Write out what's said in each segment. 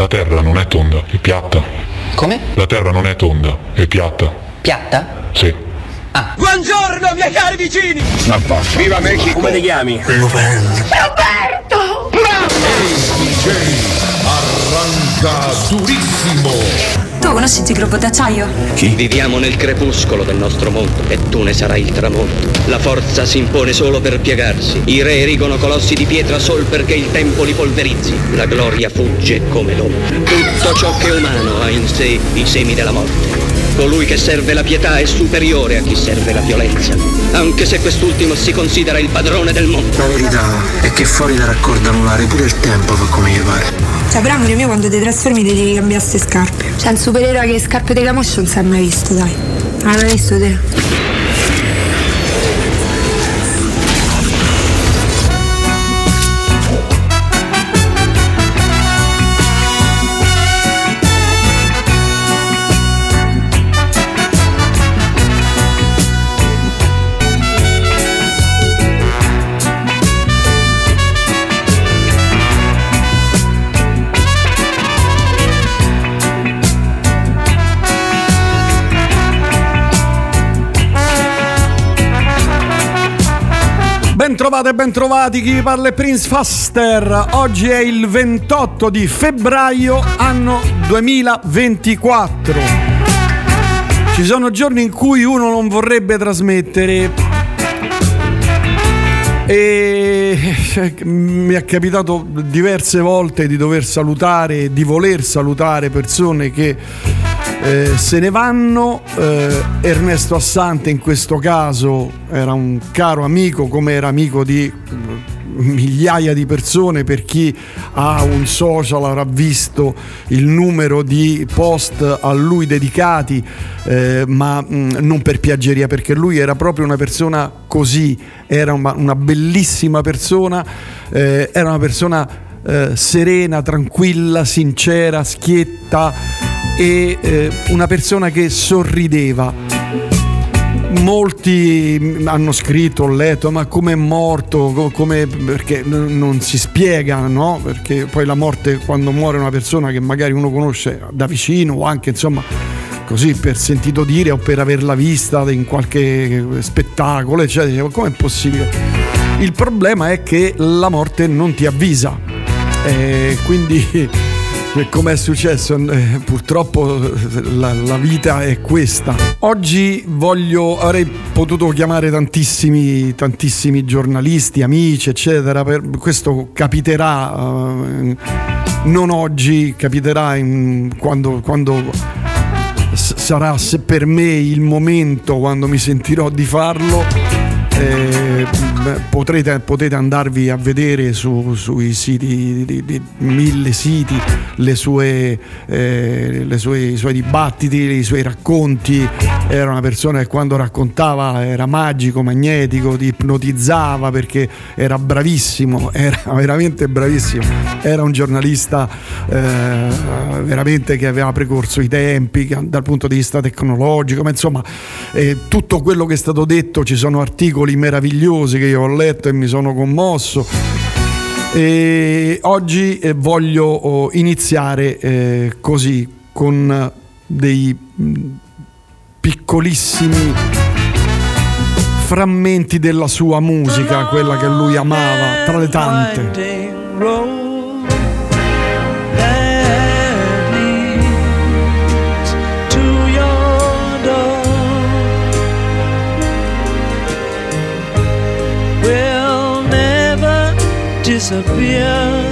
La terra non è tonda, è piatta. Come? La terra non è tonda, è piatta. Piatta? Sì. Ah. Buongiorno miei cari vicini! Viva Mexico! Come ti chiami? Roberto! DJ arranca durissimo. Tu conosci il gruppo d'acciaio? Chi? Viviamo nel crepuscolo del nostro mondo e tu ne sarai il tramonto. La forza si impone solo per piegarsi. I re erigono colossi di pietra sol perché il tempo li polverizzi. La gloria fugge come l'ombra. Tutto ciò che è umano ha in sé i semi della morte. Colui che serve la pietà è superiore a chi serve la violenza, anche se quest'ultimo si considera il padrone del mondo. La verità è che fuori da raccordo anulare pure il tempo fa come gli pare. Cioè, però amore mio, quando ti trasformi ti devi cambiare ste scarpe. Cioè, un supereroe che scarpe di camoscio non si è mai visto, dai. Non l'hai mai visto te? Bentrovati, chi vi parla è Prince Faster. Oggi è il 28 di febbraio, anno 2024. Ci sono giorni in cui uno non vorrebbe trasmettere e mi è capitato diverse volte di dover salutare, di voler salutare persone che se ne vanno. Ernesto Assante in questo caso era un caro amico, come era amico di migliaia di persone. Per chi ha un social avrà visto il numero di post a lui dedicati, ma non per piaggeria, perché lui era proprio una persona così, era una bellissima persona, era una persona serena, tranquilla, sincera, schietta, e una persona che sorrideva. Molti hanno scritto, ho letto, ma come è morto, come, perché non si spiega, no? Perché poi la morte, quando muore una persona che magari uno conosce da vicino o anche insomma così per sentito dire o per averla vista in qualche spettacolo, eccetera, come è possibile? Il problema è che la morte non ti avvisa, quindi come è successo, purtroppo la vita è questa. Oggi avrei potuto chiamare tantissimi giornalisti, amici, eccetera. Questo capiterà, non oggi, capiterà quando sarà per me il momento, quando mi sentirò di farlo. Potete andarvi a vedere sui siti di 1000 siti i suoi dibattiti, i suoi racconti. Era una persona che quando raccontava era magico, magnetico, ti ipnotizzava perché era bravissimo, era veramente bravissimo. Era un giornalista veramente che aveva precorso i tempi dal punto di vista tecnologico, ma insomma tutto quello che è stato detto, ci sono articoli meravigliosi che io ho letto e mi sono commosso. E oggi voglio iniziare così, con dei piccolissimi frammenti della sua musica, quella che lui amava tra le tante. Disappear.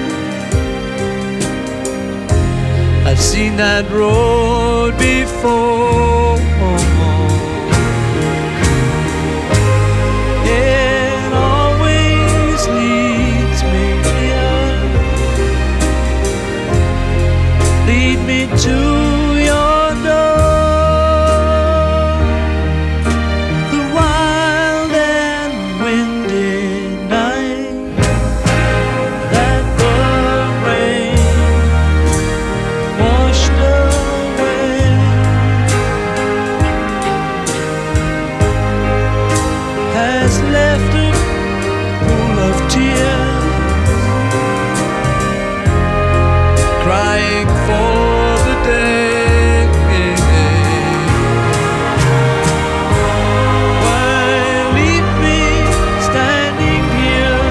I've seen that road before. It always leads me here. Lead me to your door. The wild and windy night. dying for the day. Why leave me standing here?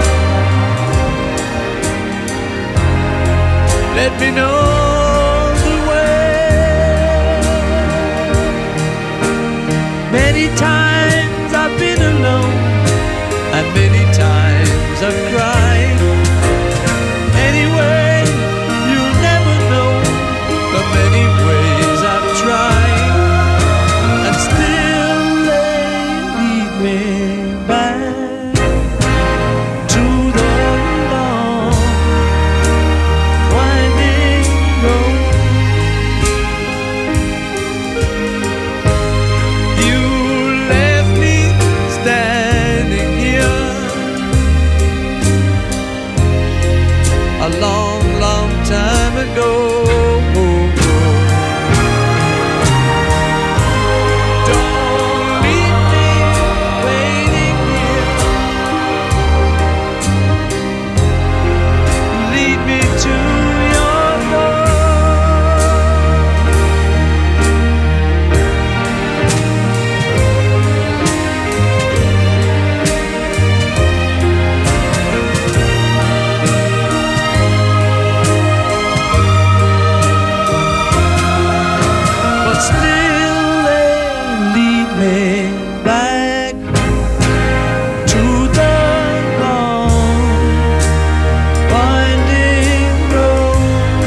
Let me know the way. Many times I've been alone, and many times I've cried. Anyway, you'll never know the many ways I've tried, and still they lead me back to the long winding road. You left me standing here a long, long time ago. Don't leave me waiting here. Lead me to your door. But still they lead me back to the long winding road.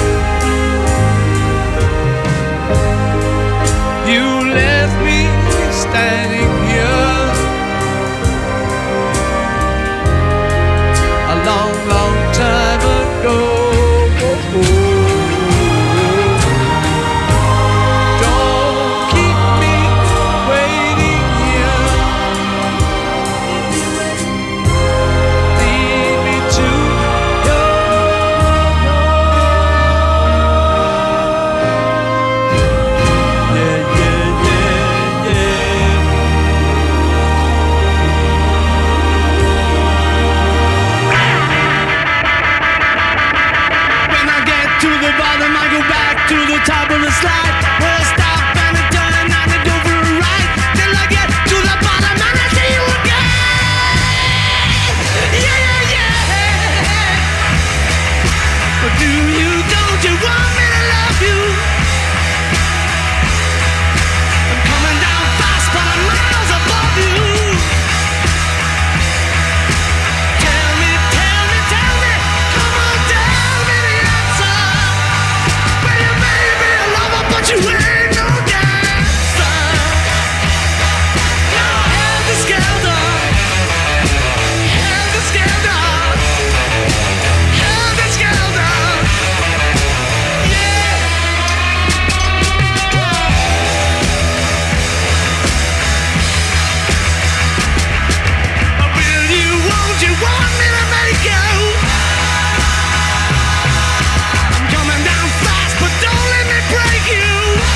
You left me standing here a long, long time ago. Don't keep me waiting here. Lead me to your door. Yeah, yeah, yeah, yeah. When I get to the bottom, I go back to the top of the slide. Where I stop and I turn and I go for a ride. Till I get to the bottom and I see you again. Yeah, yeah, yeah. But do you, don't you want me to love you? I'm coming down fast, but I'm miles above you. Tell me, tell me, tell me, come on, tell me the answer. Well, you may be a lover, but you ain't no dancer. No, helter-skelter, helter-skelter, helter-skelter. Yeah. Will you, won't you want me to make you? I'm coming down fast, but don't let me break you.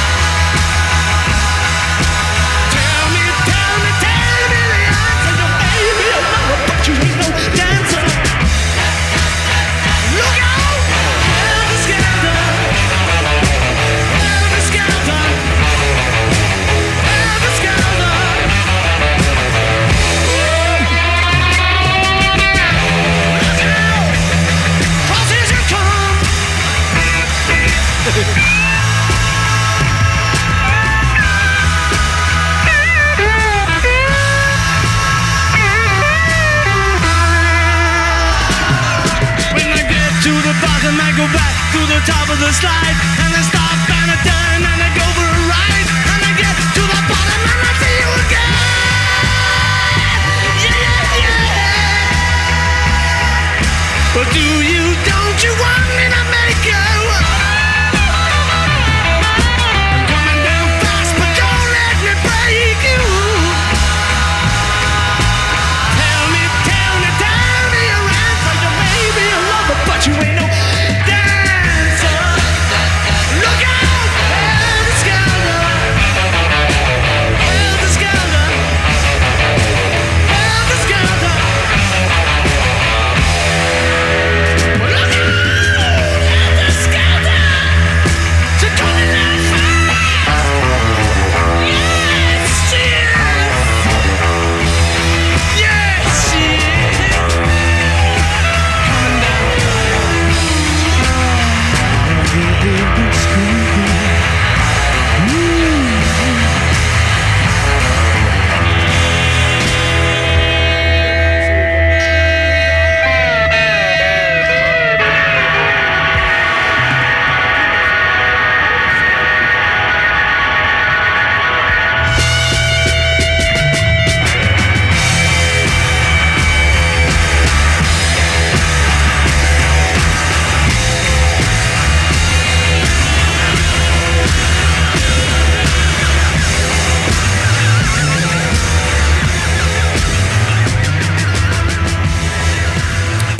Tell me, tell me, tell me the answer. You may be a lover, but you ain't no dancer. Look out! Helter-skelter, helter-skelter, helter-skelter. Crosses your tongue. When I get to the bottom, I go back to the top of the slide, and I stop and I turn and I go for a ride, and I get to the bottom and I see you again. Yeah, yeah, yeah. But do you, don't you want me to make you? I'm coming down fast, but don't let me break you. Tell me, tell me, tell me your answer. You may be a lover, but you ain't no dancer. Look out!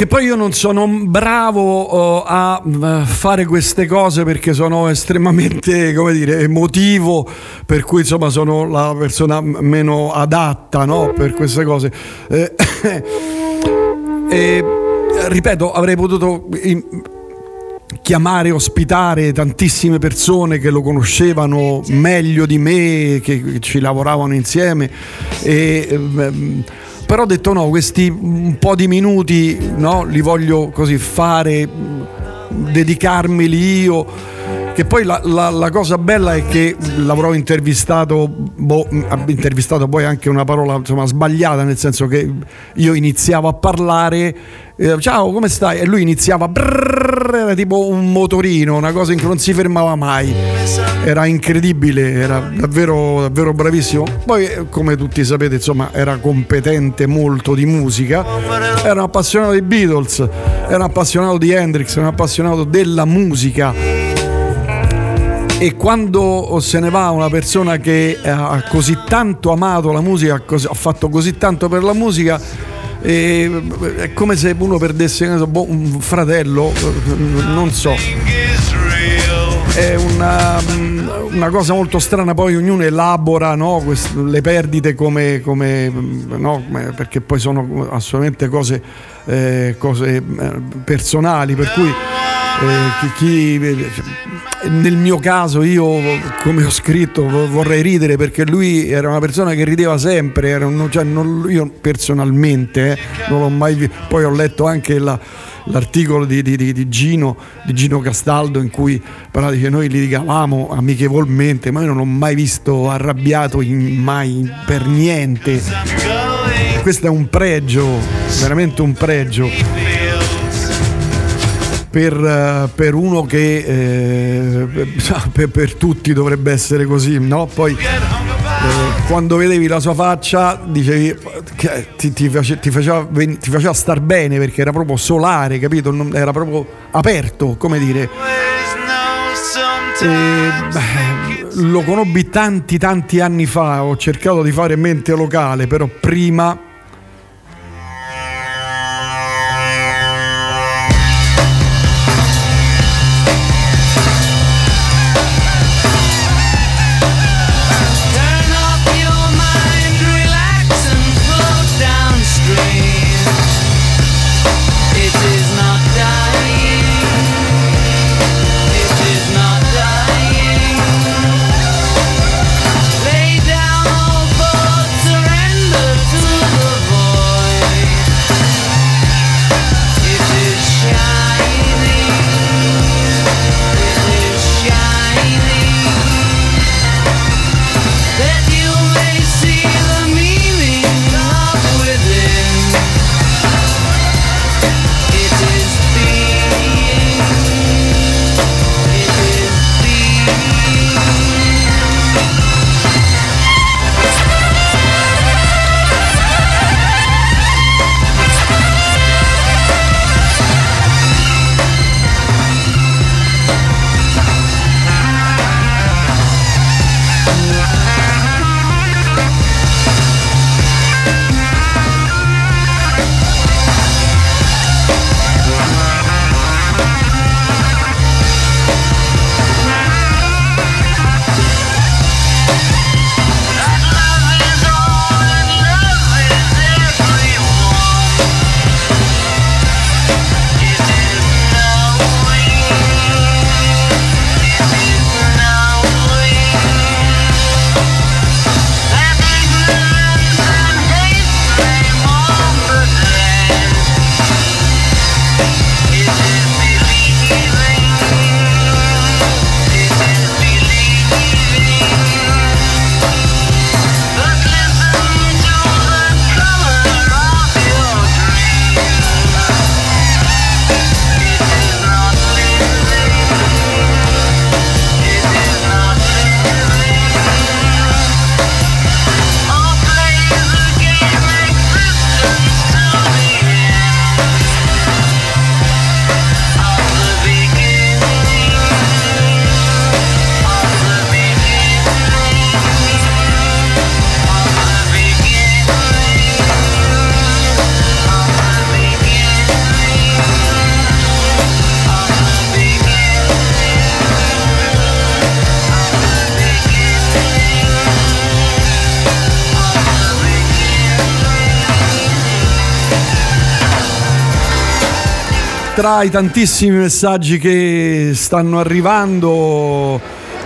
Che poi io non sono bravo a fare queste cose perché sono estremamente, come dire, emotivo, per cui insomma sono la persona meno adatta, no, per queste cose. Ripeto, avrei potuto chiamare, ospitare tantissime persone che lo conoscevano meglio di me, che ci lavoravano insieme, però ho detto no, questi un po' di minuti, no, li voglio così fare, dedicarmeli io. Che poi la cosa bella è che l'avrò intervistato poi anche una parola insomma sbagliata, nel senso che io iniziavo a parlare, ciao come stai? E lui iniziava, era tipo un motorino, una cosa che non si fermava mai, era incredibile, era davvero, davvero bravissimo. Poi come tutti sapete insomma era competente molto di musica, era un appassionato dei Beatles, era un appassionato di Hendrix, era un appassionato della musica. E quando se ne va una persona che ha così tanto amato la musica, ha fatto così tanto per la musica, è come se uno perdesse un fratello, non so. È una cosa molto strana, poi ognuno elabora, no, le perdite come no, perché poi sono assolutamente cose personali, per cui nel mio caso io, come ho scritto, vorrei ridere perché lui era una persona che rideva sempre, io personalmente non l'ho mai visto. Poi ho letto anche l'articolo di Gino Castaldo in cui parlava che noi litigavamo amichevolmente, ma io non l'ho mai visto arrabbiato mai per niente. Questo è un pregio, veramente un pregio per uno che per tutti dovrebbe essere così, no? Poi quando vedevi la sua faccia dicevi che ti faceva star bene, perché era proprio solare, capito? Era proprio aperto, come dire. Lo conobbi tanti anni fa, ho cercato di fare mente locale, però prima Lay down all thoughts, surrender to the tra i tantissimi messaggi che stanno arrivando,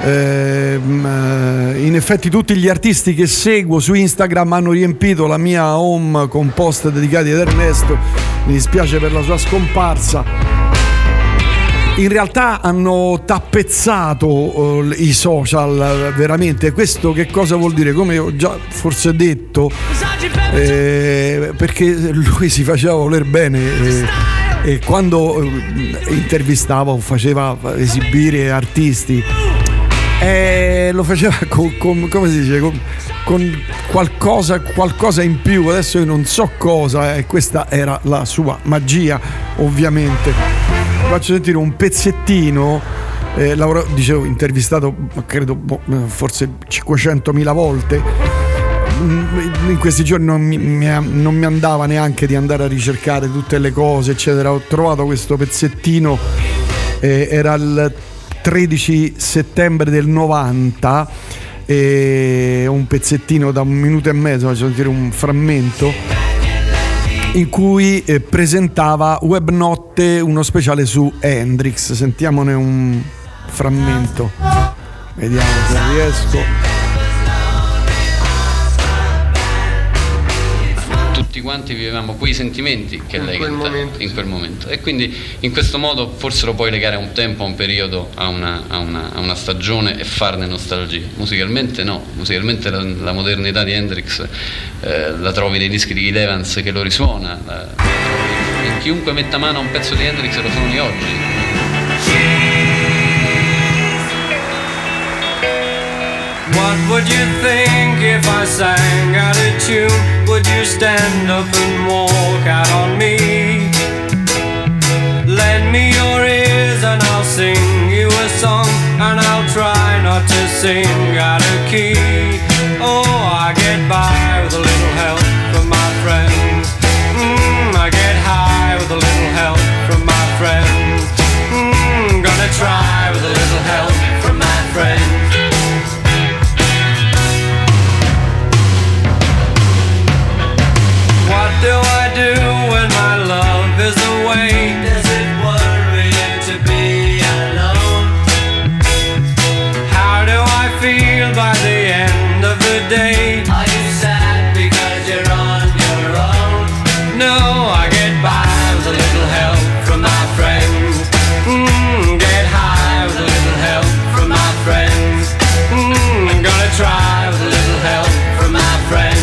in effetti tutti gli artisti che seguo su Instagram hanno riempito la mia home con post dedicati ad Ernesto. Mi dispiace per la sua scomparsa. In realtà hanno tappezzato i social, veramente. Questo che cosa vuol dire? Come ho già forse detto, perché lui si faceva voler bene e quando intervistava o faceva esibire artisti, lo faceva con come si dice, con qualcosa in più. Adesso io non so cosa, e questa era la sua magia, ovviamente. Faccio sentire un pezzettino. Dicevo, intervistato credo forse 500.000 volte. In questi giorni non mi andava neanche di andare a ricercare tutte le cose, eccetera. Ho trovato questo pezzettino, era il 13 settembre del 90, un pezzettino da 1 minuto e mezzo. Faccio sentire un frammento in cui presentava Web Notte, uno speciale su Hendrix. Sentiamone un frammento, vediamo se riesco. Tutti quanti vivevamo quei sentimenti che lei cantava in quel momento, e quindi in questo modo forse lo puoi legare a un tempo, a un periodo, a una stagione e farne nostalgia. Musicalmente no, musicalmente la modernità di Hendrix la trovi nei dischi di Gil Evans che lo risuona, e chiunque metta mano a un pezzo di Hendrix lo suoni oggi. What would you think if I sang out of tune? Would you stand up and walk out on me? Lend me your ears and I'll sing you a song, and I'll try not to sing out of key. Oh, I get by with a little help from my friends. I get high with a little help from my friends. Gonna try with a little help from my friends. What do I do when my love is away? Does it worry you to be alone? How do I feel by the end of the day? Are you sad because you're on your own? No, I get by with a little help from my friends. Get high with a little help from my friends. Gonna try with a little help from my friends.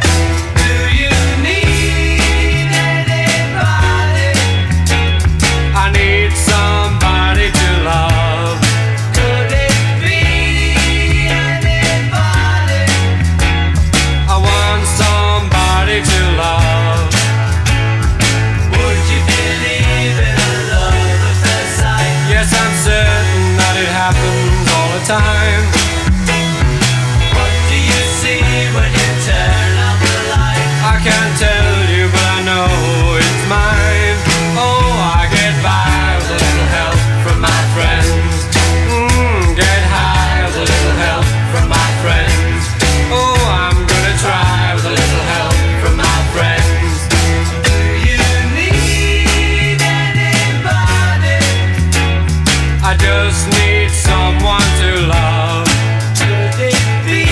Time. What do you see when you turn out the light? I can't tell you, but I know it's mine. Oh, I get by with a little help from my friends. Get high with a little help from my friends. Oh, I'm gonna try with a little help from my friends. Do you need anybody? I just need someone to love. Could it be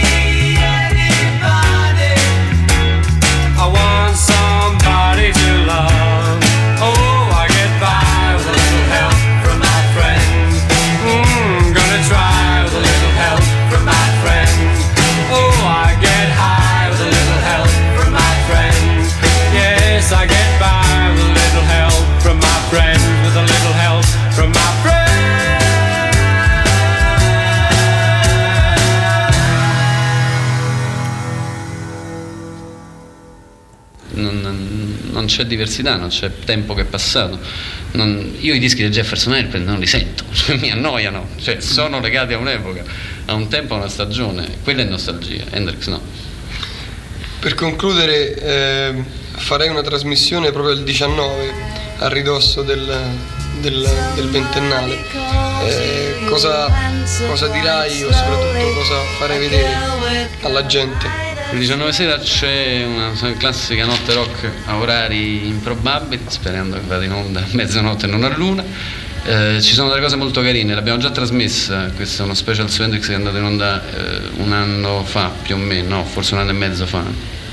anybody? I want somebody to love. Oh, I get by with a little help from my friends. Gonna try with a little help from my friends. Oh, I get high with a little help from my friends. Yes, I get by with a little help from my friends. With a little help from my friends. Non c'è diversità, non c'è tempo che è passato. Io i dischi di Jefferson Airplane non li sento, cioè, mi annoiano, cioè, sono legati a un'epoca, a un tempo, a una stagione. Quella è nostalgia, Hendrix no. Per concludere, farei una trasmissione proprio il 19, a ridosso del ventennale. Cosa dirai o soprattutto cosa farai vedere alla gente? Il 19 sera c'è una classica notte rock a orari improbabili, sperando che vada in onda a mezzanotte e non a luna. Ci sono delle cose molto carine, l'abbiamo già trasmessa, questo è uno special su Hendrix che è andato in onda un anno fa più o meno, no, forse un anno e mezzo fa.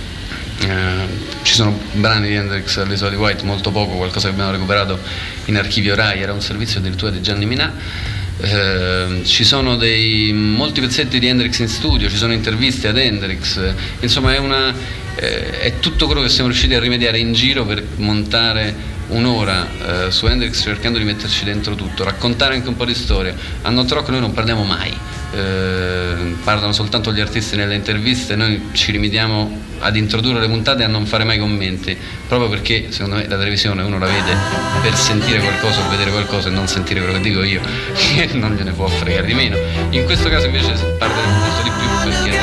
Ci sono brani di Hendrix all'Isola di White, molto poco, qualcosa che abbiamo recuperato in archivio Rai, era un servizio addirittura di Gianni Minà. Ci sono molti pezzetti di Hendrix in studio, ci sono interviste ad Hendrix, insomma è tutto quello che siamo riusciti a rimediare in giro per montare un'ora su Hendrix, cercando di metterci dentro tutto, raccontare anche un po' di storia. A Not Rock noi non parliamo mai, parlano soltanto gli artisti nelle interviste, noi ci limitiamo ad introdurre le puntate e a non fare mai commenti, proprio perché secondo me la televisione uno la vede per sentire qualcosa o vedere qualcosa e non sentire quello che dico io, e non gliene può fregare di meno. In questo caso invece parleremo molto di più perché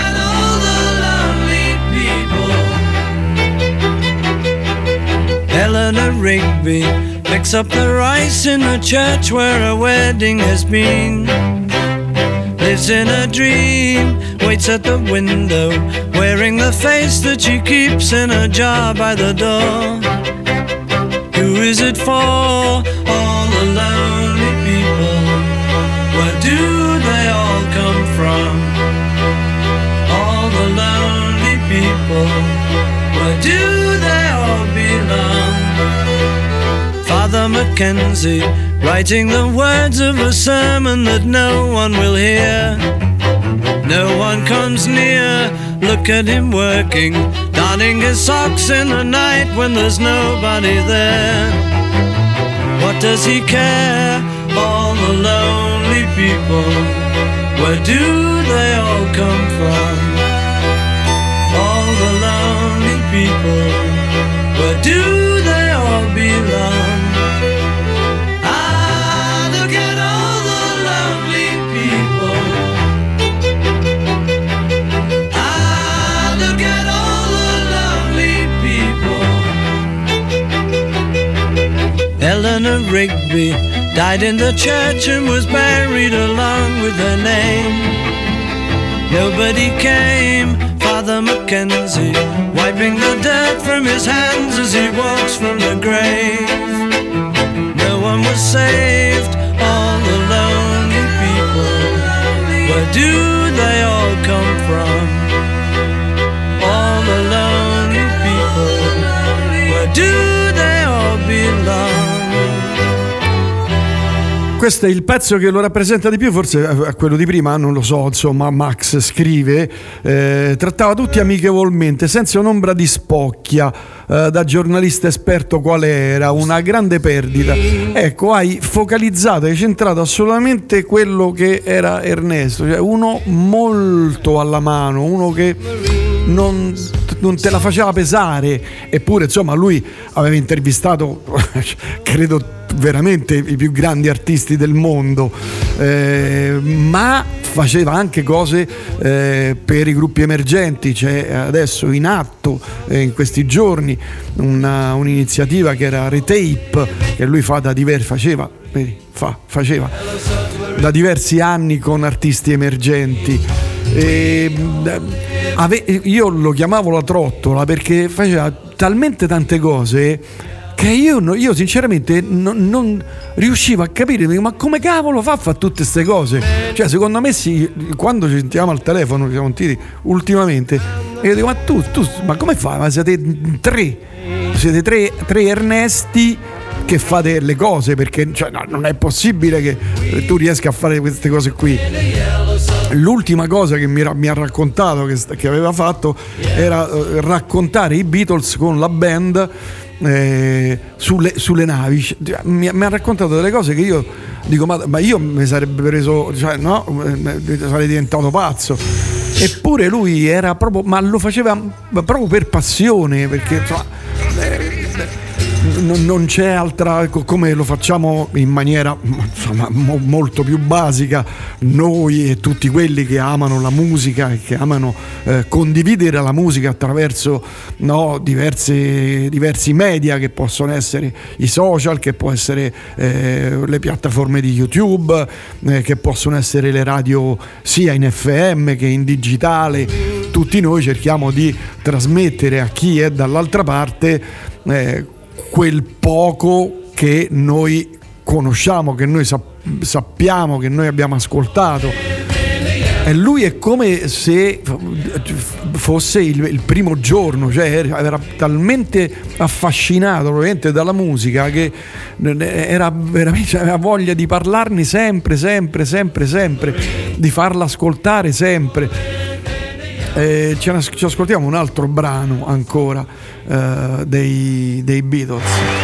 Eleanor Rigby picks up the rice in the church where a wedding has been. Lives in a dream, waits at the window, wearing the face that she keeps in a jar by the door. Who is it for? All the lonely people. Where do they all come from? All the lonely people. Where do they all belong? Father Mackenzie, writing the words of a sermon that no one will hear. No one comes near, look at him working, darning his socks in the night when there's nobody there. What does he care? All the lonely people, where do they all come from? All the lonely people, where do they all belong? Eleanor Rigby died in the church and was buried along with her name. Nobody came, Father Mackenzie, wiping the dirt from his hands as he walks from the grave. No one was saved, all the lonely people. Where do they all come from? All the lonely people. Where do they all belong? Questo è il pezzo che lo rappresenta di più, forse a quello di prima, non lo so, insomma. Max scrive, trattava tutti amichevolmente, senza un'ombra di spocchia, da giornalista esperto quale era, una grande perdita. Ecco, hai focalizzato, hai centrato assolutamente quello che era Ernesto, cioè uno molto alla mano, uno che non te la faceva pesare, eppure insomma lui aveva intervistato credo veramente i più grandi artisti del mondo, ma faceva anche cose per i gruppi emergenti. C'è adesso in atto in questi giorni un'iniziativa che era Retape, che lui faceva da diversi anni con artisti emergenti. Io lo chiamavo la trottola perché faceva talmente tante cose che io sinceramente non riuscivo a capire, ma come cavolo fa a fare tutte queste cose? Cioè, secondo me quando ci sentiamo al telefono, ci siamo sentiti ultimamente, e io dico, ma tu ma come fai? Ma siete tre Ernesti che fate le cose, perché cioè, no, non è possibile che tu riesca a fare queste cose qui. L'ultima cosa che mi ha raccontato che aveva fatto era raccontare i Beatles con la band sulle navi. Mi ha raccontato delle cose che io dico, ma io mi sarebbe preso, cioè no, sarei diventato pazzo. Eppure lui era proprio, ma lo faceva proprio per passione, perché insomma, non c'è altra, come lo facciamo in maniera insomma molto più basica noi e tutti quelli che amano la musica e che amano condividere la musica attraverso diversi media, che possono essere i social, che può essere le piattaforme di YouTube, che possono essere le radio sia in FM che in digitale, tutti noi cerchiamo di trasmettere a chi è dall'altra parte quel poco che noi conosciamo, che noi sappiamo, che noi abbiamo ascoltato. E lui è come se fosse il primo giorno, cioè era talmente affascinato probabilmente dalla musica che era veramente, aveva voglia di parlarne sempre, di farla ascoltare sempre. Ci ascoltiamo un altro brano ancora dei Beatles.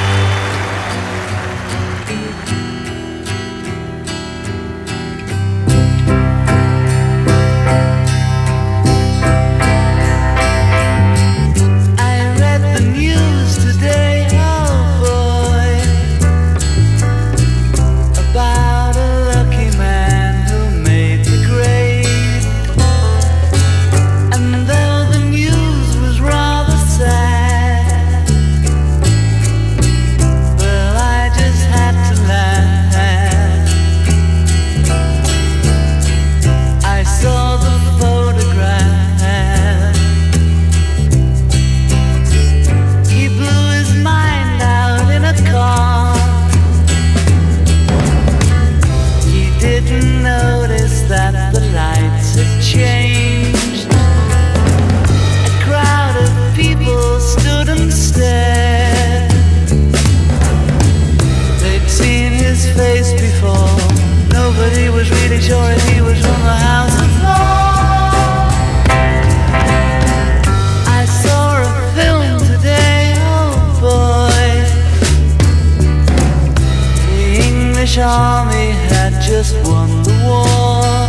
Army had just won the war.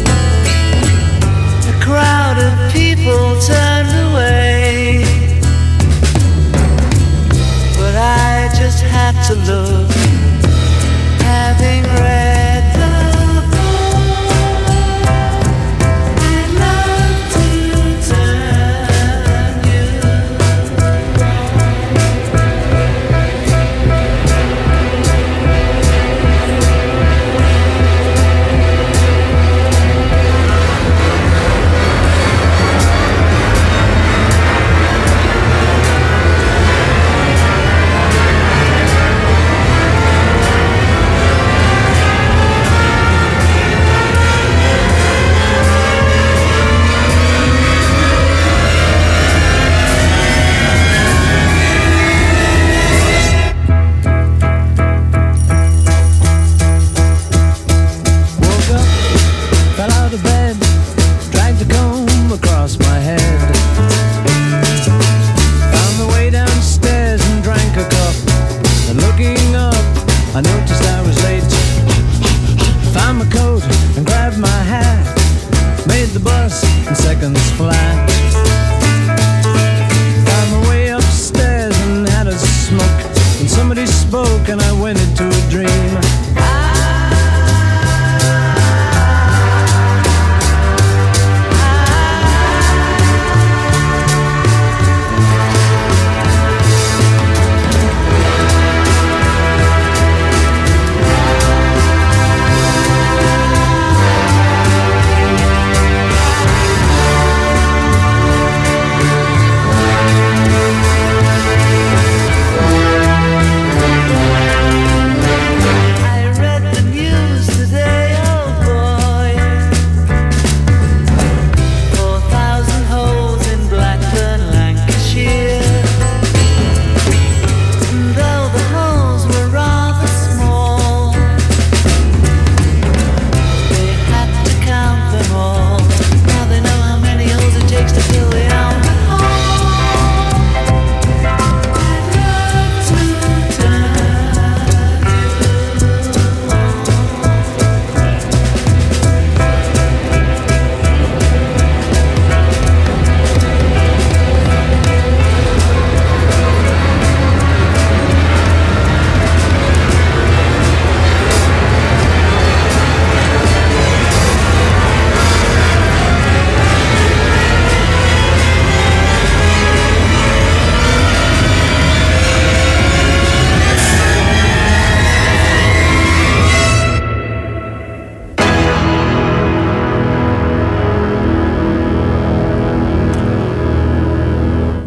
A crowd of people turned away, but I just had to look, having read the book. I'd love to turn you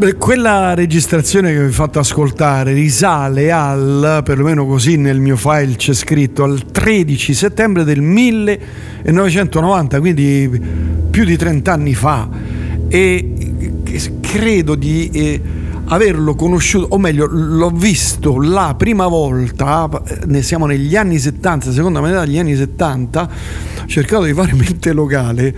Quella registrazione che vi ho fatto ascoltare risale perlomeno così nel mio file c'è scritto, al 13 settembre del 1990, quindi più di 30 anni fa, e credo di averlo conosciuto, o meglio l'ho visto la prima volta, siamo negli anni 70, seconda metà degli anni 70, ho cercato di fare mente locale,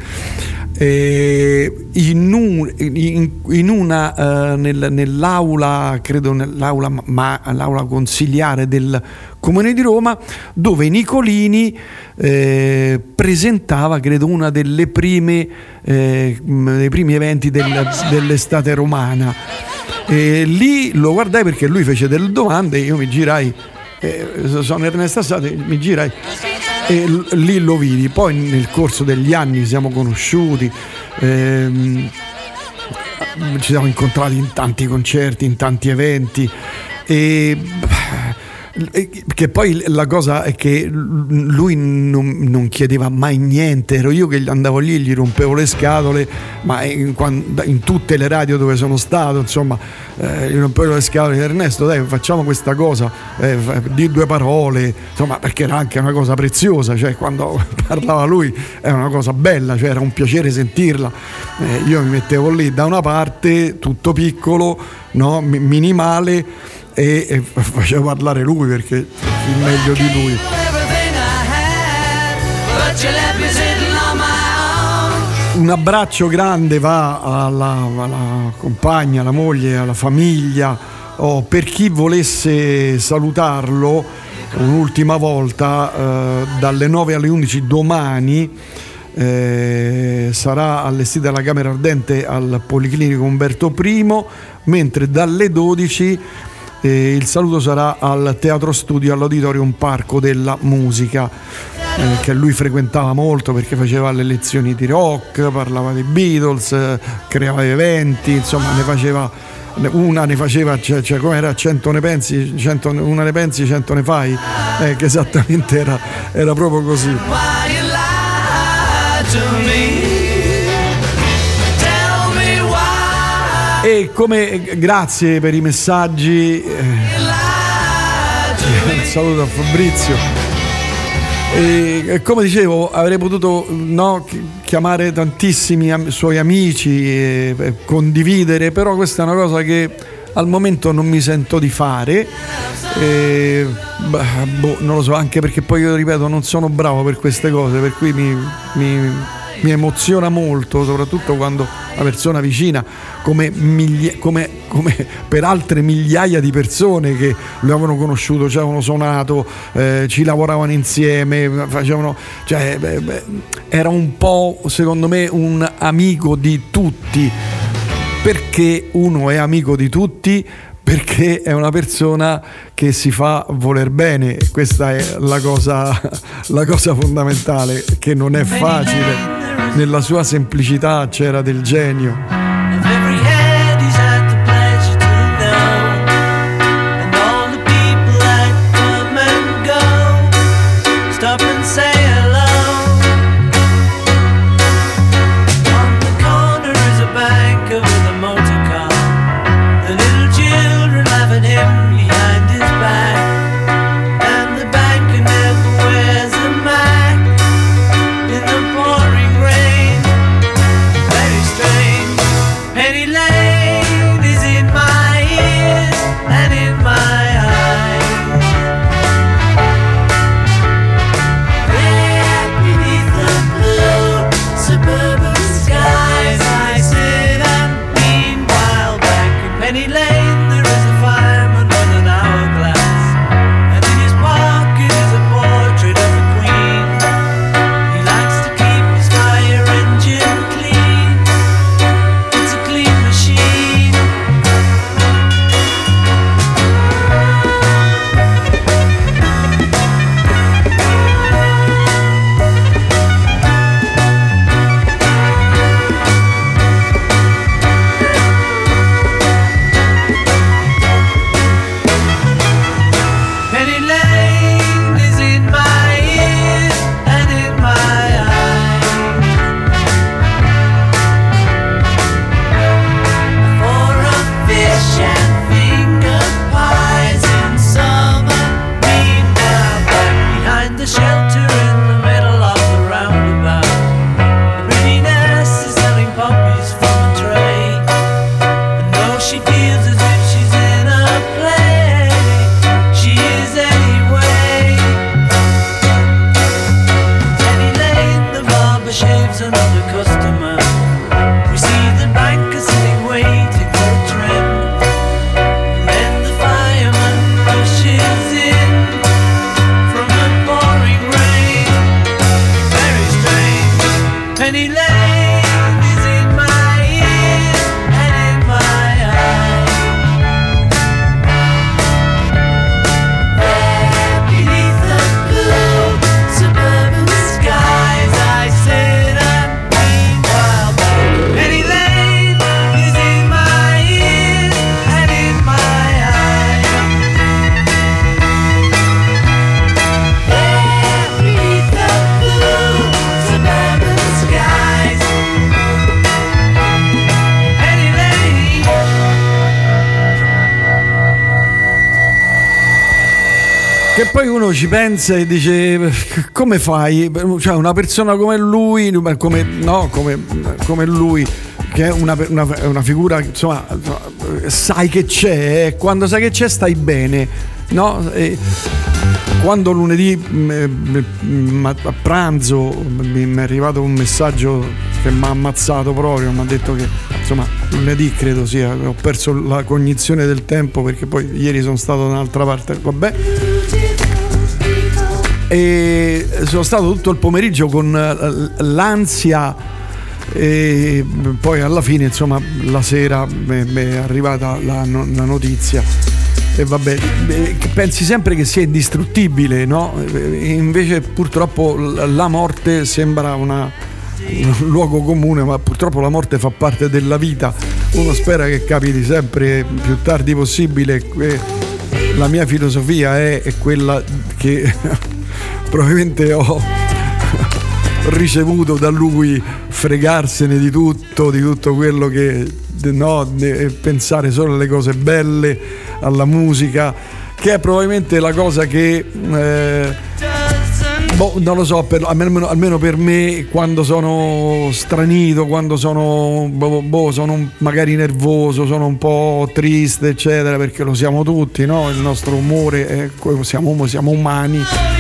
nell'aula, credo l'aula consiliare del Comune di Roma, dove Nicolini presentava, credo, una dei primi eventi dell'estate romana. Lì lo guardai perché lui fece delle domande, io mi girai, sono Ernesto Assati, mi girai e lì lo vidi. Poi nel corso degli anni siamo conosciuti, ci siamo incontrati in tanti concerti, in tanti eventi, che poi la cosa è che lui non chiedeva mai niente, ero io che andavo lì e gli rompevo le scatole, ma in tutte le radio dove sono stato, insomma, gli rompevo le scatole. Ernesto, dai, facciamo questa cosa, di 2 parole, insomma, perché era anche una cosa preziosa, cioè quando parlava lui era una cosa bella, cioè era un piacere sentirla. Io mi mettevo lì da una parte, tutto piccolo, no, minimale, e facevo parlare lui perché il meglio di lui. Un abbraccio grande va alla compagna, alla moglie, alla famiglia. Per chi volesse salutarlo un'ultima volta, dalle 9 alle 11 domani sarà allestita la Camera Ardente al Policlinico Umberto I, mentre dalle 12 il saluto sarà al Teatro Studio, all'Auditorium Parco della Musica, che lui frequentava molto perché faceva le lezioni di rock, parlava dei Beatles, creava eventi, insomma ne faceva, cioè come era, 100 ne pensi, 100, una ne pensi, 100 ne fai, che esattamente era proprio così. E grazie per i messaggi, un saluto a Fabrizio. E come dicevo, avrei potuto chiamare tantissimi suoi amici e condividere, però questa è una cosa che al momento non mi sento di fare, non lo so, anche perché poi io ripeto non sono bravo per queste cose, per cui mi emoziona molto, soprattutto quando la persona vicina, come per altre migliaia di persone che lo avevano conosciuto, ci avevano suonato, ci lavoravano insieme, facevano, cioè, era un po', secondo me, un amico di tutti. Perché uno è amico di tutti? Perché è una persona che si fa voler bene, questa è la cosa fondamentale, che non è facile. Nella sua semplicità c'era del genio. Penny Penny Lane is in my ears and in my eyes. There beneath the blue suburban skies I sit and meanwhile Penny Lane is in my ears and in my eyes. There beneath the blue suburban skies Penny Lane. Che poi uno ci pensa e dice come fai? Cioè una persona come lui, come lui, che è una figura, insomma, sai che c'è, quando sai che c'è stai bene, no? E quando lunedì a pranzo mi è arrivato un messaggio che mi ha ammazzato proprio, mi ha detto che insomma lunedì credo sia, ho perso la cognizione del tempo perché poi ieri sono stato da un'altra parte, vabbè. E sono stato tutto il pomeriggio con l'ansia e poi alla fine insomma la sera mi è arrivata la notizia e vabbè, pensi sempre che sia indistruttibile, no? E invece purtroppo la morte sembra un luogo comune, ma purtroppo la morte fa parte della vita. Uno spera che capiti sempre più tardi possibile. La mia filosofia è quella che probabilmente ho ricevuto da lui, fregarsene di tutto quello che no, pensare solo alle cose belle, alla musica, che è probabilmente la cosa che non lo so, almeno per me, quando sono stranito, quando sono sono magari nervoso, sono un po' triste eccetera, perché lo siamo tutti, no? Il nostro umore è, siamo umani.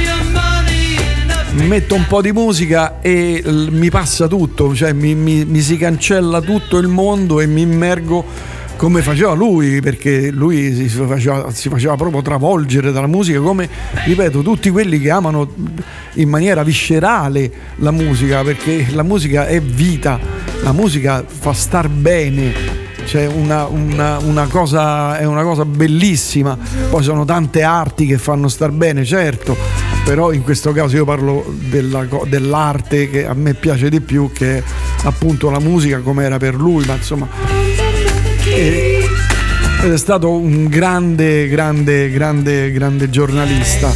Metto un po' di musica e mi passa tutto, cioè mi si cancella tutto il mondo e mi immergo come faceva lui, perché lui si faceva proprio travolgere dalla musica, come, ripeto, tutti quelli che amano in maniera viscerale la musica, perché la musica è vita, la musica fa star bene, cioè una cosa, è una cosa bellissima. Poi sono tante arti che fanno star bene, certo, però in questo caso io parlo dell'arte che a me piace di più, che è appunto la musica, come era per lui, ma insomma ed è stato un grande giornalista,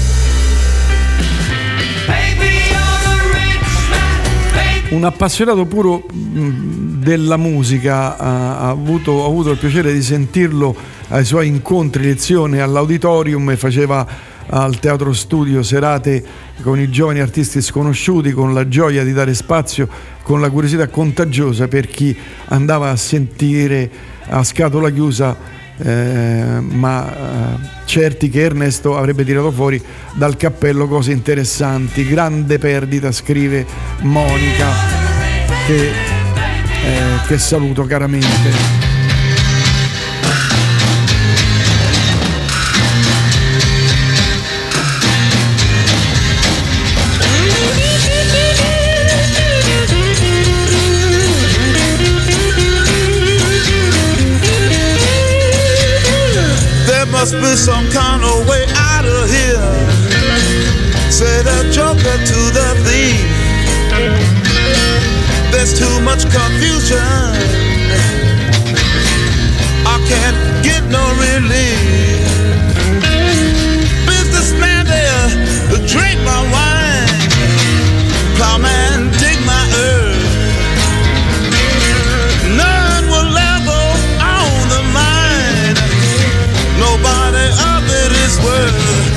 un appassionato puro della musica. Ha avuto il piacere di sentirlo ai suoi incontri, lezioni all'Auditorium, e faceva al Teatro Studio serate con i giovani artisti sconosciuti, con la gioia di dare spazio, con la curiosità contagiosa per chi andava a sentire a scatola chiusa, ma certi che Ernesto avrebbe tirato fuori dal cappello cose interessanti. Grande perdita, scrive Monica, che saluto caramente. Must be some kind of way out of here, said a joker to the thief. There's too much confusion, I can't get no relief. Businessman there, drink my wine. Plowman, dig my earth. None will level on the mine. Nobody of it is worth.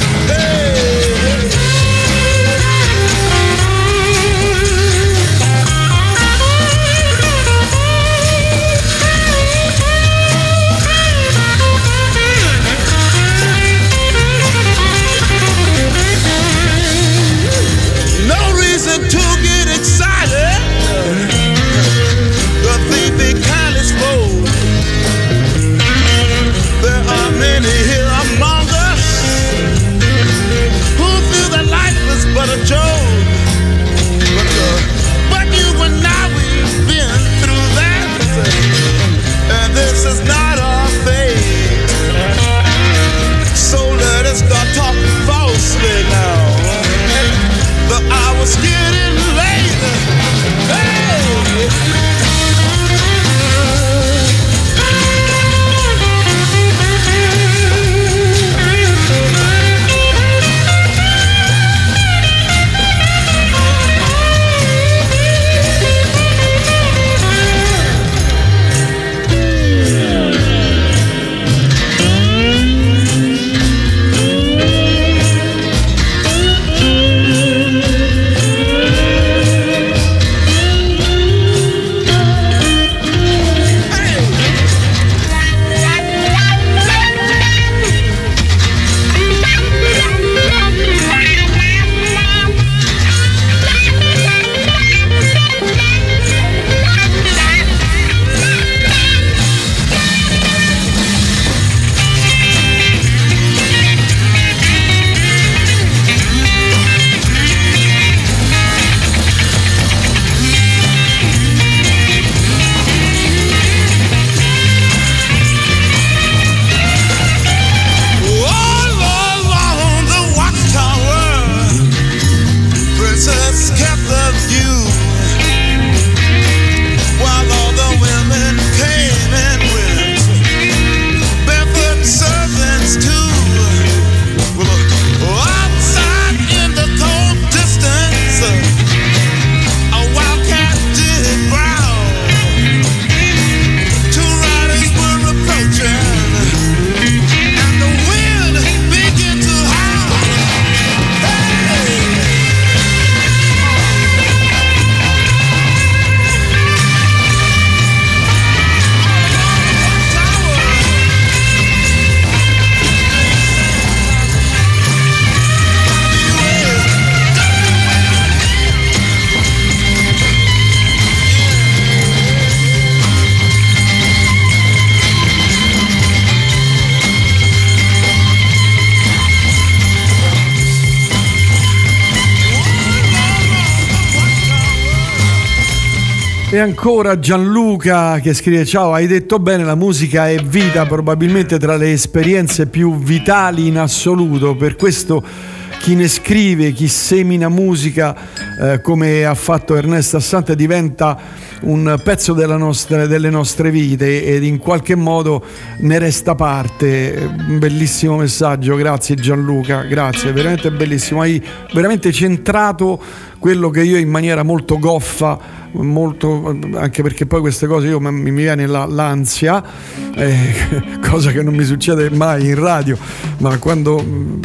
E ancora Gianluca che scrive: ciao, hai detto bene, la musica è vita, probabilmente tra le esperienze più vitali in assoluto, per questo chi ne scrive, chi semina musica come ha fatto Ernesto Assante diventa un pezzo delle nostre vite ed in qualche modo ne resta parte. Un bellissimo messaggio, grazie Gianluca, grazie, veramente bellissimo, hai veramente centrato quello che io in maniera molto goffa, molto, anche perché poi queste cose io mi viene l'ansia, cosa che non mi succede mai in radio, ma quando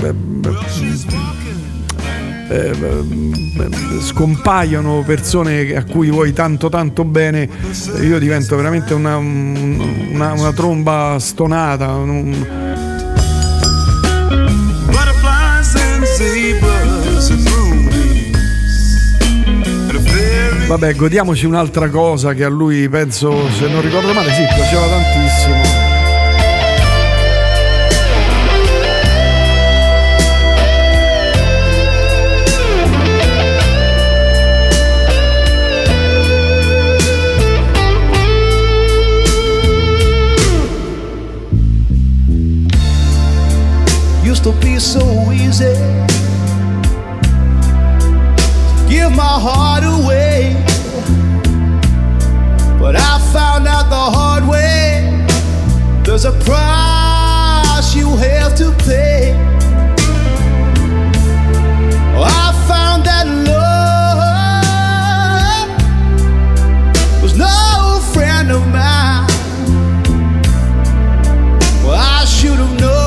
scompaiono persone a cui vuoi tanto tanto bene, io divento veramente una tromba stonata. Vabbè, godiamoci un'altra cosa che a lui, penso, se non ricordo male, sì, piaceva tantissimo. Used to be so easy to give my heart away, but I found out the hard way there's a price you have to pay. I found that love was no friend of mine. Well, I should have known.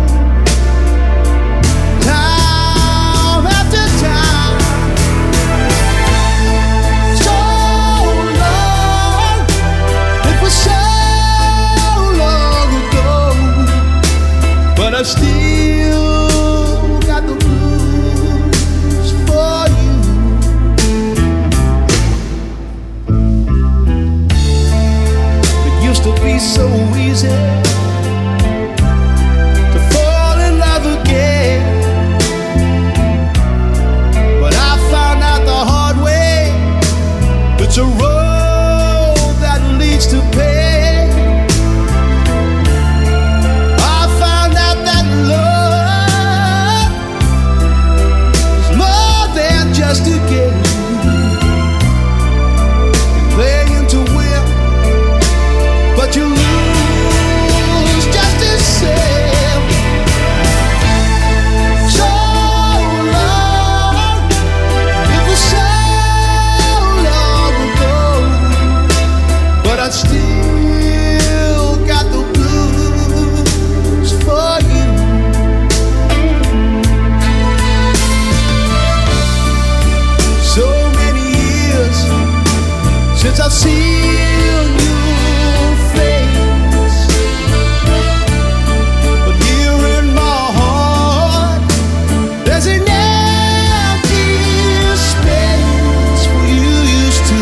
I still got the blues for you. It used to be so easy to fall in love again, but I found out the hard way it's a road that leads to pain. Just to get playing to win, but you lose just the same. So long, it was so long ago, but I still got the blues for you. Since I've seen your face, but here in my heart there's an empty space where you used to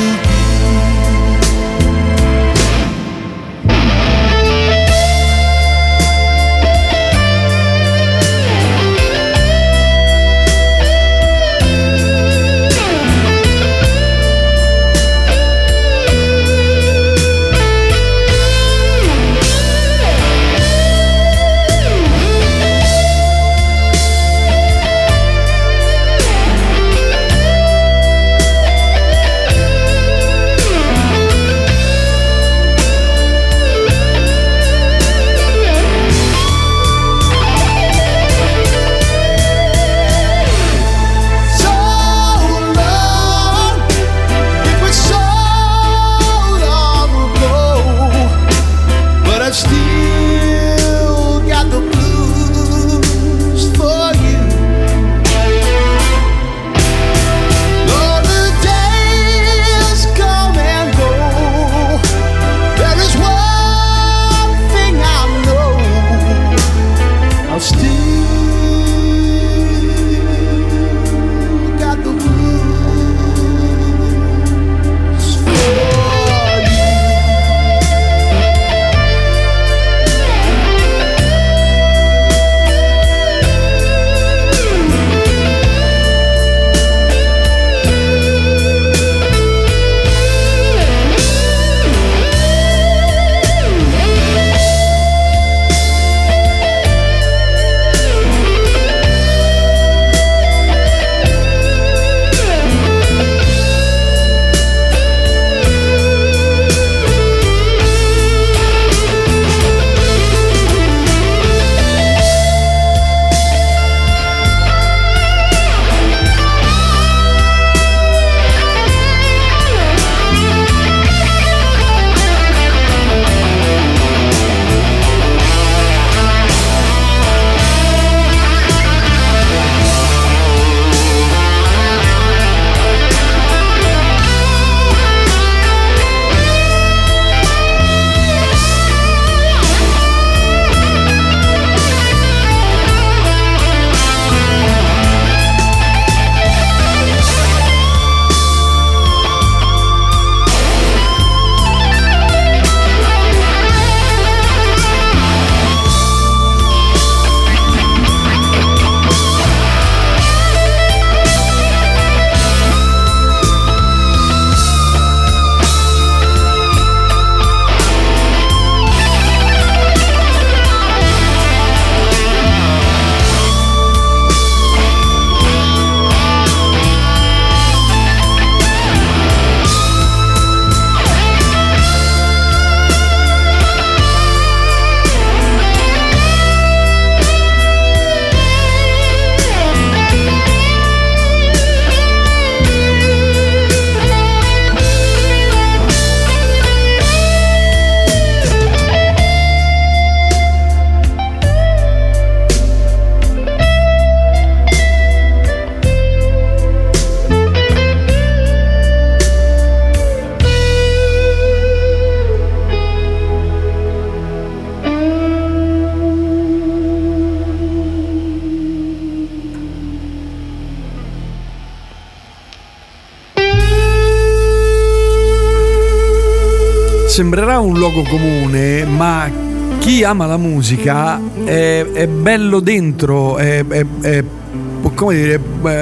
sembrerà un luogo comune, ma chi ama la musica è bello dentro, è come dire,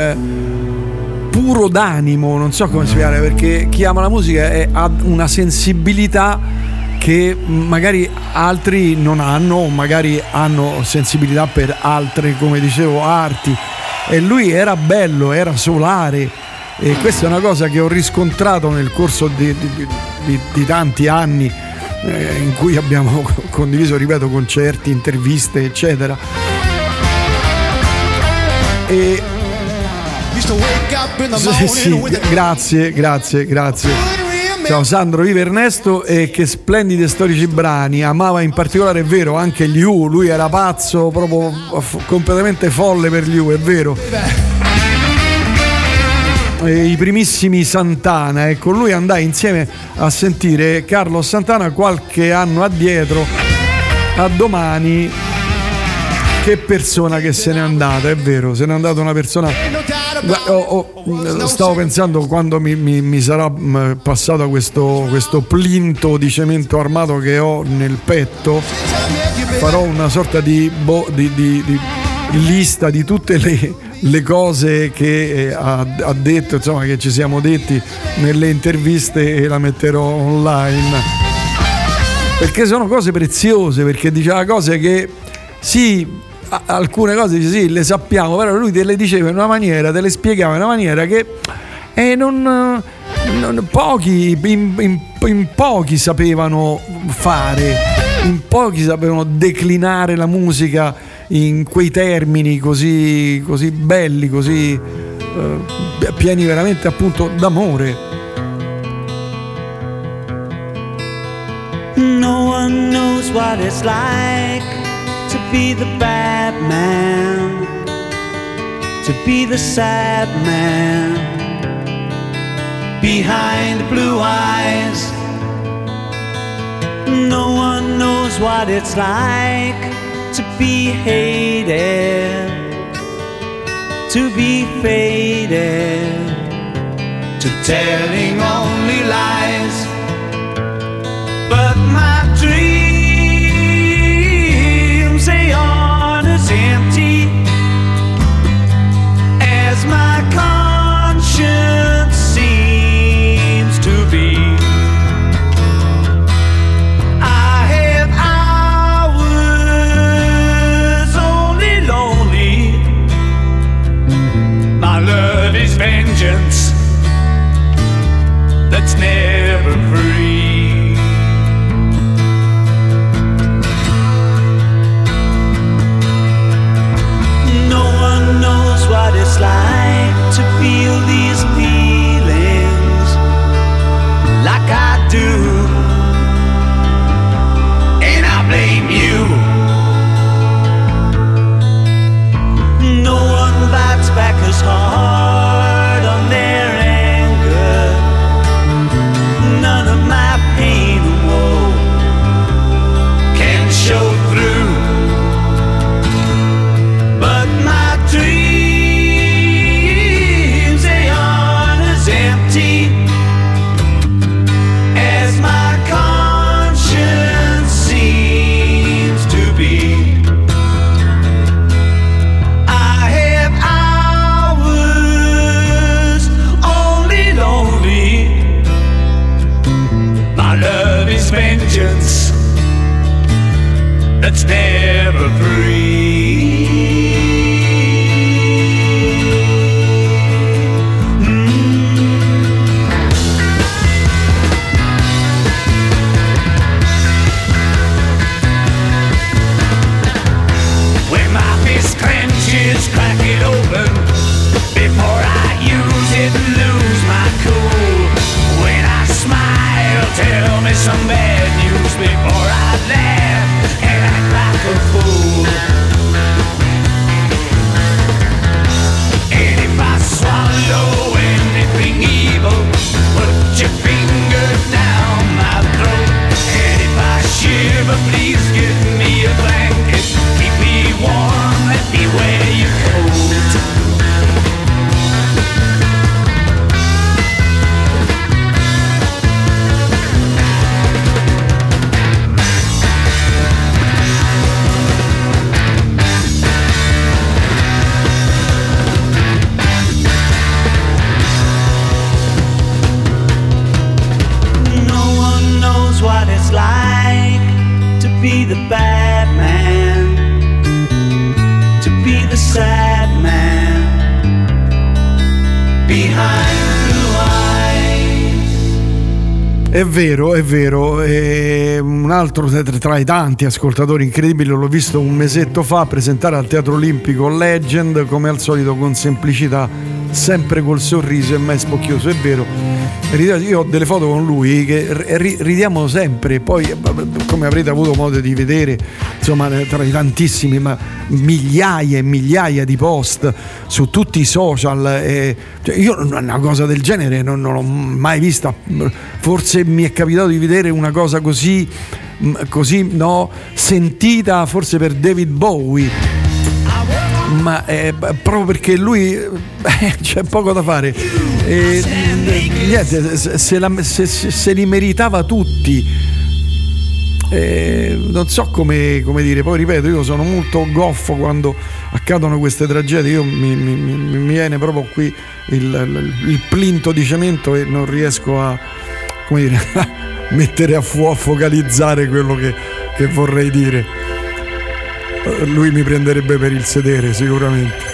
puro d'animo, non so come spiegare, perché chi ama la musica ha una sensibilità che magari altri non hanno, o magari hanno sensibilità per altre, come dicevo, arti, e lui era bello, era solare, e questa è una cosa che ho riscontrato nel corso di tanti anni in cui abbiamo condiviso, ripeto, concerti, interviste, eccetera. E sì, grazie. Ciao Sandro, viva Ernesto, e che splendidi e storici brani. Amava in particolare, è vero, anche gli U. Lui era pazzo, proprio completamente folle per gli U, è vero. I primissimi Santana, e con lui andai insieme a sentire Carlos Santana qualche anno addietro. A domani. Che persona che se n'è andata, è vero, se n'è andata una persona. Stavo pensando, quando mi sarà passato questo plinto di cemento armato che ho nel petto, farò una sorta di lista di tutte le cose che ha detto, insomma, che ci siamo detti nelle interviste, e la metterò online, perché sono cose preziose, perché diceva cose che sì, alcune cose sì, le sappiamo, però lui te le diceva in una maniera, te le spiegava in una maniera che non pochi, in pochi sapevano fare, in pochi sapevano declinare la musica in quei termini così belli, così pieni veramente, appunto, d'amore. No one knows what it's like to be the bad man, to be the sad man behind the blue eyes. No one knows what it's like to be hated, to be faded, to telling only lies. But my dreams, they aren't as empty as my conscience seems to be. I have hours only lonely. My love is vengeance that's never free. What it's like to feel these feelings like I do, and I blame you. No one bites back as hard on their anger. None of my pain or woe can show through, but my dreams, as my conscience seems to be. I have hours only lonely. My love is vengeance that's never free. Crack it open before I use it and lose my cool. When I smile, tell me some bad news before I laugh and act like a fool. And if I swallow anything evil, put your finger down my throat. And if I shiver, please give me a blanket, keep me warm, let me wear your coat. be the bad man, to be the sad man behind blue eyes. È vero, un altro tra i tanti ascoltatori incredibili, l'ho visto un mesetto fa presentare al Teatro Olimpico Legend, come al solito con semplicità, sempre col sorriso e mai spocchioso. È vero, io ho delle foto con lui che ridiamo sempre, poi come avrete avuto modo di vedere, insomma, tra i tantissimi, ma migliaia e migliaia di post su tutti i social, cioè io una cosa del genere non l'ho mai vista. Forse mi è capitato di vedere una cosa così no, sentita forse per David Bowie, ma proprio perché lui c'è poco da fare, niente, se li meritava tutti. Non so come dire, poi ripeto, io sono molto goffo quando accadono queste tragedie, io mi viene proprio qui il plinto di cemento e non riesco a, come dire, mettere a focalizzare quello che vorrei dire. Lui mi prenderebbe per il sedere sicuramente.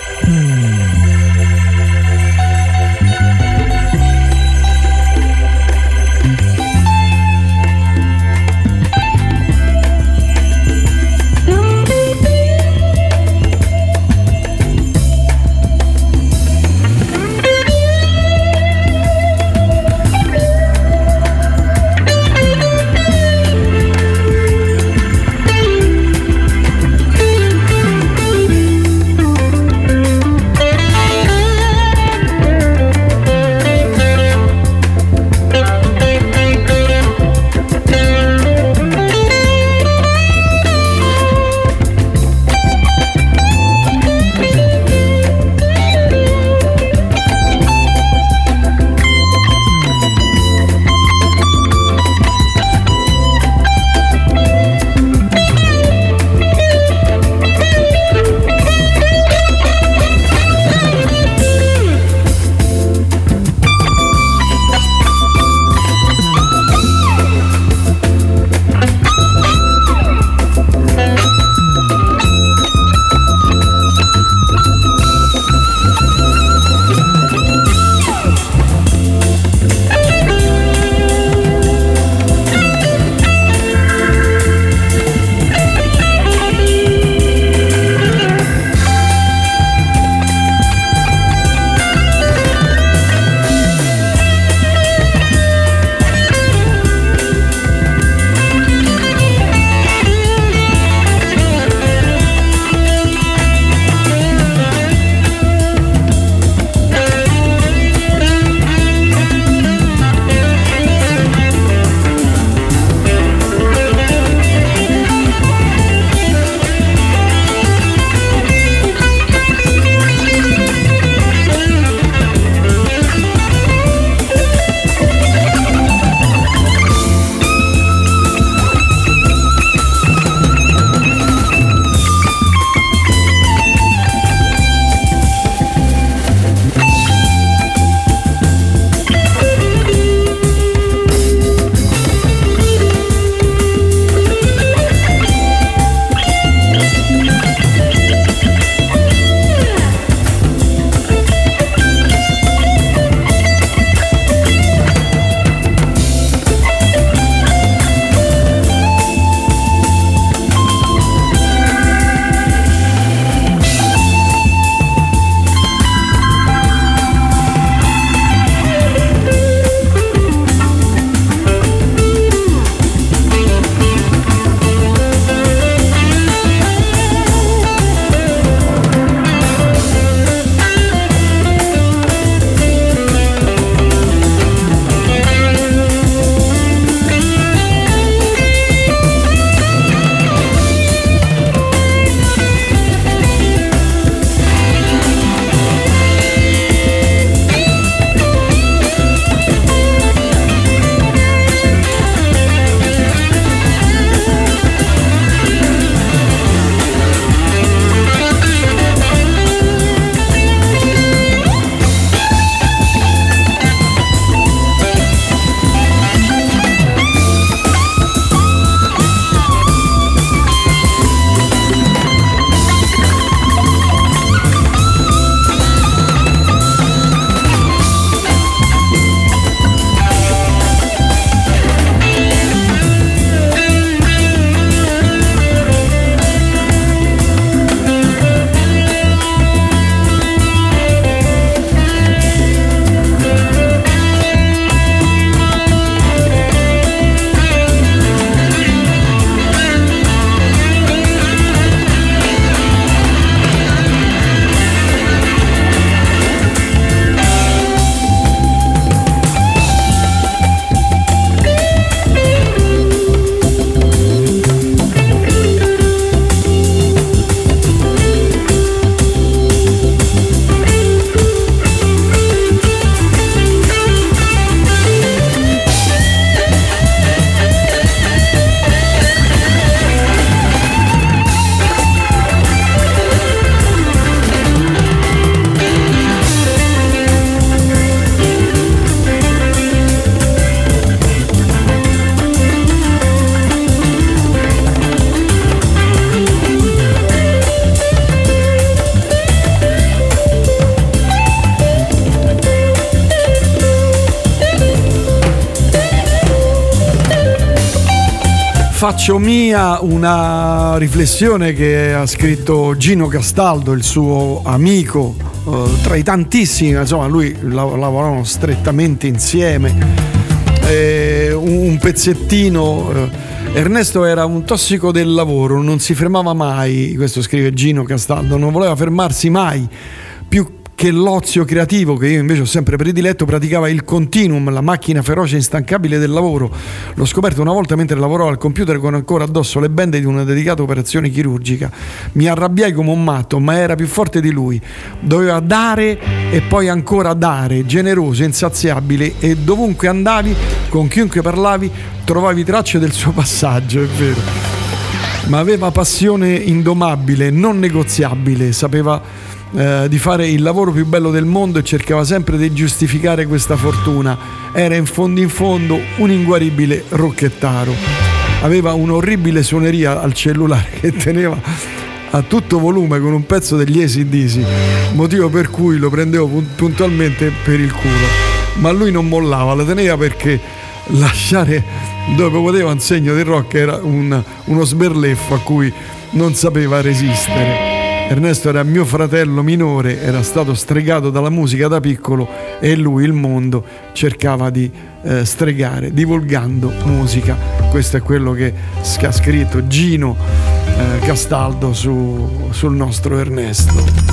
Faccio mia una riflessione che ha scritto Gino Castaldo, il suo amico, tra i tantissimi, insomma lui lavoravano strettamente insieme, un pezzettino. Ernesto era un tossico del lavoro, non si fermava mai, questo scrive Gino Castaldo, non voleva fermarsi mai, più che l'ozio creativo, che io invece ho sempre prediletto, praticava il continuum, la macchina feroce e instancabile del lavoro. L'ho scoperto una volta mentre lavoravo al computer con ancora addosso le bende di una dedicata operazione chirurgica. Mi arrabbiai come un matto, ma era più forte di lui. Doveva dare e poi ancora dare, generoso, insaziabile, e dovunque andavi, con chiunque parlavi, trovavi tracce del suo passaggio, è vero. Ma aveva passione indomabile, non negoziabile, sapeva di fare il lavoro più bello del mondo e cercava sempre di giustificare questa fortuna. Era in fondo un inguaribile rocchettaro. Aveva un'orribile suoneria al cellulare che teneva a tutto volume con un pezzo degli AC/DC, motivo per cui lo prendevo puntualmente per il culo, ma lui non mollava, la teneva perché lasciare dove poteva un segno del rock era uno sberleffo a cui non sapeva resistere. Ernesto era mio fratello minore, era stato stregato dalla musica da piccolo e lui il mondo cercava di stregare, divulgando musica. Questo è quello che ha scritto Gino Castaldo sul nostro Ernesto.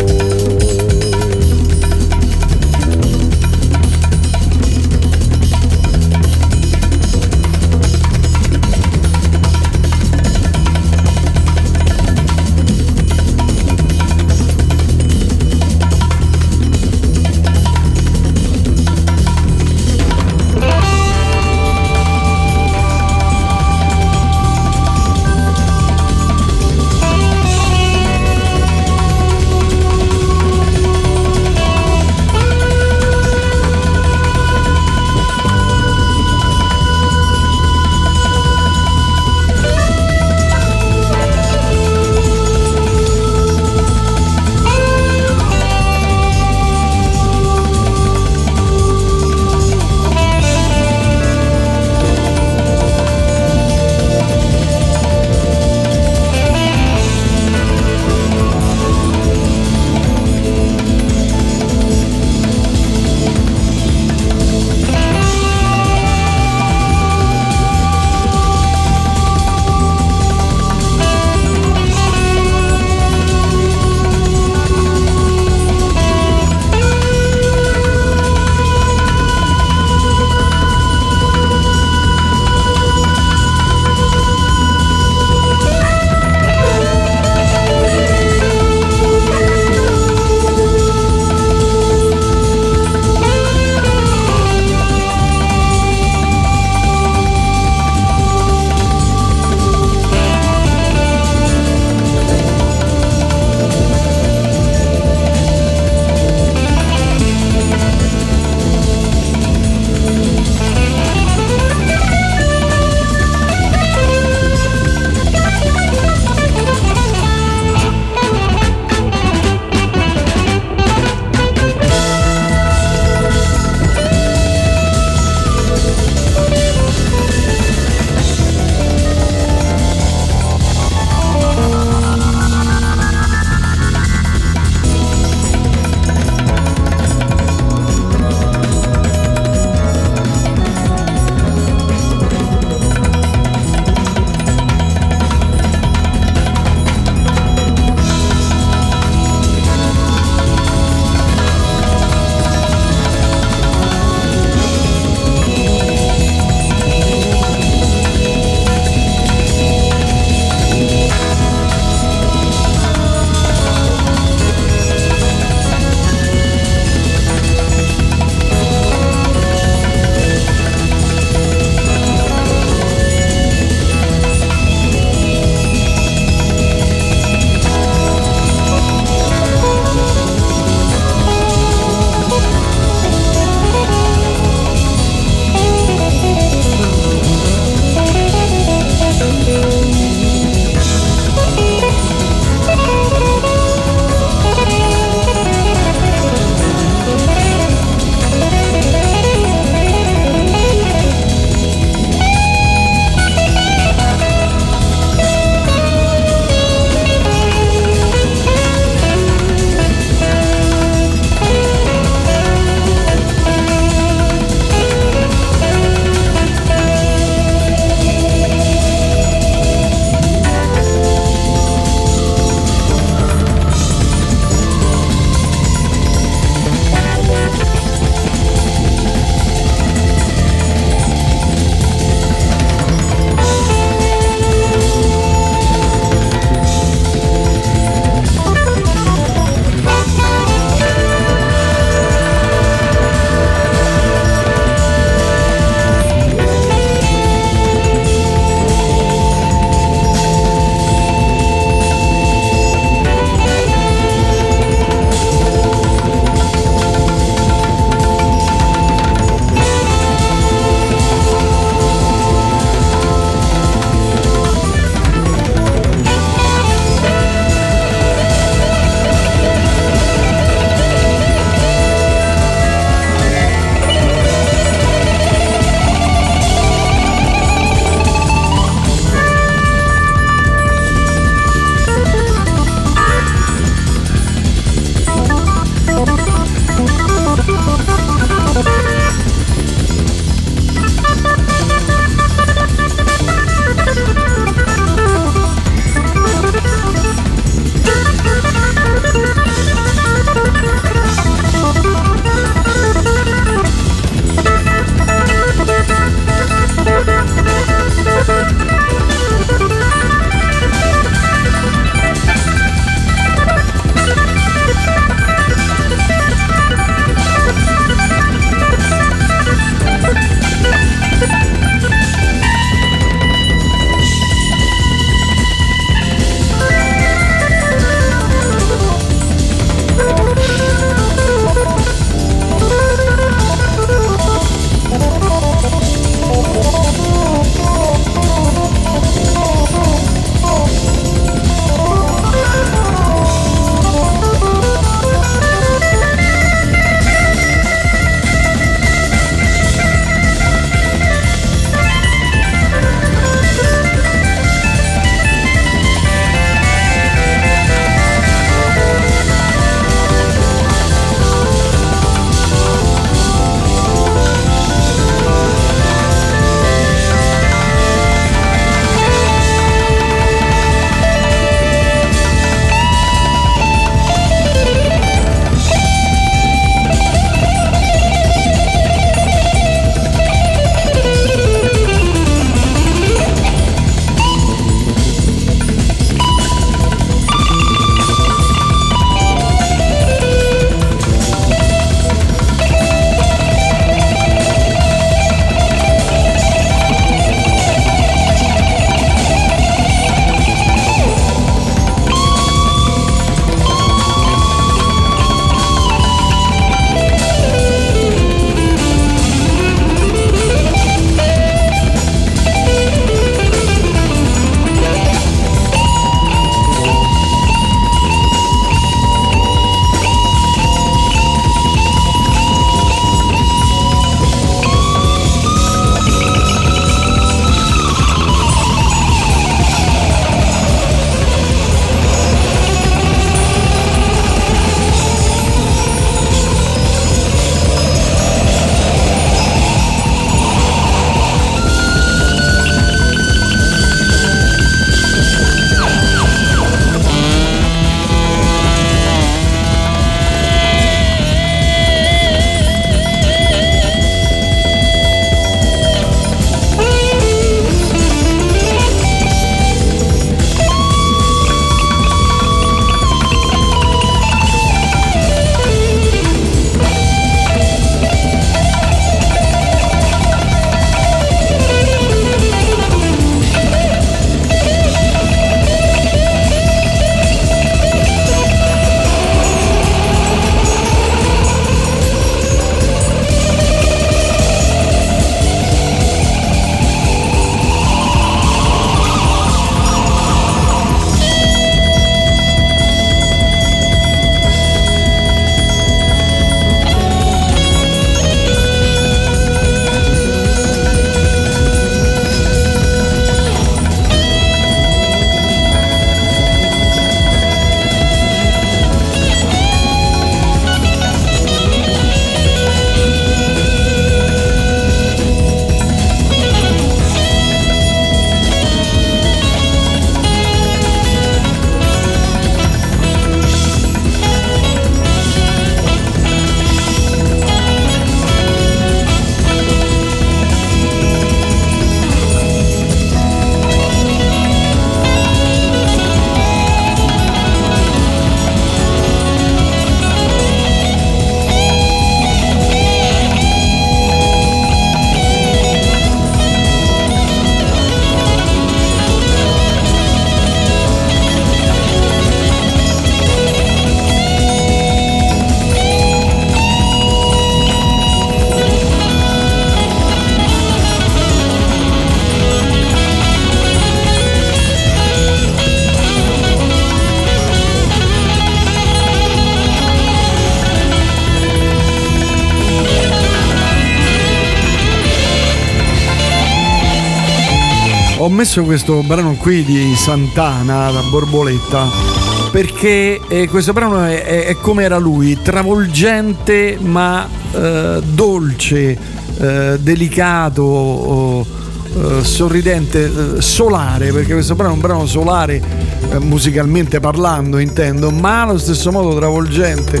ho messo questo brano qui di Santana, La Borboletta, perché questo brano è come era lui, travolgente ma dolce, delicato, sorridente, solare, perché questo brano è un brano solare, musicalmente parlando intendo, ma allo stesso modo travolgente.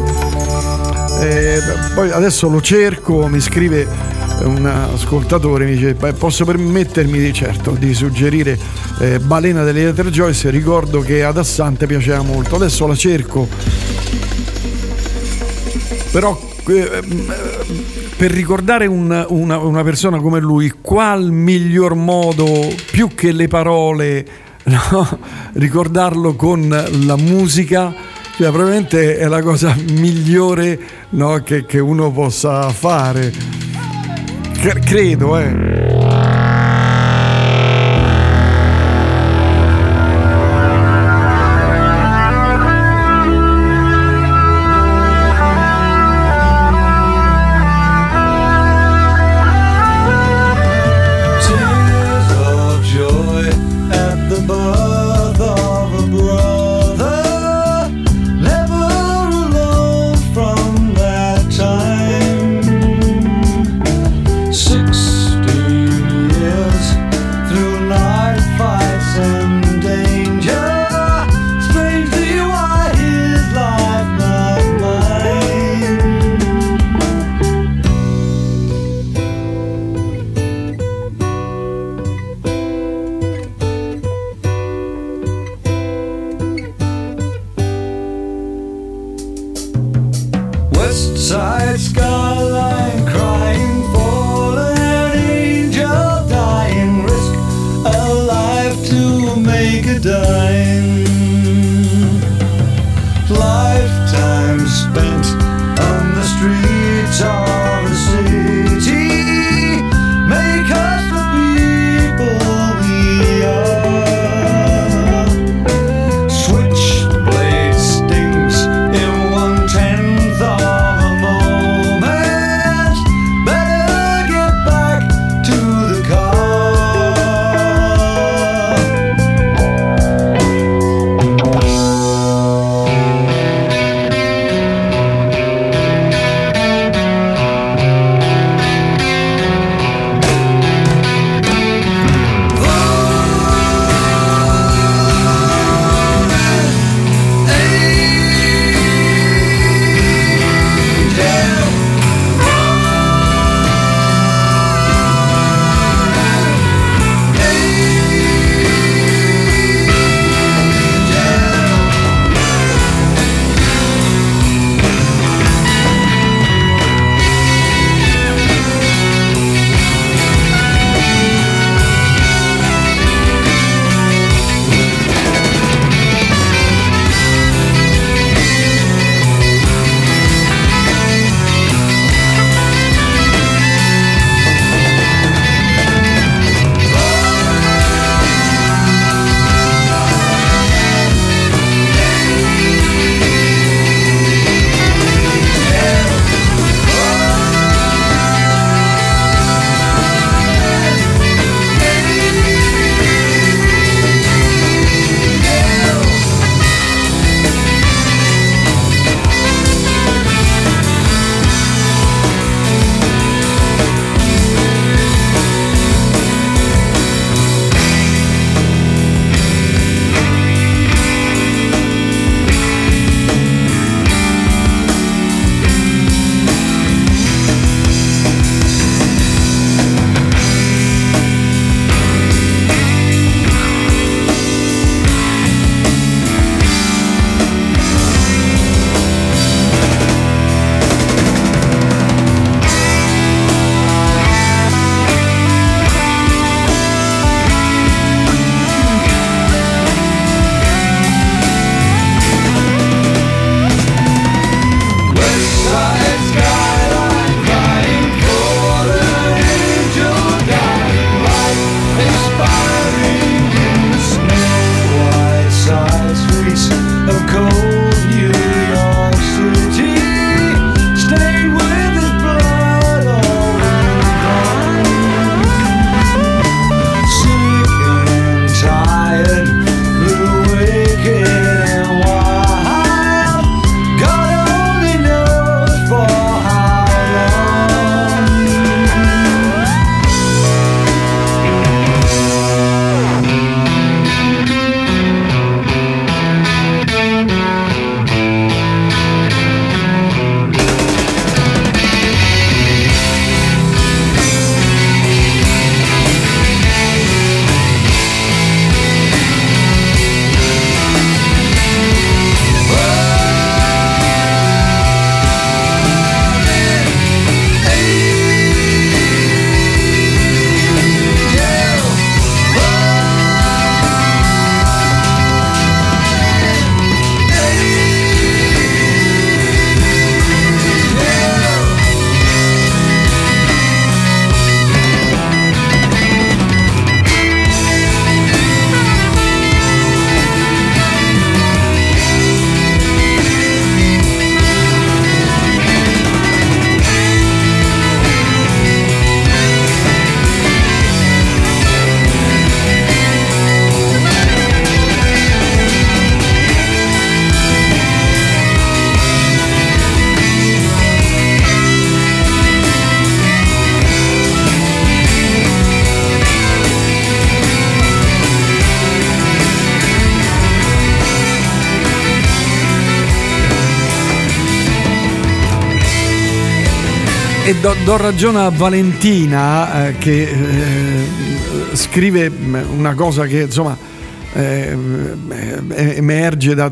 Poi adesso lo cerco, mi scrive un ascoltatore, mi dice: posso permettermi di suggerire Balena delle Ether Joyce, ricordo che ad Assante piaceva molto. Adesso la cerco, però per ricordare una persona come lui, qual miglior modo, più che le parole, no? Ricordarlo con la musica, cioè probabilmente è la cosa migliore, no? che uno possa fare, credo, E do ragione a Valentina che scrive una cosa che insomma emerge da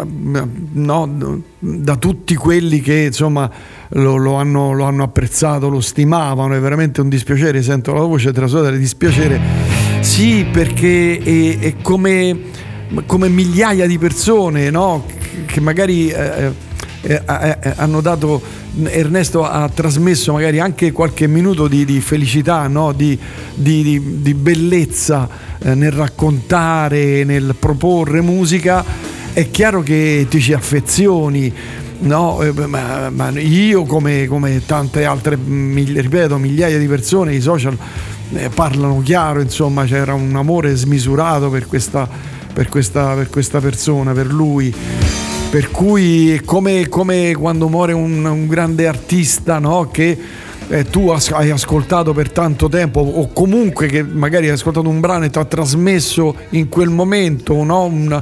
tutti quelli che insomma lo hanno apprezzato, lo stimavano. È veramente un dispiacere, sento la voce trasudare dispiacere, sì, perché è come migliaia di persone, no? Che magari hanno dato, Ernesto ha trasmesso magari anche qualche minuto di felicità, no? di bellezza nel raccontare, nel proporre musica. È chiaro che ti ci affezioni, no? Ma io come tante altre, ripeto, migliaia di persone, i social parlano chiaro, insomma c'era un amore smisurato per questa persona, per lui. Per cui come quando muore un grande artista, no? Che tu hai ascoltato per tanto tempo, o comunque che magari hai ascoltato un brano e ti ha trasmesso in quel momento, no?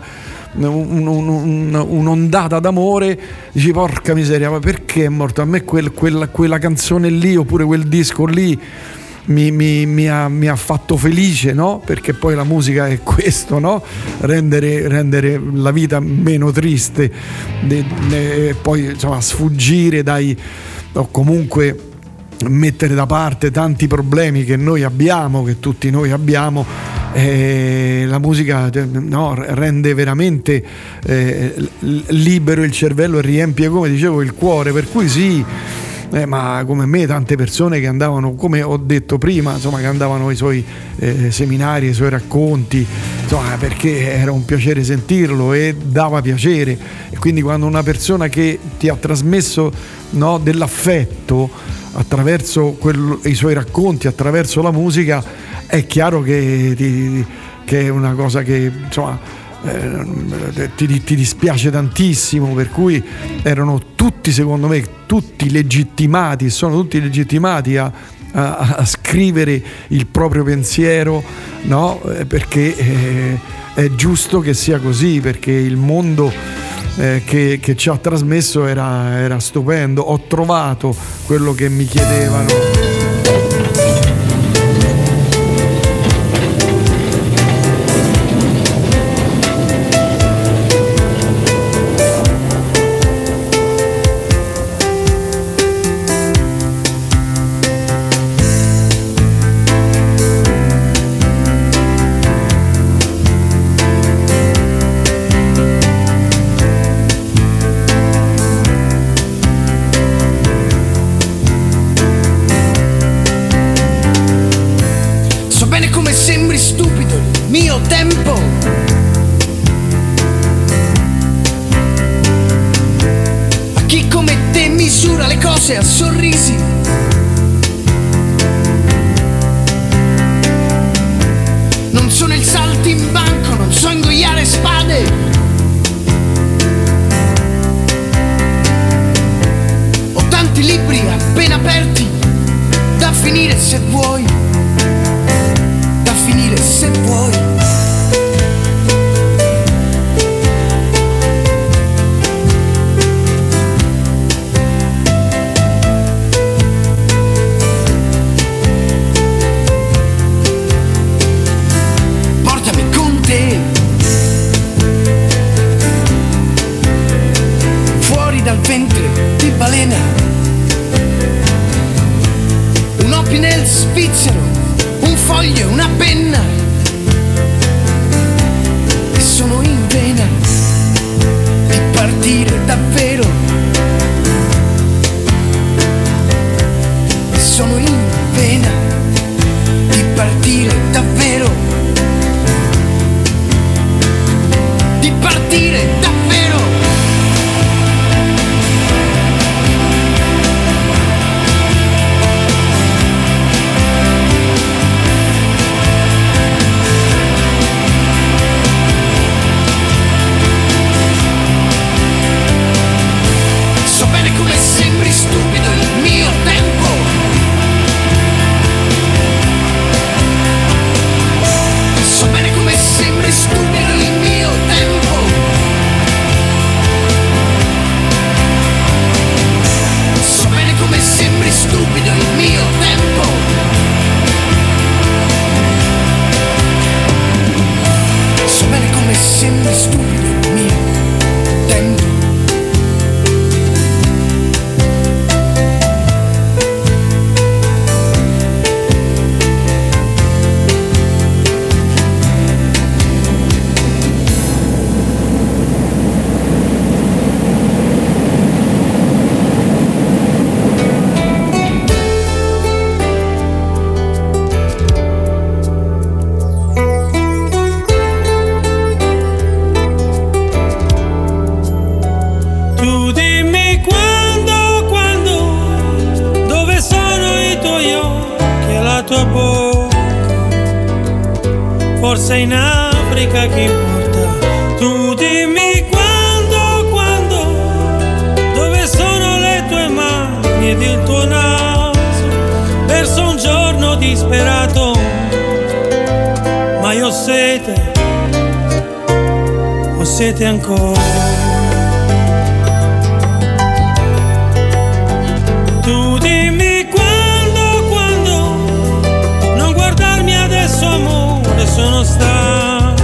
Un'ondata d'amore, dici porca miseria, ma perché è morto? A me quella canzone lì oppure quel disco lì mi ha fatto felice, no? Perché poi la musica è questo, no? Rendere la vita meno triste, poi insomma sfuggire o comunque mettere da parte tanti problemi che noi abbiamo, che tutti noi abbiamo. La musica, no, rende veramente libero il cervello e riempie, come dicevo, il cuore, per cui sì. Ma come me tante persone che andavano, come ho detto prima, insomma, che andavano ai suoi seminari, ai suoi racconti, insomma, perché era un piacere sentirlo e dava piacere. E quindi quando una persona che ti ha trasmesso, no, dell'affetto attraverso i suoi racconti, attraverso la musica, è chiaro che è una cosa che insomma ti dispiace tantissimo, per cui erano tutti, secondo me, tutti legittimati, sono tutti legittimati a scrivere il proprio pensiero, no? Perché è giusto che sia così, perché il mondo che ci ha trasmesso era stupendo. Ho trovato quello che mi chiedevano. A sorrisi, non sono il saltimbanco, non so ingoiare spade, ho tanti libri appena aperti da finire se vuoi, da finire se vuoi. Dal ventre di balena, un opinel svizzero, un foglio e una penna, e sono in vena di partire davvero, e sono in vena di partire davvero, di partire davvero. tua bocca, forse in Africa chi porta. Tu dimmi quando, dove sono le tue mani ed il tuo naso, verso un giorno disperato, ma io ho sete ancora. Tu dimmi quando, non guardarmi adesso amore, sono stanco,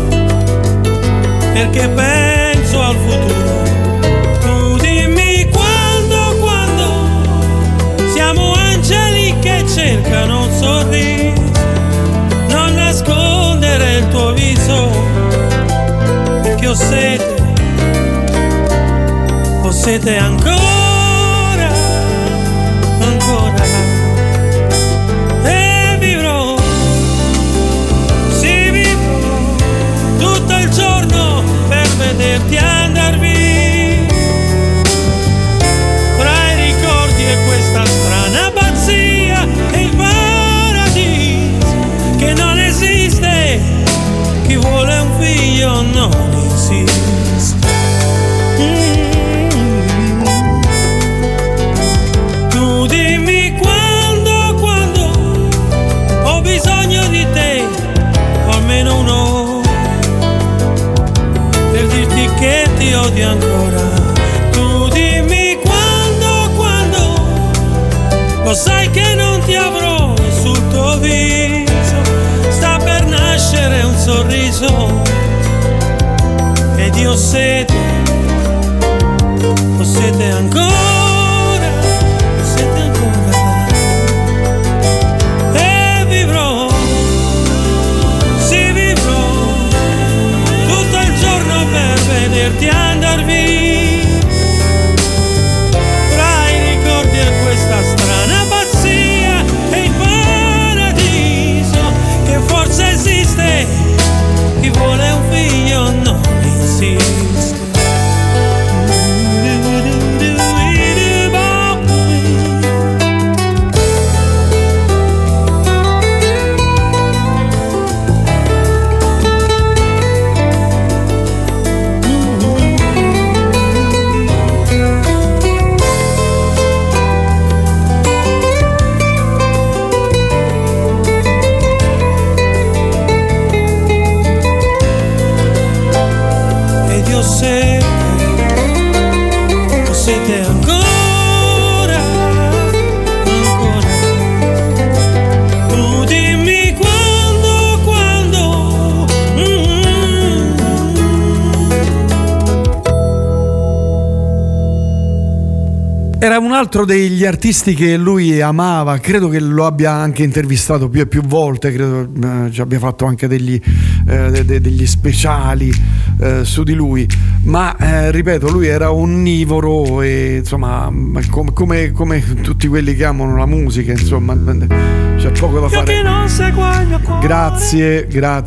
perché penso al futuro. Tu dimmi quando, siamo angeli che cercano un sorriso, non nascondere il tuo viso, perché ho sete ancora. E vivrò, sì vivrò tutto il giorno per vederti andar via, tra i ricordi e questa strana pazzia e il paradiso che non esiste, chi vuole un figlio non insiste. Tu dimmi quando ho bisogno di te, o almeno un'ora, per dirti che ti odio ancora. Tu dimmi quando lo sai che non ti avrò sul tuo viso, sta per nascere un sorriso ed io ho sete ancora. Vederti andar via, tra i ricordi e questa strana pazzia e il paradiso che forse esiste, chi vuole un figlio non insiste. Sete ancora. Tu dimmi quando. Era un altro degli artisti che lui amava, credo che lo abbia anche intervistato più e più volte, credo ci abbia fatto anche degli speciali su di lui, ma ripeto, lui era onnivoro e insomma come tutti quelli che amano la musica, insomma c'è poco da fare. Grazie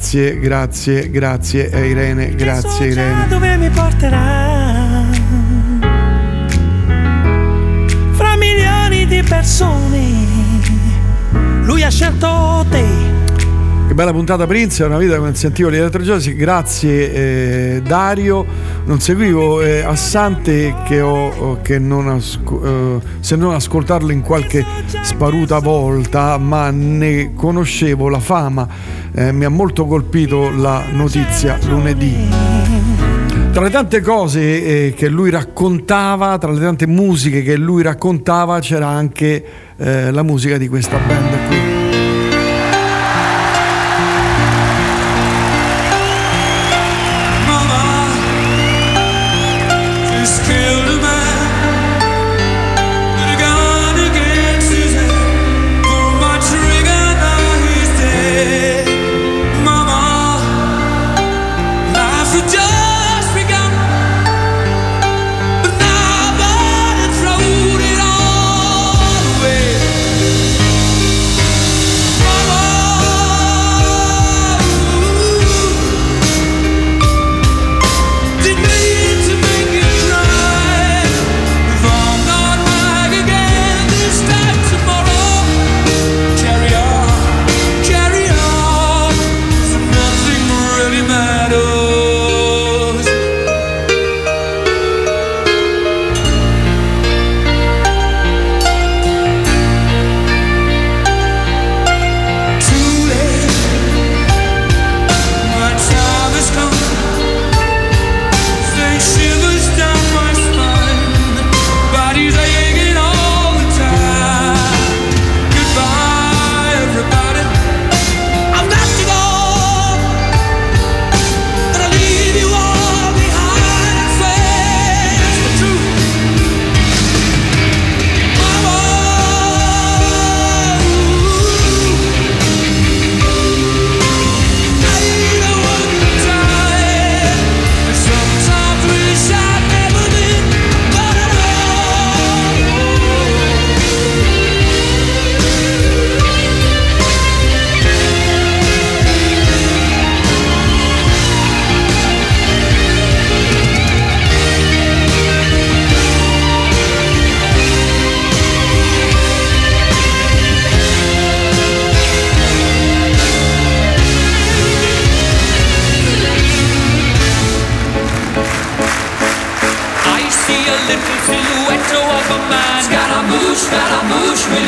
Irene, grazie Irene. Dove mi porterà? Fra milioni di persone lui ha scelto te. Che bella puntata Prince, è una vita come sentivo gli elettrogenesis. Grazie Dario. Non seguivo Assante che non se non ascoltarlo in qualche sparuta volta, ma ne conoscevo la fama. Mi ha molto colpito la notizia lunedì. Tra le tante cose che lui raccontava, tra le tante musiche che lui raccontava, c'era anche la musica di questa band qui.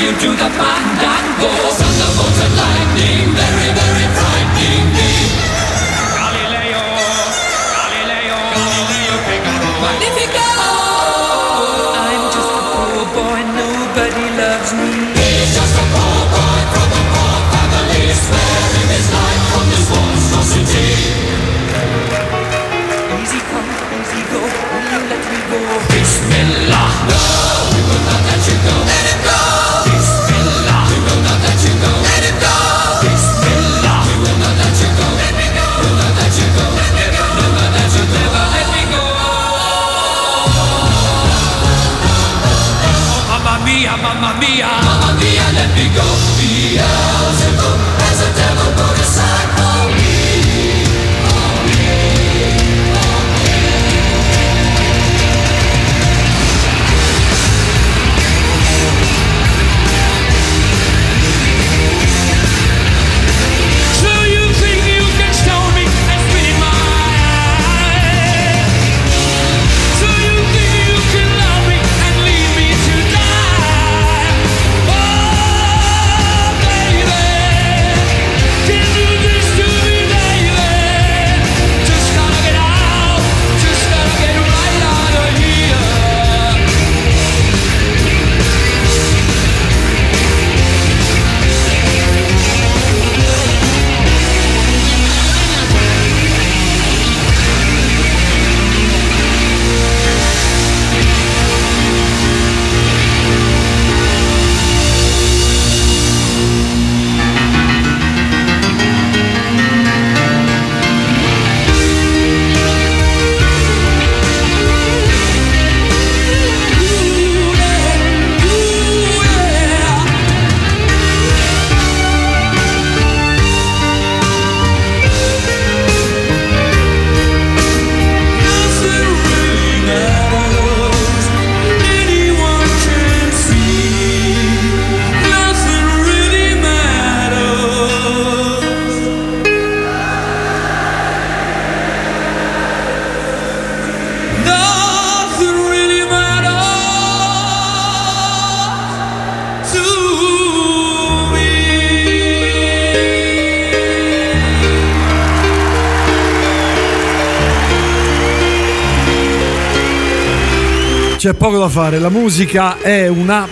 you to the fandango. Thunderbolts and lightning, very, very frightening me. Galileo, Galileo, Galileo Figaro. Magnifico! I'm just a poor boy, nobody loves me. He's just a poor boy from a poor family, sparing his life from this monstrosity. Easy come, easy go, will you let me go? Bismillah, no, we will not let you go. Let him go. Bismillah, we will not let you go. Let him go. Bismillah, we will not let you go. Let me go. We'll not let you go. Let me go. We'll not let you go. Never let me go. Oh, mamma mia, let me go. Beelzebub has a devil put aside for me. C'è poco da fare, la musica è una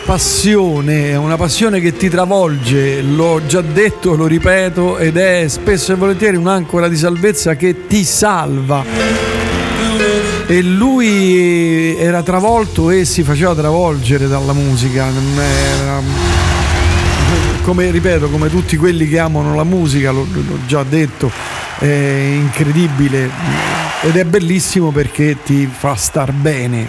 passione che ti travolge, l'ho già detto, lo ripeto, ed è spesso e volentieri un'ancora di salvezza che ti salva. E lui era travolto e si faceva travolgere dalla musica, come ripeto, come tutti quelli che amano la musica, l'ho già detto, è incredibile. Ed è bellissimo perché ti fa star bene,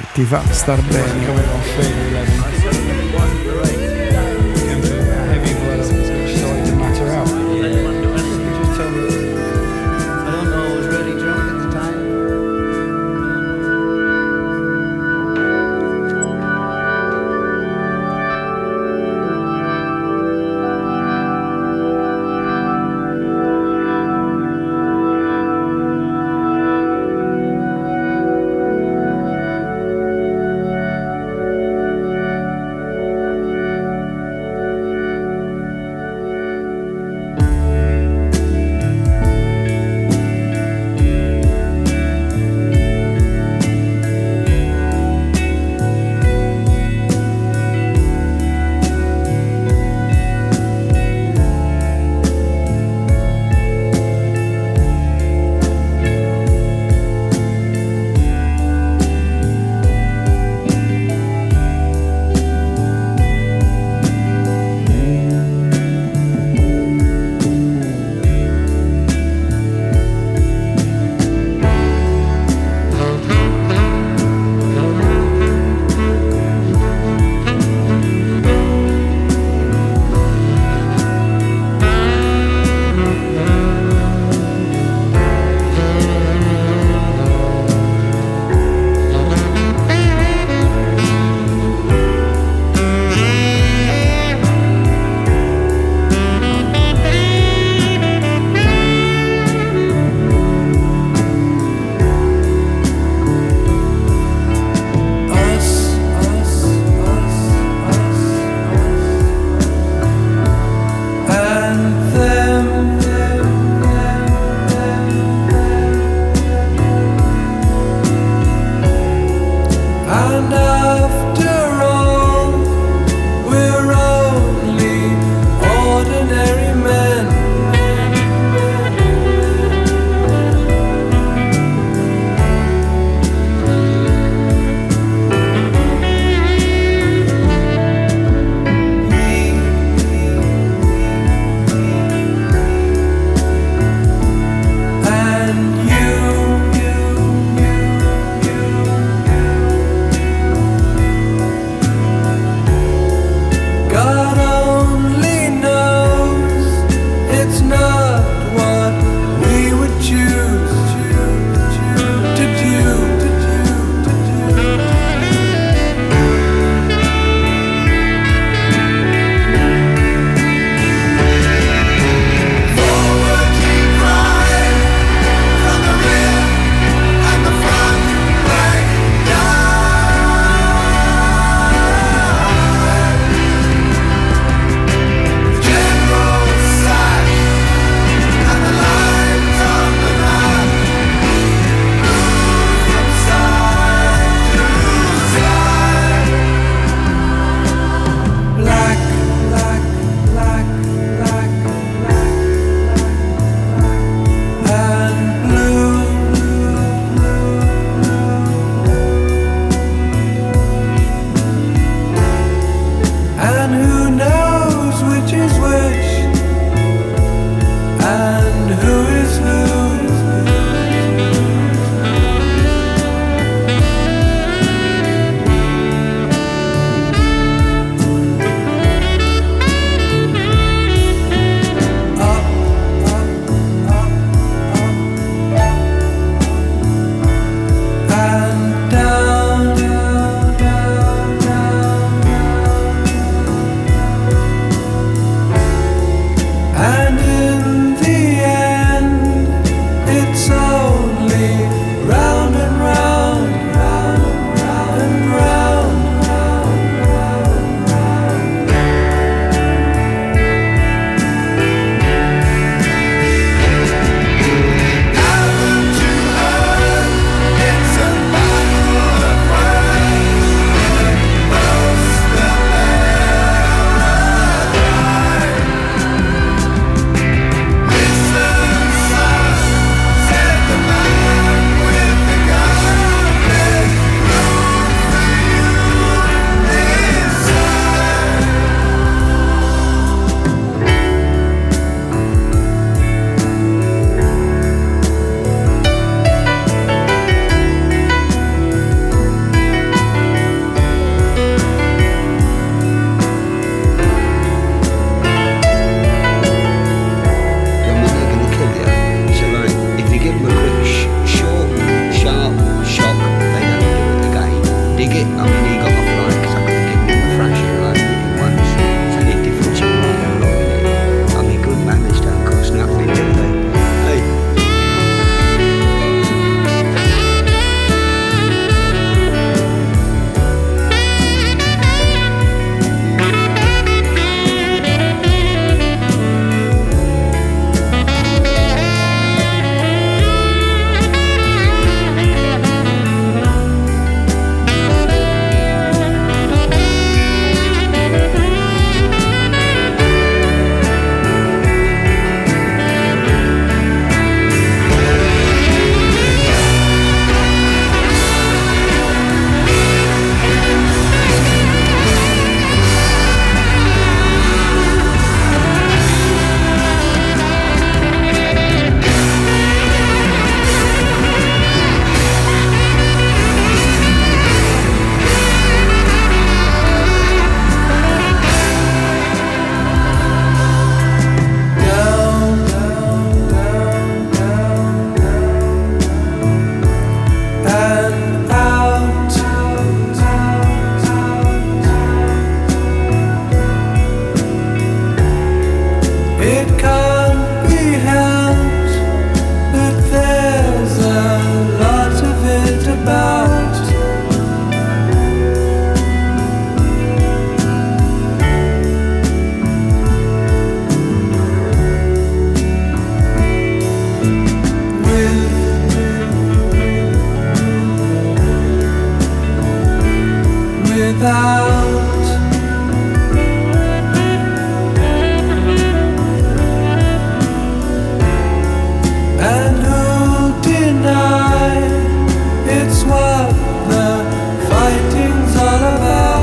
It can't be helped, but there's a lot of it about. Without, and who deny it's what the fighting's all about.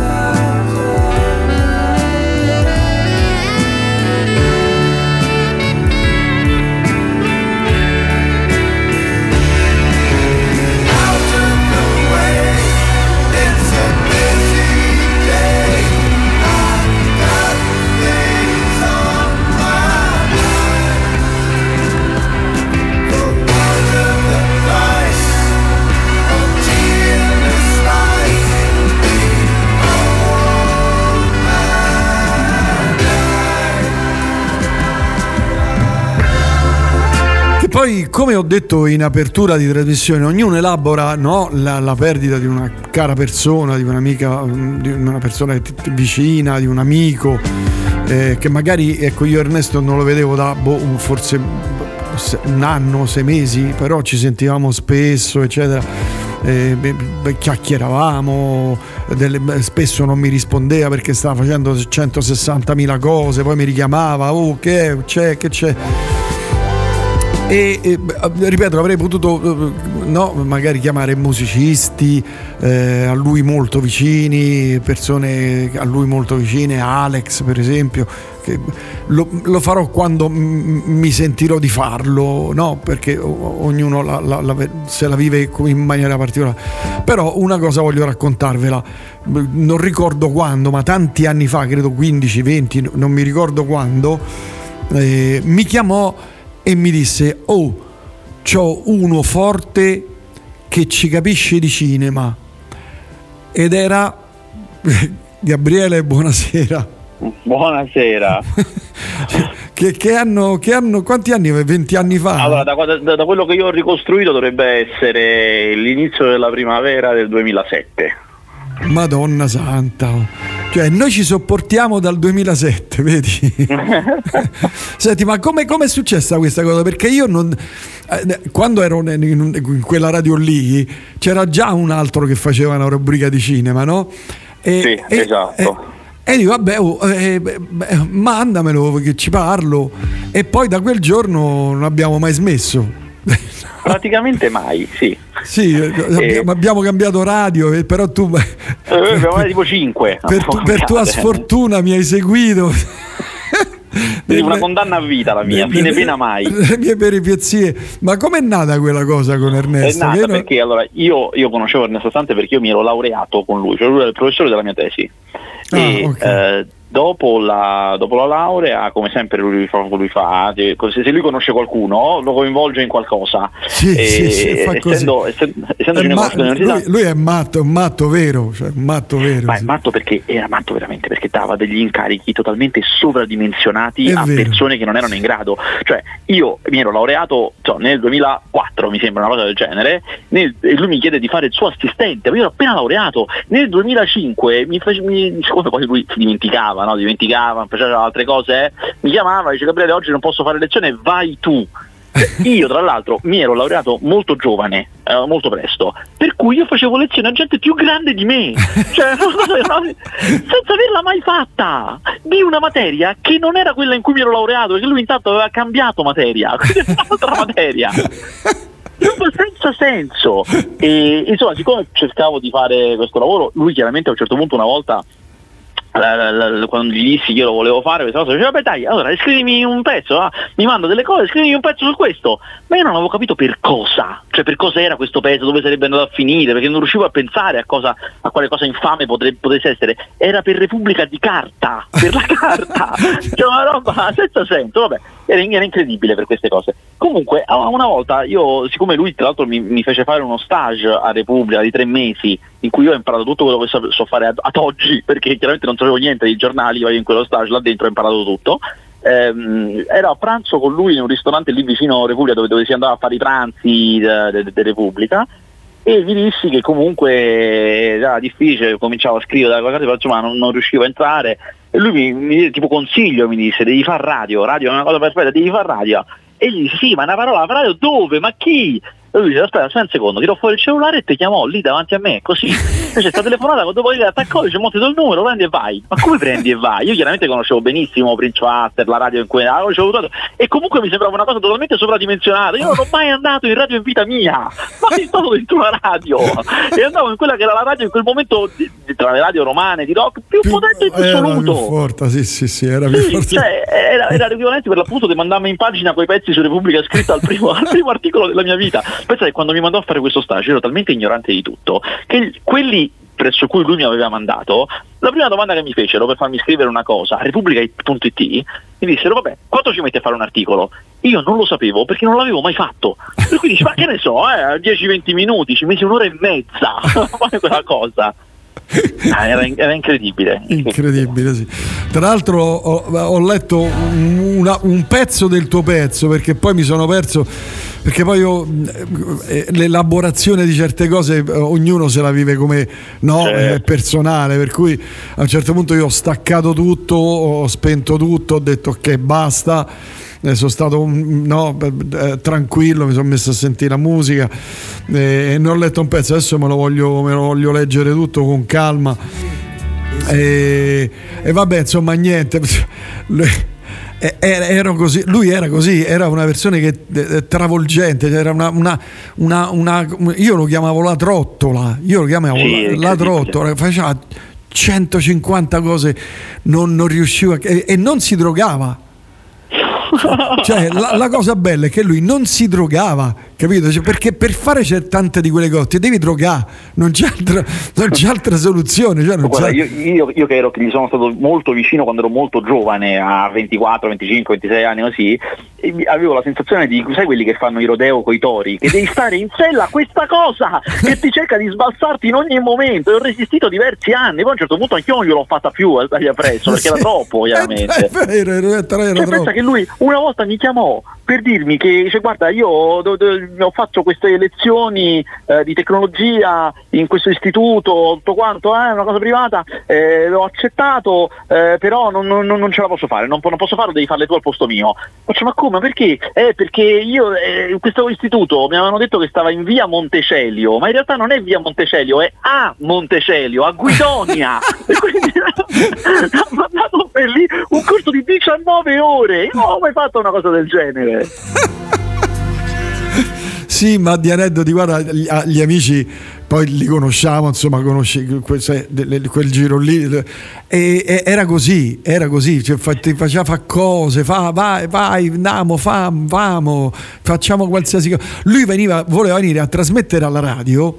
Poi, come ho detto in apertura di trasmissione, ognuno elabora, no, la perdita di una cara persona, di un'amica, di una persona vicina, di un amico, che magari, ecco, io Ernesto non lo vedevo da forse un anno, 6 mesi, però ci sentivamo spesso, eccetera. Chiacchieravamo, spesso non mi rispondeva perché stava facendo 160.000 cose, poi mi richiamava, che c'è. E ripeto, avrei potuto magari chiamare musicisti a lui molto vicini, persone a lui molto vicine, Alex per esempio, che lo farò quando mi sentirò di farlo, no? Perché ognuno se la vive in maniera particolare. Però una cosa voglio raccontarvela, non ricordo quando, ma tanti anni fa, credo 15, 20, non mi ricordo quando, mi chiamò e mi disse: c'ho uno forte che ci capisce di cinema, ed era Gabriele. Buonasera. Buonasera. che anno, quanti anni? 20 anni fa? Allora, da quello che io ho ricostruito dovrebbe essere l'inizio della primavera del 2007. Madonna santa, cioè noi ci sopportiamo dal 2007, vedi? Senti, ma come è successa questa cosa? Perché io quando ero in quella radio lì c'era già un altro che faceva una rubrica di cinema, no? Sì, esatto. E dico, vabbè, mandamelo che ci parlo. E poi da quel giorno non abbiamo mai smesso. Praticamente mai, sì. Sì, abbiamo cambiato radio, però tu abbiamo tipo 5 per tua sfortuna mi hai seguito. Una condanna a vita la mia, fine pena mai. Le mie peripezie. Ma com'è nata quella cosa con Ernesto? È nata perché allora io conoscevo Ernesto Sante perché io mi ero laureato con lui, cioè lui era il professore della mia tesi. Okay. Dopo la laurea, come sempre lui fa, se lui conosce qualcuno lo coinvolge in qualcosa. Sì, essendo lui è matto vero, cioè matto vero. Ma è matto perché era matto veramente, perché dava degli incarichi totalmente sovradimensionati a persone che non erano in grado. Cioè io mi ero laureato nel 2004, mi sembra una cosa del genere, e lui mi chiede di fare il suo assistente, ma io ero appena laureato. Nel 2005 siccome poi lui si dimenticava, faceva altre cose, mi chiamava e dice: Gabriele, oggi non posso fare lezione, vai tu. Io tra l'altro mi ero laureato molto giovane, molto presto, per cui io facevo lezioni a gente più grande di me, cioè senza averla mai fatta, di una materia che non era quella in cui mi ero laureato, perché lui intanto aveva cambiato materia, quindi un'altra materia. Senza senso. E insomma, siccome cercavo di fare questo lavoro, lui chiaramente a un certo punto, una volta quando gli dissi che io lo volevo fare questa cosa, diceva: vabbè dai, allora scrivimi un pezzo, mi manda delle cose, scrivimi un pezzo su questo. Ma io non avevo capito per cosa, cioè per cosa era questo pezzo, dove sarebbe andato a finire, perché non riuscivo a pensare a quale cosa infame potesse essere. Era per Repubblica di Carta, per la carta, cioè una roba senza senso. Vabbè, era incredibile per queste cose. Comunque una volta io, siccome lui tra l'altro mi fece fare uno stage a Repubblica di 3 mesi, in cui io ho imparato tutto quello che so fare ad oggi, perché chiaramente non sapevo niente dei giornali, io in quello stage là dentro ho imparato tutto, ero a pranzo con lui in un ristorante lì vicino Repubblica dove si andava a fare i pranzi di Repubblica, e gli dissi che comunque era difficile, cominciavo a scrivere ma non riuscivo a entrare, e lui mi dice tipo consiglio, mi disse devi fare radio è una cosa perfetta, devi fare radio, e gli disse sì, ma una parola radio dove, ma chi? E lui dice aspetta un secondo, tirò fuori il cellulare e ti chiamò lì davanti a me, così. Invece sta telefonata, dopo che attaccò, dice monti il numero, prendi e vai. Ma come prendi e vai? Io chiaramente conoscevo benissimo Prince Master, la radio in cui e comunque mi sembrava una cosa totalmente sovradimensionata. Io non ho mai andato in radio in vita mia, ma sono stato dentro una radio e andavo in quella che era la radio in quel momento tra le radio romane di rock più potente in assoluto. Più forte, sì, era più forte. Cioè, era l'equivalente per l'appunto di mandarmi in pagina quei pezzi su Repubblica scritta al primo articolo della mia vita. Pensa che quando mi mandò a fare questo stage ero talmente ignorante di tutto che quelli presso cui lui mi aveva mandato, la prima domanda che mi fecero per farmi scrivere una cosa a Repubblica.it mi dissero vabbè, quanto ci metti a fare un articolo? Io non lo sapevo perché non l'avevo mai fatto, per cui dici ma che ne so, 10-20 minuti, ci mesi un'ora e mezza a fare quella cosa. Era incredibile, sì. Tra l'altro ho letto un pezzo del tuo pezzo, perché poi mi sono perso, perché poi io l'elaborazione di certe cose ognuno se la vive come personale, per cui a un certo punto io ho staccato tutto, ho spento tutto, ho detto ok basta, sono stato tranquillo, mi sono messo a sentire la musica e ne ho letto un pezzo, adesso me lo voglio leggere tutto con calma e vabbè, insomma, niente. Era così, lui era così, era una persona che travolgente, era una io lo chiamavo la trottola, la trottola, faceva 150 cose, non riusciva e non si drogava. Cioè la cosa bella è che lui non si drogava, capito? Cioè, perché per fare tante di quelle cose ti devi drogare, non c'è altra soluzione, cioè, guarda, io che gli sono stato molto vicino quando ero molto giovane, a 24, 25, 26 anni così, avevo la sensazione di, sai, quelli che fanno i rodeo coi tori, che devi stare in sella a questa cosa che ti cerca di sbalzarti in ogni momento, e ho resistito diversi anni, poi a un certo punto anch'io non gliel'ho fatta più a dargli appresso perché era troppo, chiaramente. Era troppo. Pensa che lui una volta mi chiamò per dirmi che, cioè, guarda, io ho fatto queste lezioni di tecnologia in questo istituto, tutto quanto, è una cosa privata, l'ho accettato, però non ce la posso fare, non posso farlo, devi farle tu al posto mio. Faccio, ma come? Perché? Perché io in questo istituto mi avevano detto che stava in via Montecelio, ma in realtà non è via Montecelio, è a Montecelio, a Guidonia. E quindi ha mandato per lì un corso di 19 ore. Io non ho mai fatto una cosa del genere. Sì, ma di aneddoti, guarda, gli amici poi li conosciamo, insomma, conosci quel giro lì, e era così, cioè, ti faceva fare cose, vai, andiamo, famo, facciamo qualsiasi cosa. Lui voleva venire a trasmettere alla radio,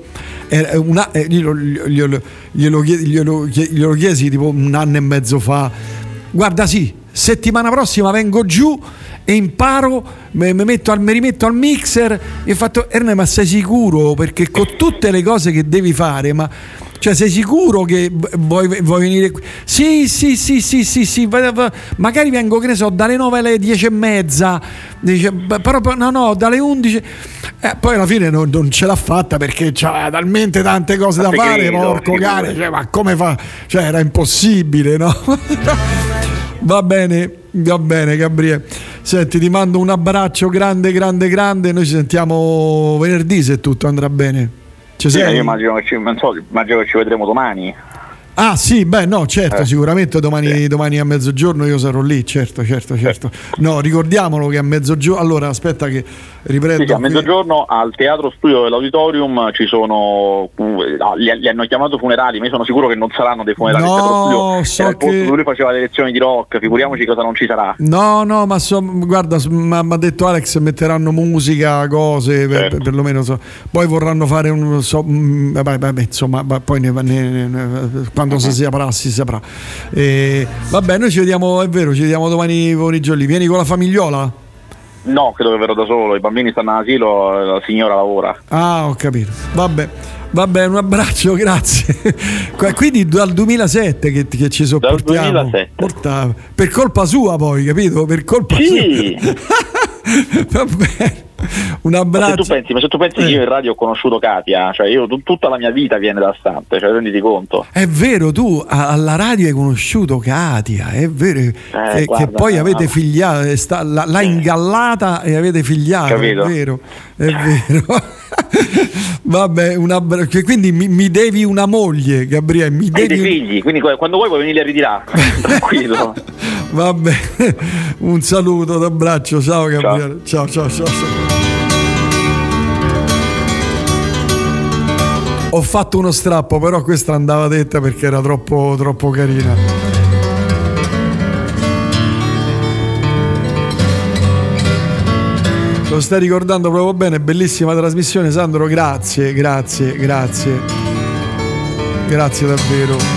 glielo chiesi tipo un anno e mezzo fa, guarda sì, settimana prossima vengo giù e imparo, mi rimetto al mixer, e ho fatto, Erne, ma sei sicuro? Perché con tutte le cose che devi fare, ma cioè sei sicuro che vuoi venire qui? Sì, magari vengo, che ne so, dalle 9 alle 10 e mezza, dice, però no, dalle 11, poi alla fine non ce l'ha fatta perché c'aveva talmente tante cose da fare, porco cane, cioè, ma come fa? Cioè era impossibile, no? Va bene Gabriele, senti, ti mando un abbraccio grande, noi ci sentiamo venerdì se tutto andrà bene. Io immagino che ci vedremo domani. Ah sì, beh no, certo, sicuramente domani a mezzogiorno io sarò lì, certo. No, ricordiamolo che a mezzogiorno, allora aspetta che riprendo. Sì, a mezzogiorno al Teatro Studio dell'Auditorium ci sono, li hanno chiamato funerali, ma io sono sicuro che non saranno dei funerali. No, al Teatro Studio, so era il posto dove lui faceva le lezioni di rock, figuriamoci cosa non ci sarà. No, ma guarda, mi ha detto Alex, metteranno musica, cose, perlomeno poi vorranno fare insomma, poi quando si saprà. Vabbè, noi ci vediamo, è vero, ci vediamo domani pomeriggio lì. Vieni con la famigliola? No, credo che verrò da solo, i bambini stanno all'asilo, la signora lavora. Ah, ho capito. Vabbè, Va bene, un abbraccio, grazie. Quindi dal 2007 che ci sopportiamo. Dal 2007. Per colpa sua poi, capito? Per colpa sua. Va bene. Un abbraccio. Ma se tu pensi che io in radio ho conosciuto Katia, cioè io tutta la mia vita viene da Stante, cioè renditi conto. È vero, tu alla radio hai conosciuto Katia, è vero, che poi avete figliato, l'ha ingallata e avete figliato, capito? È vero. Vabbè, quindi mi devi una moglie, Gabriele, mi devi dei figli, quindi quando vuoi puoi venire a ritirare. Tranquillo. Vabbè, un saluto, un abbraccio, ciao Gabriele. Ciao. Ho fatto uno strappo, però questa andava detta perché era troppo carina. Lo stai ricordando proprio bene, bellissima trasmissione, Sandro, grazie davvero.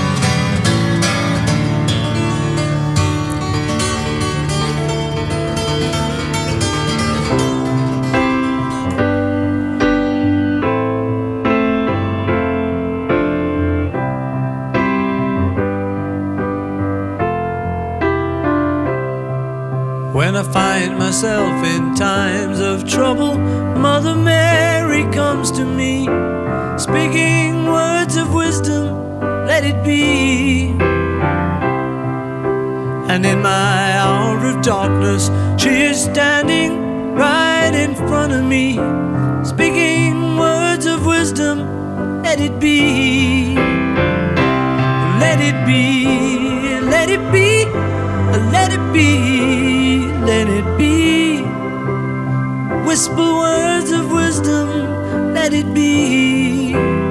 When I find myself in times of trouble, Mother Mary comes to me, speaking words of wisdom, let it be. And in my hour of darkness, she is standing right in front of me, speaking words of wisdom, let it be. Let it be, let it be, let it be, let it be. Whisper words of wisdom, let it be.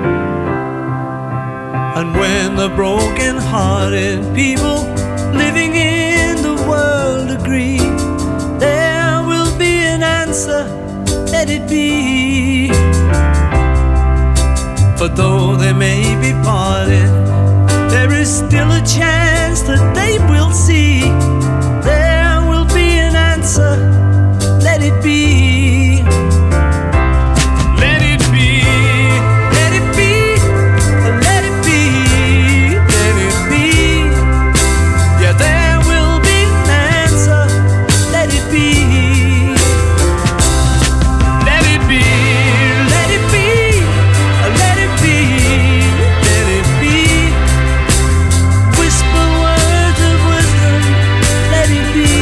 And when the broken-hearted people living in the world agree, there will be an answer, let it be. For though they may be parted, there is still a chance that they will see. There will be an answer, let it be. Let it be, let it be, let it be, let it be. Yeah, there will be an answer, let it be. Let it be, let it be, let it be, let it be. Whisper words of wisdom, let it be.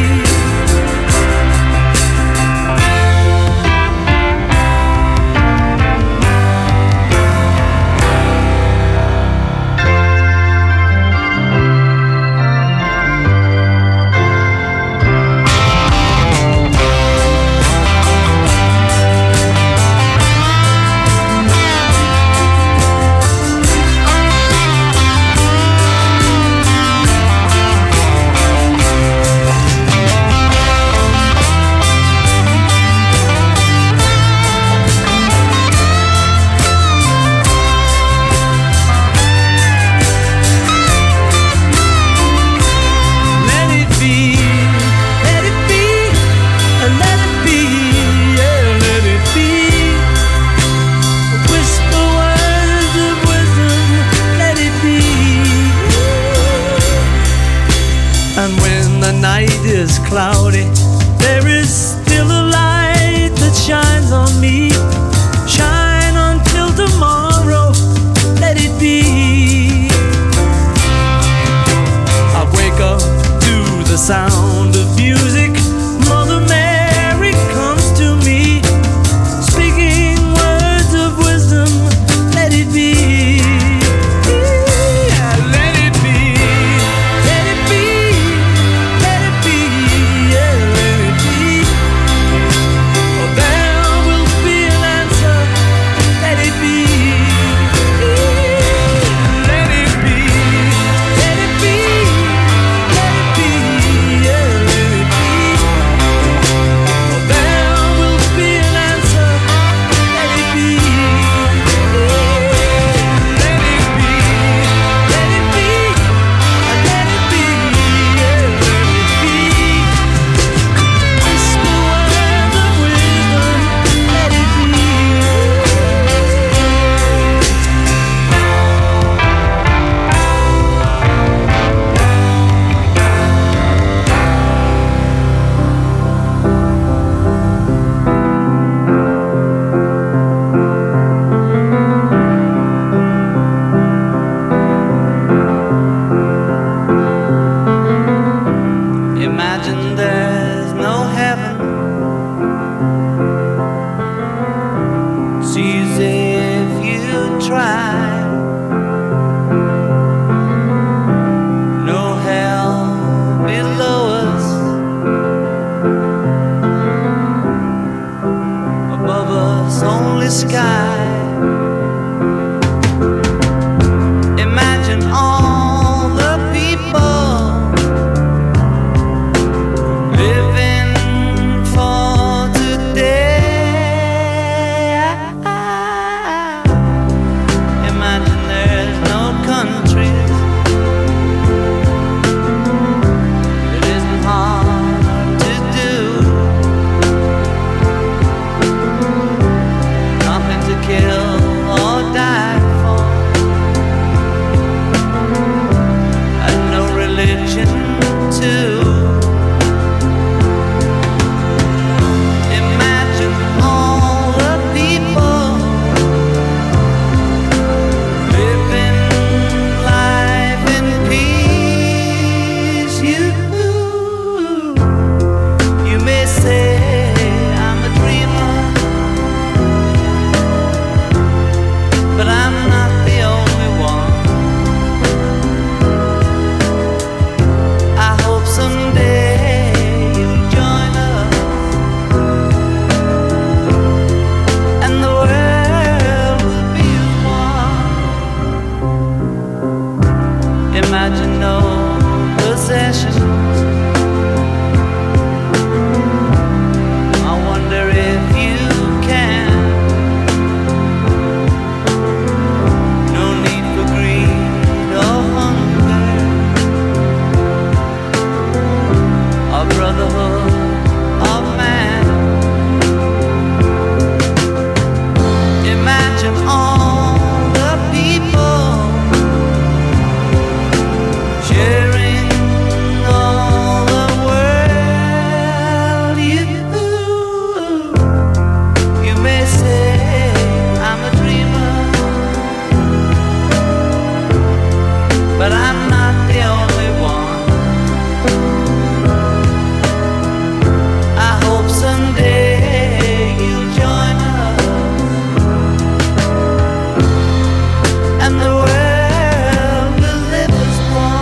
Cloudy, there is still a light that shines on me. Shine until tomorrow, let it be. I wake up to the sound of music. Mother Mary comes to me, speaking words of wisdom, let it be. Yeah. Imagine there's no heaven. It's easy if you try. No hell below us. Above us only sky. Imagine all the people living for today. Imagine there's no countries. It isn't hard to do. Nothing to kill or die for. And no religion too. Imagine all the people living life in peace. You may say I'm a dreamer, but I'm not the only one. I hope someday you'll join us, and the world will be as one. Imagine no possessions. I wonder if you can. No need for greed or hunger, or brotherhood of man. Imagine all the people sharing all the world. You may say I'm a dreamer, but I'm not the only one. I hope someday you'll join us, and the world will live as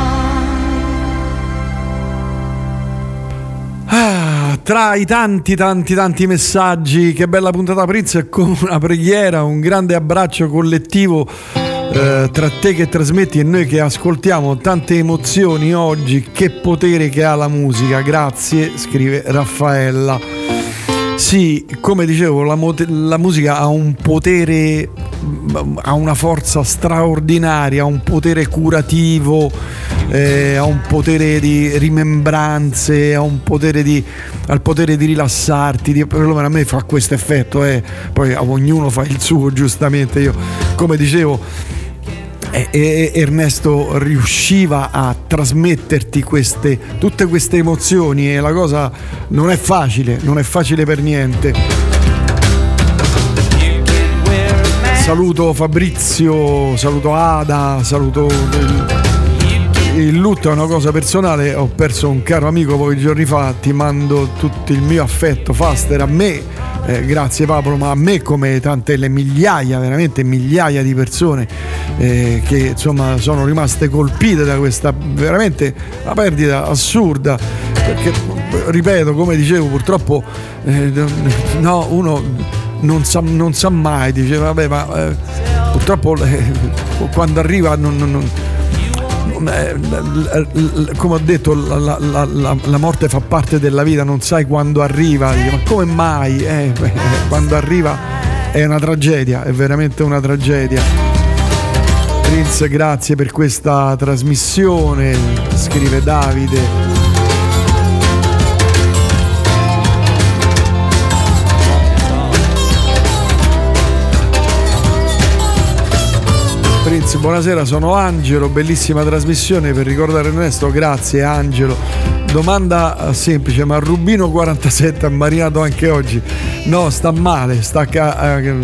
one. Tra i tanti messaggi, che bella puntata Prince, è come una preghiera, un grande abbraccio collettivo tra te che trasmetti e noi che ascoltiamo, tante emozioni oggi, che potere che ha la musica, grazie, scrive Raffaella. Sì, come dicevo, la musica ha un potere, ha una forza straordinaria, ha un potere curativo, ha un potere di rimembranze, ha un potere di rilassarti, perlomeno a me fa questo effetto, poi ognuno fa il suo, giustamente. Io, come dicevo, Ernesto riusciva a trasmetterti tutte queste emozioni, e la cosa non è facile per niente. Saluto Fabrizio, saluto Ada, saluto il lutto è una cosa personale, ho perso un caro amico pochi giorni fa, ti mando tutto il mio affetto, Faster, a me grazie Pablo, ma a me come tante le migliaia, veramente migliaia di persone che insomma sono rimaste colpite da questa veramente una perdita assurda, perché ripeto, come dicevo, purtroppo uno non sa mai, dice vabbè, ma purtroppo quando arriva come ho detto, la morte fa parte della vita, non sai quando arriva, ma come mai? Quando arriva è una tragedia, è veramente una tragedia. Prince, grazie per questa trasmissione, scrive Davide. Prince, buonasera, sono Angelo, bellissima trasmissione per ricordare Ernesto, grazie Angelo. Domanda semplice, ma Rubino 47 ha marinato anche oggi? No, sta male,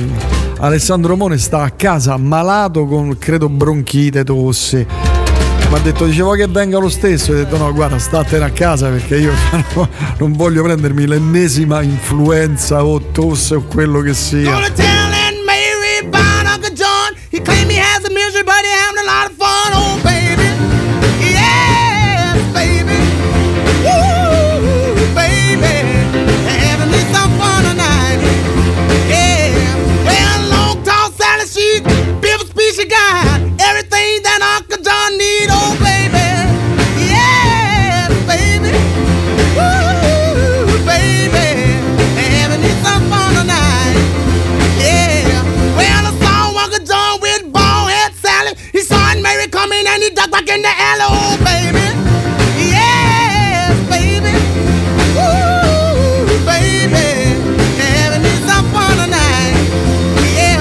Alessandro Mone sta a casa malato con credo bronchite, tosse, mi ha detto, dicevo che venga lo stesso, ho detto no, guarda, statene a casa perché io non voglio prendermi l'ennesima influenza o tosse o quello che sia. Gonna tell Aunt Mary about Uncle John. He claimed he has a misery, but he having a lot of fun. Oh baby, yes baby, woo baby, having me some fun tonight. Yeah, well, long tall Sally, she's beautiful species guy. Everything that Uncle John need. Oh baby, yes baby, woo baby, having me some fun tonight. Yeah, well, I saw Uncle John with bald head Sally. He saw Aunt Mary coming and he ducked back in the alley. Oh baby, yes baby, woo baby, having me some fun tonight. Yeah,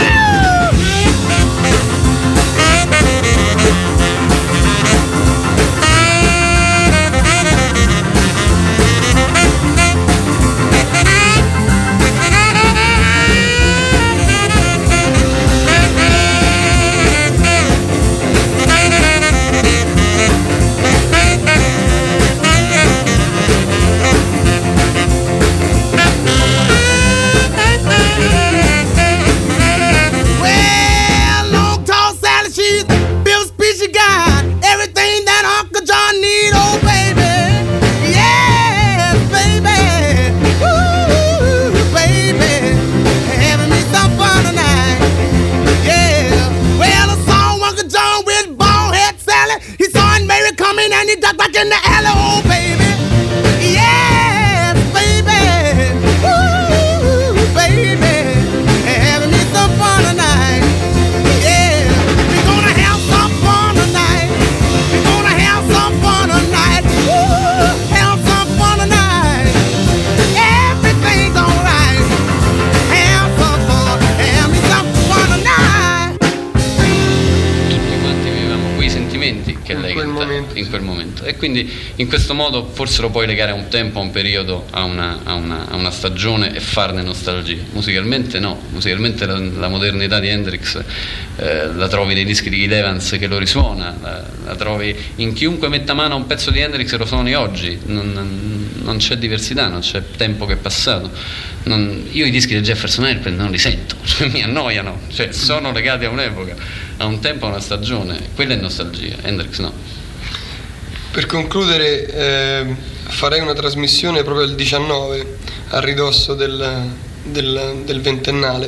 well, long tall Sally, she's Bill Speechy got everything that Uncle John need. Oh baby, yes baby, woo baby, having me some fun tonight. Yeah, well, I saw Uncle John with bald head Sally. He saw Aunt Mary coming and he ducked back in the alley. Oh baby, yes baby, woo baby, having me some fun tonight. Yeah, we're gonna have some fun tonight. We're gonna have some fun tonight. Woo, have some fun tonight. Everything's alright. Have some fun. Have me some fun tonight. Tutti quanti vivevamo quei sentimenti che lei cantava in quel momento, e quindi in questo modo forse lo puoi legare a un tempo, a un periodo, a una stagione e farne nostalgia. Musicalmente no, musicalmente la modernità di Hendrix la trovi nei dischi di Gil Evans che lo risuona, la trovi in chiunque metta mano a un pezzo di Hendrix e lo suoni oggi. Non c'è diversità, non c'è tempo che è passato. Io i dischi di Jefferson Airplane non li sento, mi annoiano, cioè sono legati a un'epoca, a un tempo, a una stagione. Quella è nostalgia, Hendrix no. Per concludere, farei una trasmissione proprio il 19, a ridosso del ventennale.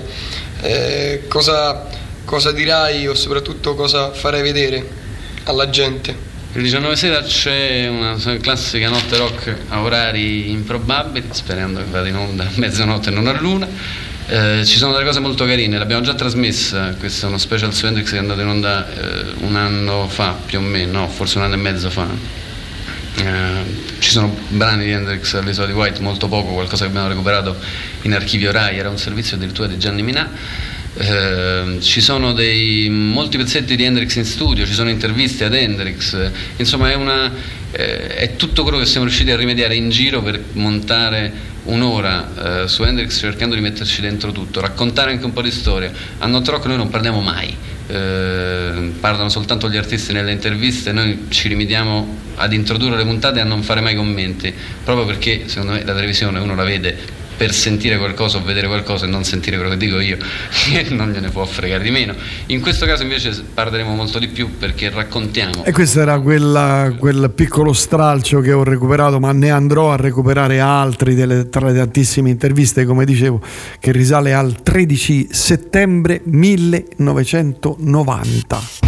Cosa dirai o soprattutto cosa farai vedere alla gente? Il 19 sera c'è una classica notte rock a orari improbabili, sperando che vada in onda a mezzanotte e non a luna. Ci sono delle cose molto carine, l'abbiamo già trasmessa, questo è uno special su Hendrix che è andato in onda un anno fa più o meno, no, forse un anno e mezzo fa. Ci sono brani di Hendrix all'Isola di White, molto poco, qualcosa che abbiamo recuperato in archivio Rai, era un servizio addirittura di Gianni Minà. Ci sono molti pezzetti di Hendrix in studio, ci sono interviste ad Hendrix, insomma è tutto quello che siamo riusciti a rimediare in giro per montare un'ora su Hendrix, cercando di metterci dentro tutto, raccontare anche un po' di storia. A Not Rock noi non parliamo mai, parlano soltanto gli artisti nelle interviste, noi ci limitiamo ad introdurre le puntate e a non fare mai commenti, proprio perché secondo me la televisione uno la vede per sentire qualcosa o vedere qualcosa e non sentire quello che dico io, che non gliene può fregare di meno. In questo caso invece parleremo molto di più perché raccontiamo. E questo era quel piccolo stralcio che ho recuperato, ma ne andrò a recuperare altri tra le tantissime interviste, come dicevo, che risale al 13 settembre 1990.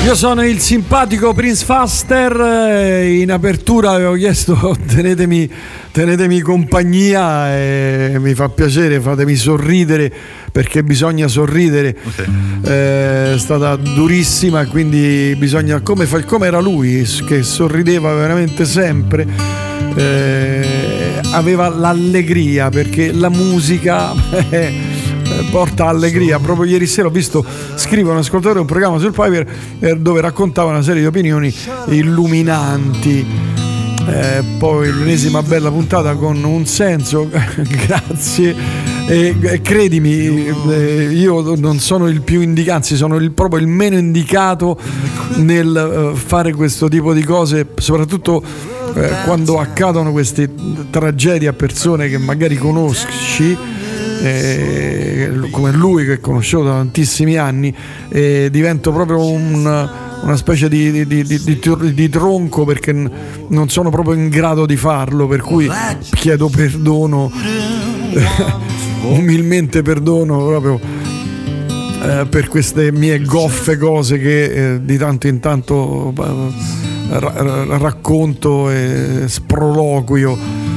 Io sono il simpatico Prince Faster, in apertura avevo chiesto tenetemi compagnia e mi fa piacere, fatemi sorridere perché bisogna sorridere. È stata durissima, quindi bisogna, come era lui che sorrideva veramente sempre, aveva l'allegria, perché la musica porta allegria. Proprio ieri sera ho visto, scrive un ascoltatore, un programma sul Piper dove raccontava una serie di opinioni illuminanti, poi l'ennesima bella puntata con un senso. Grazie, e credimi, io non sono il più indicato, anzi sono proprio il meno indicato nel fare questo tipo di cose, soprattutto quando accadono queste tragedie a persone che magari conosci, come lui che conoscevo da tantissimi anni, divento proprio una specie di tronco, perché non sono proprio in grado di farlo, per cui chiedo perdono, umilmente perdono proprio per queste mie goffe cose che di tanto in tanto racconto e sproloquio.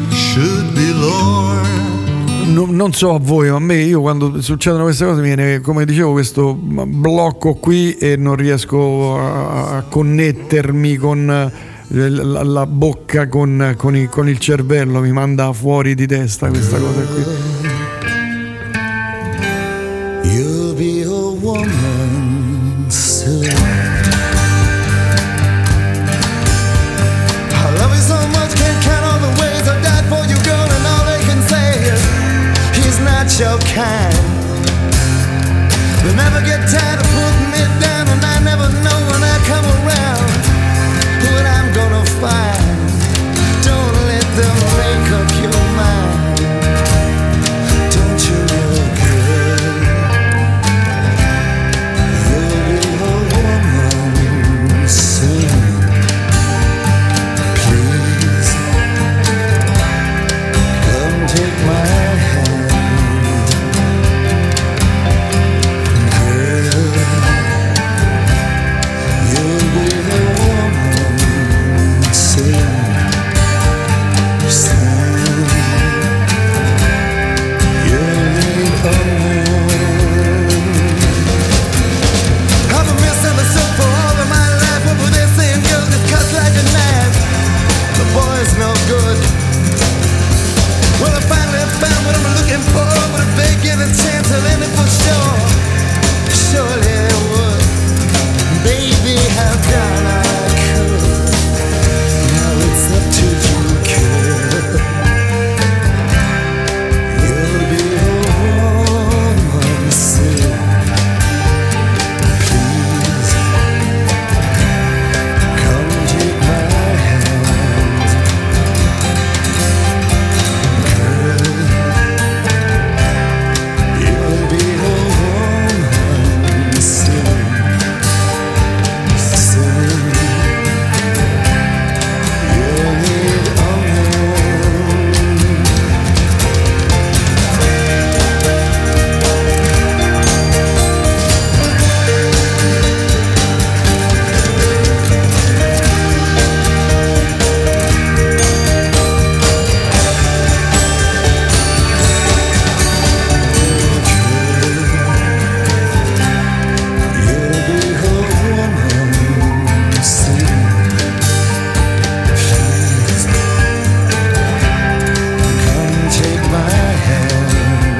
Non so a voi, ma a me, io quando succedono queste cose mi viene, come dicevo, questo blocco qui e non riesco a connettermi con la bocca con il cervello, mi manda fuori di testa questa cosa qui. You'll be a woman soon. I love you so much, can't count all the ways I died for you, girl, and all they can say is he's not your kind. They never get tired of putting me down, and I never know when I come around what I'm gonna find. Don't let them make up your mind. Don't you look good? You'll be a woman soon. Please come take my hand. Girl, you'll be a woman soon. Soon you'll be a woman. I've been misunderstood for all of my life. What were they saying? Girls just cut like a knife. The boy's no good. Well, I finally found what I'm looking for, but if they give a chance, I'll end it for sure. Surely it would. Baby, how can I could? Now it's up to you, kid. You'll be a woman soon. Please come take my hand. Girl, you'll be a woman soon. Soon you'll need a woman. You'll be a woman soon. Please come take my hand.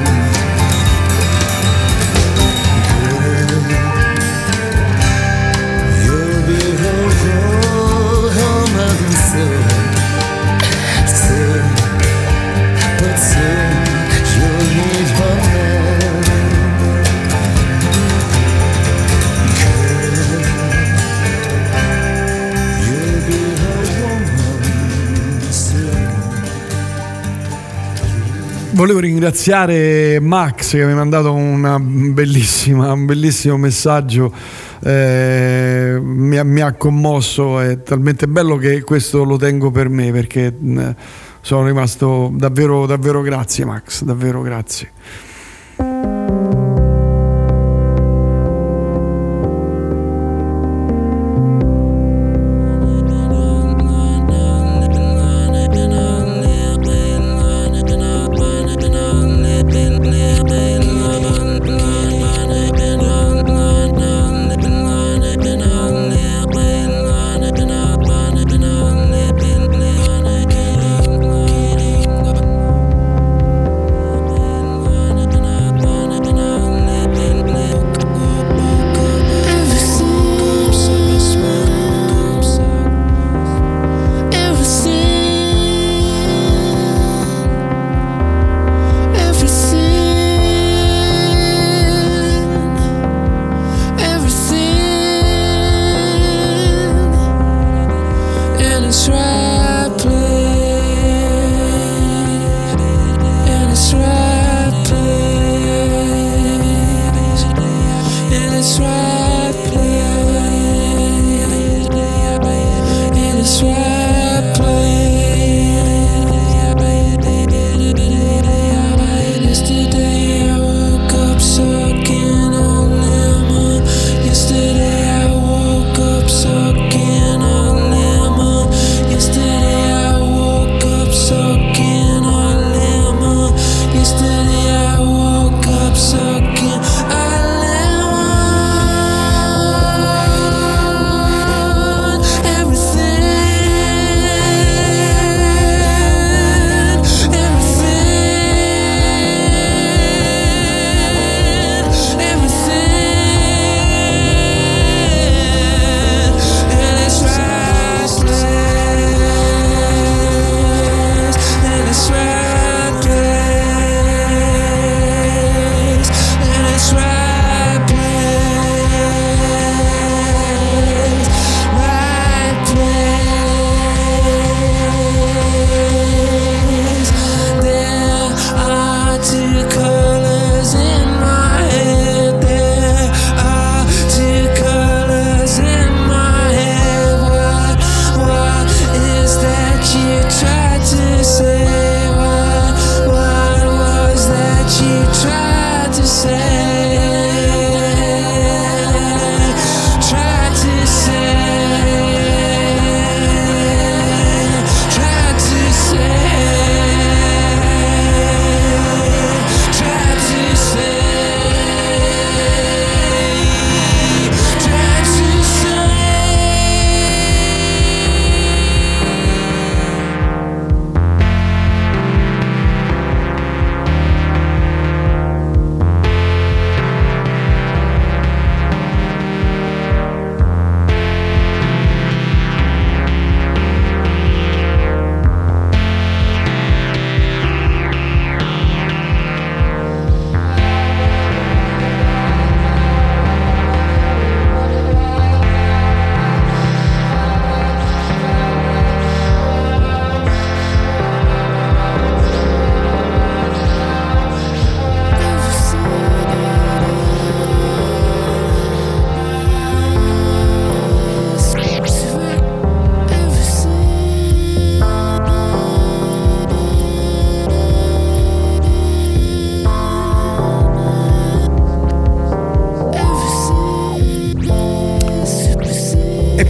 Girl, you'll be a woman soon. Soon, but soon you'll need a man. Girl, you'll be a woman soon. Volevo ringraziare Max che mi ha mandato un bellissimo messaggio, mi ha commosso, è talmente bello che questo lo tengo per me, perché sono rimasto davvero grazie Max, davvero grazie.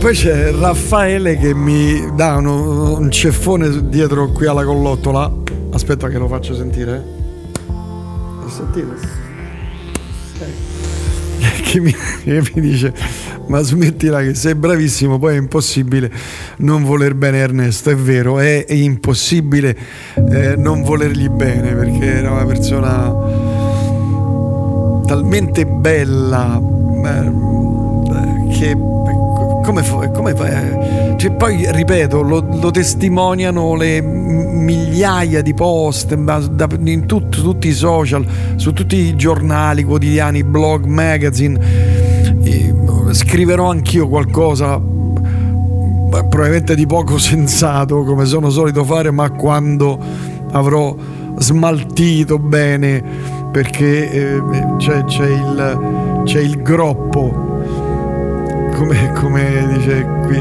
Poi c'è Raffaele che mi dà un ceffone dietro qui alla collottola. Aspetta che lo faccio sentire. Lo sentite? Che mi dice: ma smettila che sei bravissimo, poi è impossibile non voler bene Ernesto. È vero, è impossibile non volergli bene, perché era una persona talmente bella che come cioè, poi ripeto, lo testimoniano le migliaia di post in tutti i social, su tutti i giornali, quotidiani, blog, magazine. Scriverò anch'io qualcosa, probabilmente di poco sensato, come sono solito fare, ma quando avrò smaltito bene, perché c'è il groppo, come dice qui.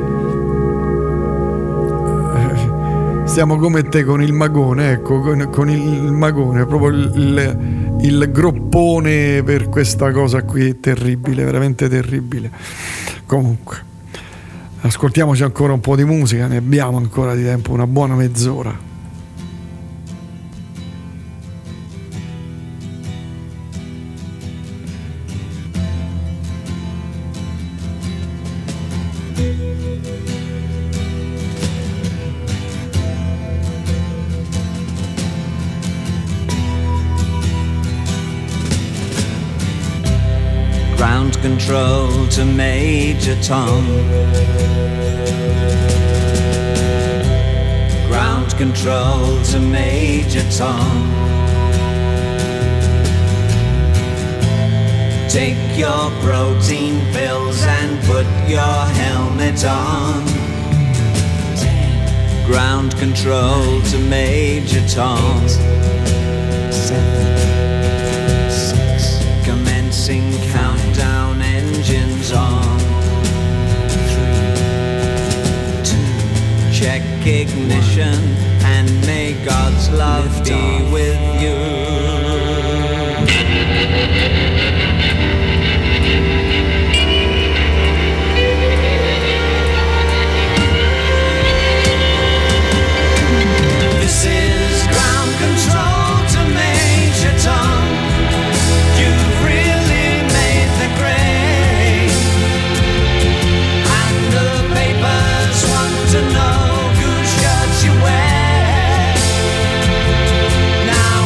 Stiamo come te con il magone, ecco, con il magone, proprio il groppone per questa cosa qui, terribile, veramente terribile. Comunque, ascoltiamoci ancora un po' di musica, ne abbiamo ancora di tempo, una buona mezz'ora. Ground control to Major Tom. Ground control to Major Tom. Take your protein pills and put your helmet on. Ground control to Major Tom. 7, 6, commencing countdown, engines on. 3, 2, check ignition and may God's love be with you. This is ground control to Major Tom. You've really made the grade, and the papers want to know whose shirts you wear. Now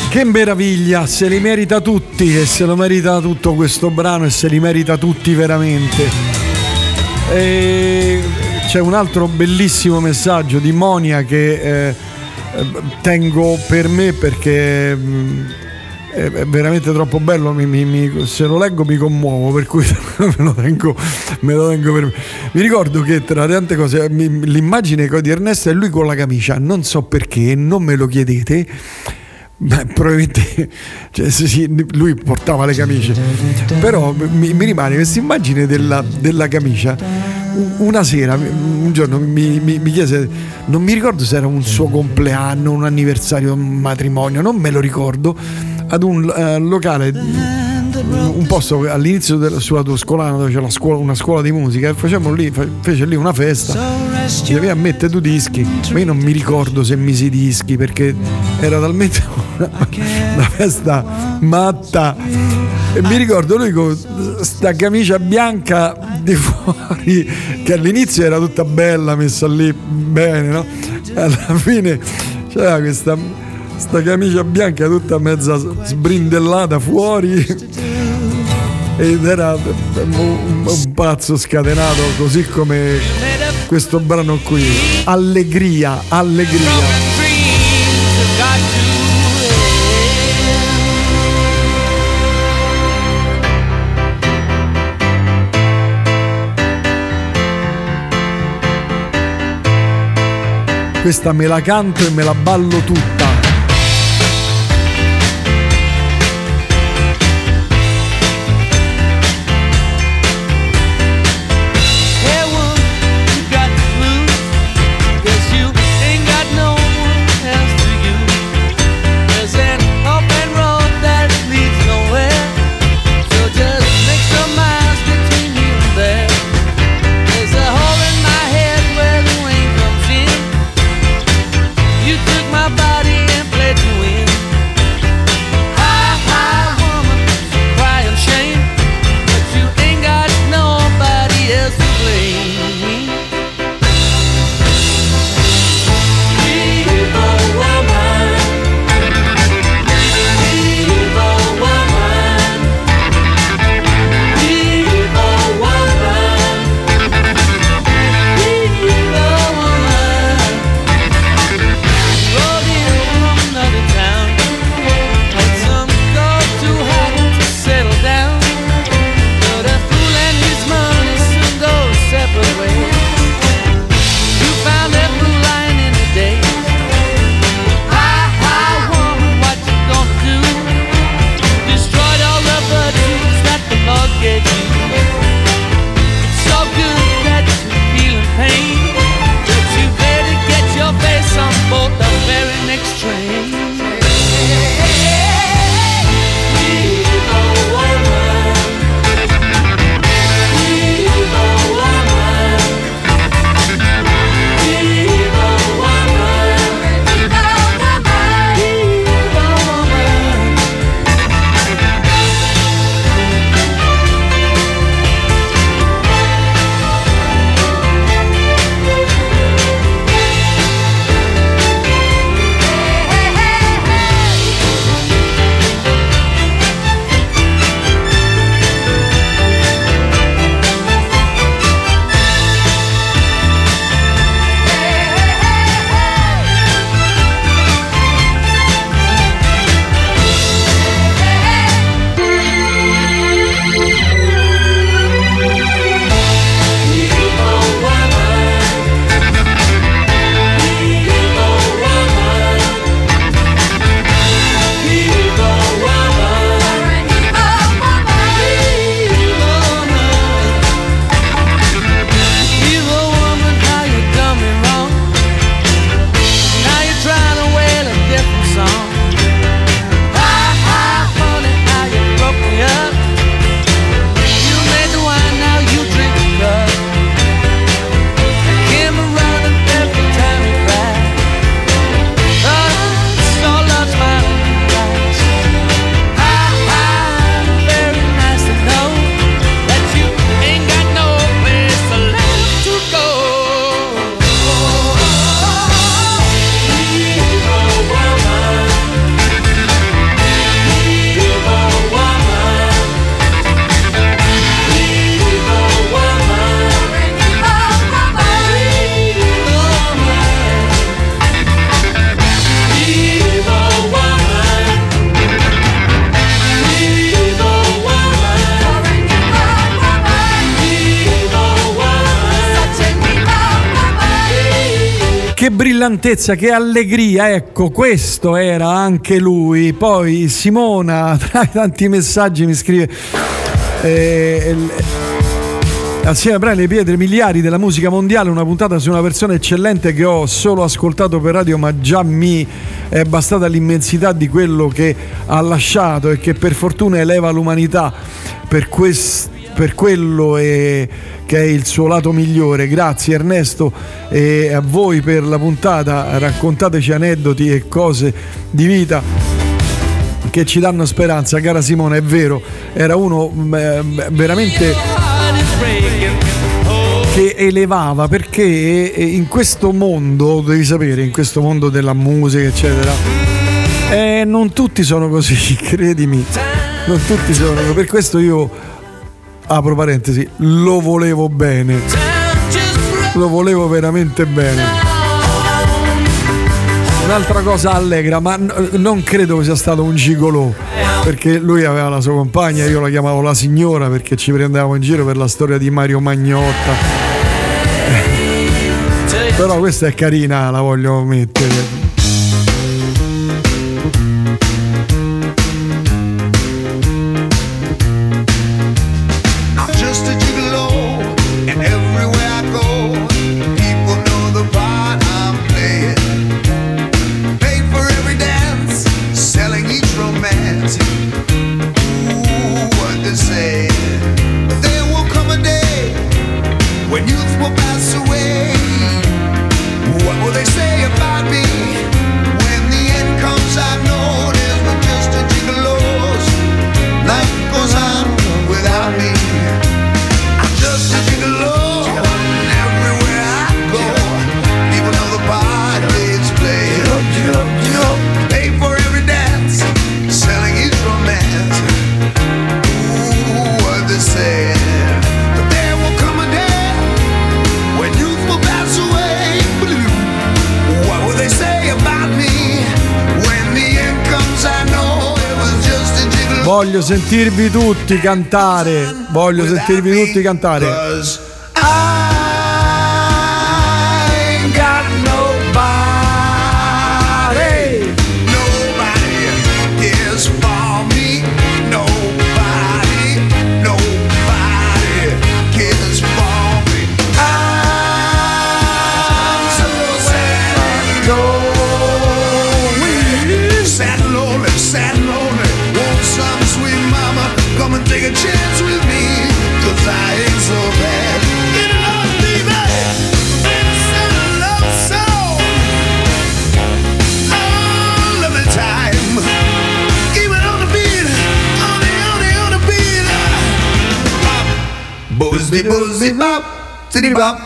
Che meraviglia, se li merita tutti e se lo merita tutto questo brano e se li merita tutti veramente. E c'è un altro bellissimo messaggio di Monia che tengo per me perché è veramente troppo bello, se lo leggo mi commuovo, per cui me lo tengo per me. Mi ricordo che tra le tante cose l'immagine di Ernesto è lui con la camicia, non so perché, non me lo chiedete. Beh, probabilmente lui portava le camicie, però mi rimane questa immagine della camicia. Una sera, un giorno mi chiese, non mi ricordo se era un suo compleanno, un anniversario, un matrimonio, non me lo ricordo, ad un locale, un posto all'inizio del suo Toscolano dove c'è una scuola di musica, e fece lì una festa. Doveva mettere due dischi, ma io non mi ricordo se misi i dischi perché era talmente una festa matta, e mi ricordo lui con sta camicia bianca di fuori che all'inizio era tutta bella, messa lì bene, no? Alla fine c'era questa camicia bianca tutta mezza sbrindellata fuori ed era un pazzo scatenato, così come questo brano qui. Allegria. Questa me la canto e me la ballo tutta. My body che brillantezza, che allegria, ecco, questo era anche lui. Poi Simona, tra i tanti messaggi, mi scrive assieme a Brian le pietre miliari della musica mondiale, una puntata su una persona eccellente che ho solo ascoltato per radio, ma già mi è bastata l'immensità di quello che ha lasciato e che per fortuna eleva l'umanità per quello che è il suo lato migliore. Grazie Ernesto, e a voi per la puntata. Raccontateci aneddoti e cose di vita che ci danno speranza. Cara Simona, è vero, era uno veramente che elevava, perché in questo mondo, devi sapere, in questo mondo della musica eccetera, non tutti sono così, credimi, non tutti sono. Per questo io, apro parentesi, lo volevo bene, lo volevo veramente bene. Un'altra cosa allegra, ma non credo che sia stato un gigolò, perché lui aveva la sua compagna, io la chiamavo la signora perché ci prendevamo in giro per la storia di Mario Magnotta. Però questa è carina, la voglio mettere. Voglio sentirvi tutti cantare. Voglio sentirvi tutti cantare. Take a chance with me, 'cause I ain't so bad. Get along, baby. Send a love song. Oh, love the time. Keep it on the beat. On the beat. Buzzy, buzzy, bop. City bop.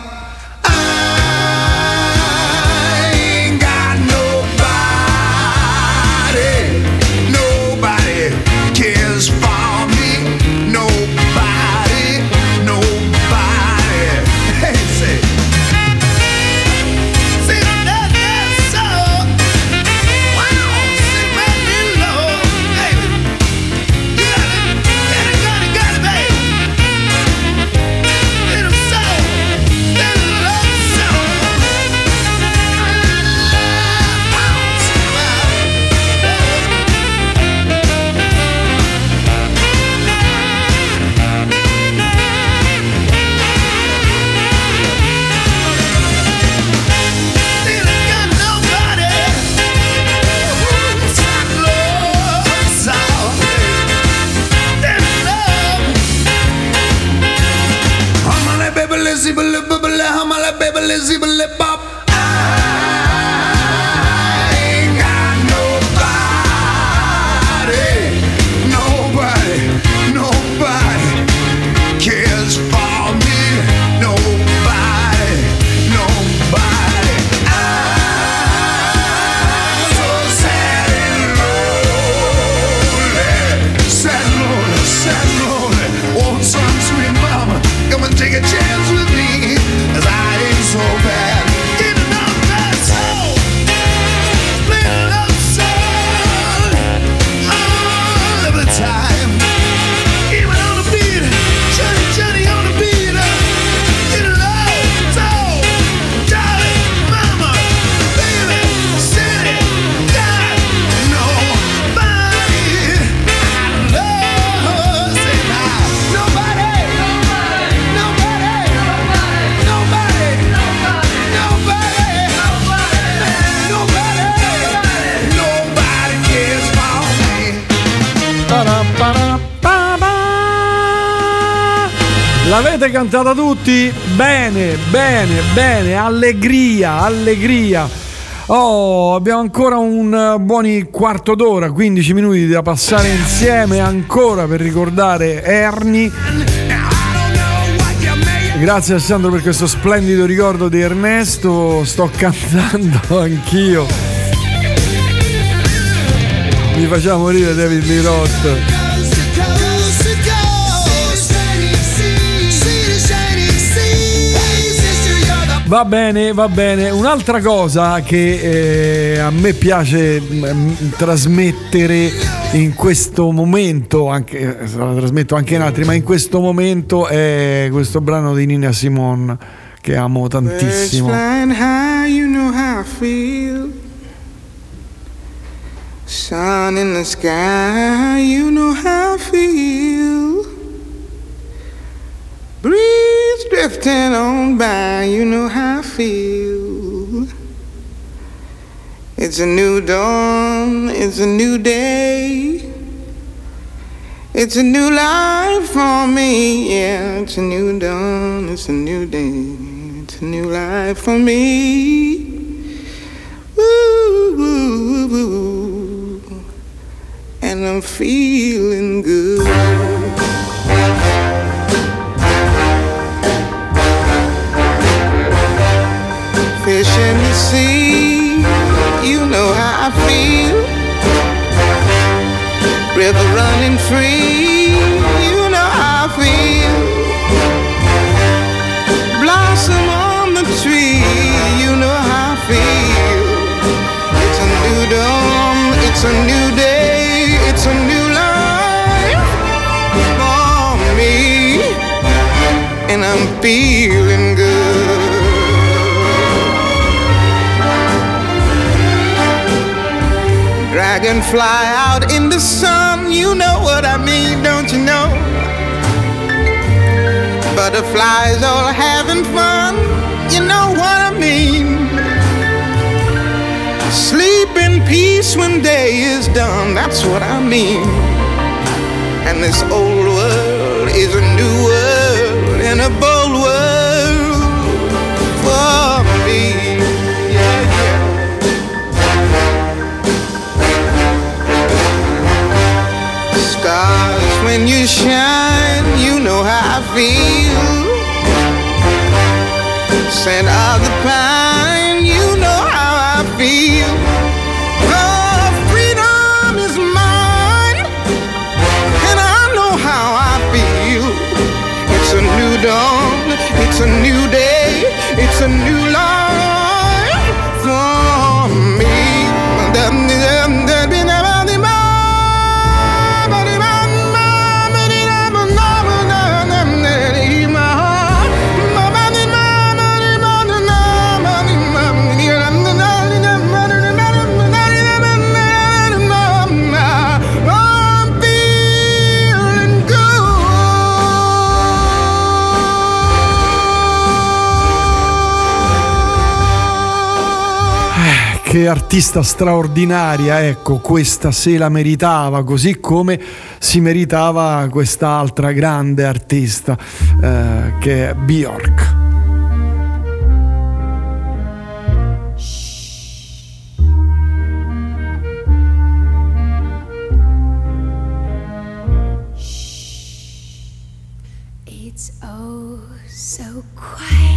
Take a chance with me, 'cause I ain't so bad. L'avete cantata tutti? Bene, bene, bene, allegria. Oh, abbiamo ancora un buoni quarto d'ora, 15 minuti da passare insieme ancora per ricordare Ernie. Grazie Alessandro per questo splendido ricordo di Ernesto. Sto cantando anch'io. Mi faceva morire David Lee Roth. Va bene. Un'altra cosa che a me piace trasmettere in questo momento, anche la trasmetto anche in altri, ma in questo momento è questo brano di Nina Simone che amo tantissimo. Sun in the sky, you know how I feel. Breeze drifting on by, you know how I feel. It's a new dawn, it's a new day. It's a new life for me, yeah. It's a new dawn, it's a new day. It's a new life for me. Woo, woo, woo. And I'm feeling good. Fish in the sea, you know how I feel. River running free, you know how I feel. Blossom on the tree, you know how I feel. It's a new dawn, it's a new day, it's a new life for me. And I'm feeling good. Dragonfly out in the sun, you know what I mean, don't you know? Butterflies all having fun, you know what I mean. Sleep in peace when day is done, that's what I mean. And this old world is a new world and a bold world for me. Stars, when you shine, you know how I feel. Scent of the pine, you know how I feel. Oh, freedom is mine, and I know how I feel. It's a new dawn, it's a new day, it's a new life for me. Che artista straordinaria, ecco, questa se la meritava, così come si meritava quest'altra grande artista che è Björk. It's oh so quiet.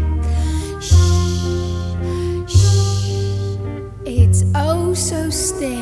It's oh so still.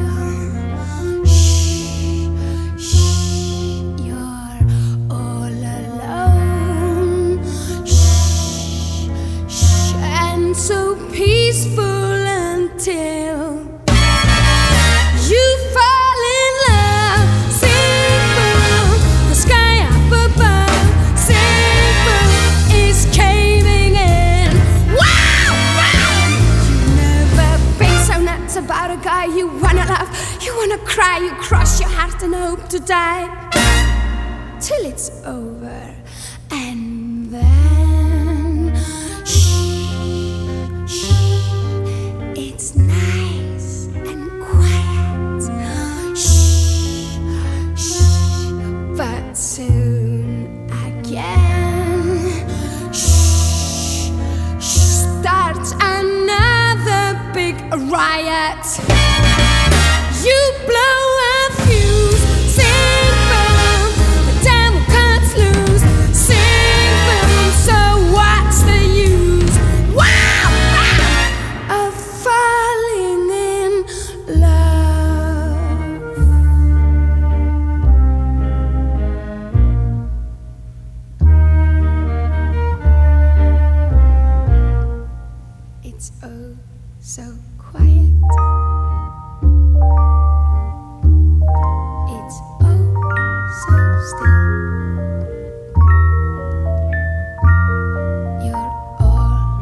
Shh, shh, you're all alone. Shh, shh, and so peaceful until you fall in love. Sing through the sky up above. Sing through is caving in. Wow, wow. You never been so nuts about a guy you wanna love. You wanna cry, you cross your heart and hope to die till it's over. And then shh, shh, it's nice and quiet. Shh, shh, but soon again riot. You blow a fuse, sing boom, the devil can't lose. Sing boom, so what's the use? Wow, of falling in love. It's oh so quiet. It's oh so still. You're all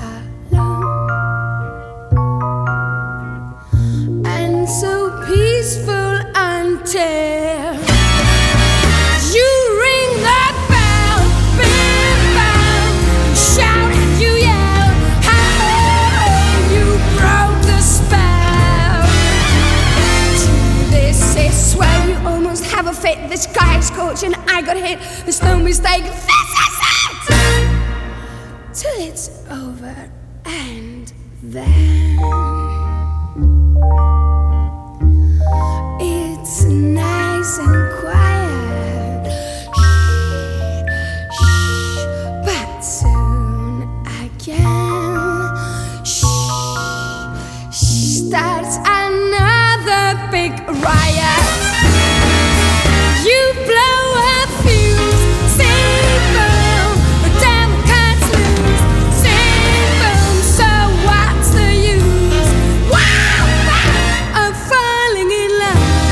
alone and so peaceful until you ring that bell, big bell, shout and you yell, how you broke the spell. To this is swell, you almost have a fit. This guy's coach and I got hit. There's no mistake. This is it. Till it's over and then it's nice and quiet. Shh, shh, but soon again, shh, starts another big riot. You blow a fuse, sing boom, the devil can't lose. Sing boom, so what's the use? Wow, of falling in love.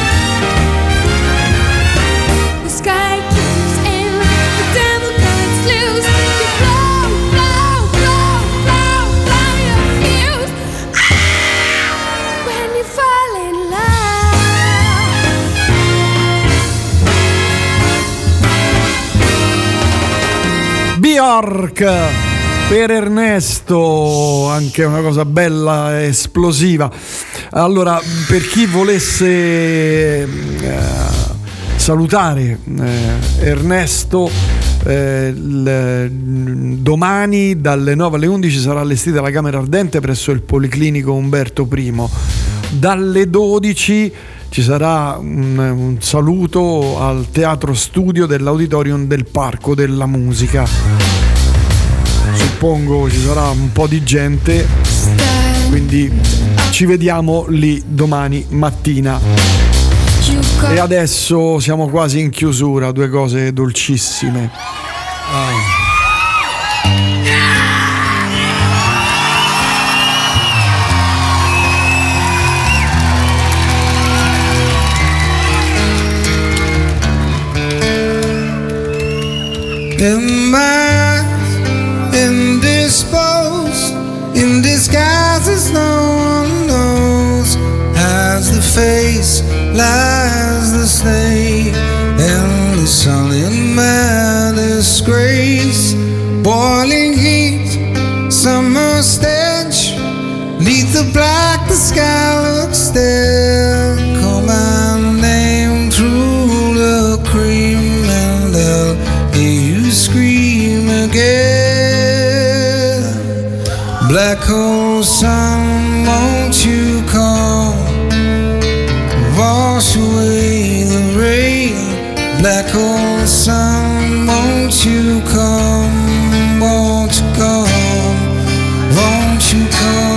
The sky keeps in, the devil can't lose. You blow, blow, blow, blow, blow your fuse. When you fall in love. Bjork per Ernesto, anche una cosa bella e esplosiva. Allora, per chi volesse salutare Ernesto, domani dalle 9 alle 11 sarà allestita la Camera Ardente presso il Policlinico Umberto I. Dalle 12 ci sarà un saluto al Teatro Studio dell'Auditorium del Parco della Musica. Suppongo ci sarà un po' di gente, quindi ci vediamo lì domani mattina. E adesso siamo quasi in chiusura, due cose dolcissime. In my indisposed, in disguises no one knows, as the face lies the snake, and the sun in my disgrace, boiling heat, summer stench, neath the black the sky looks there, call my name through the cream and I'll hear you scream again. Black hole sun, won't you come, wash away the rain. Black hole sun, won't you come, won't you come, won't you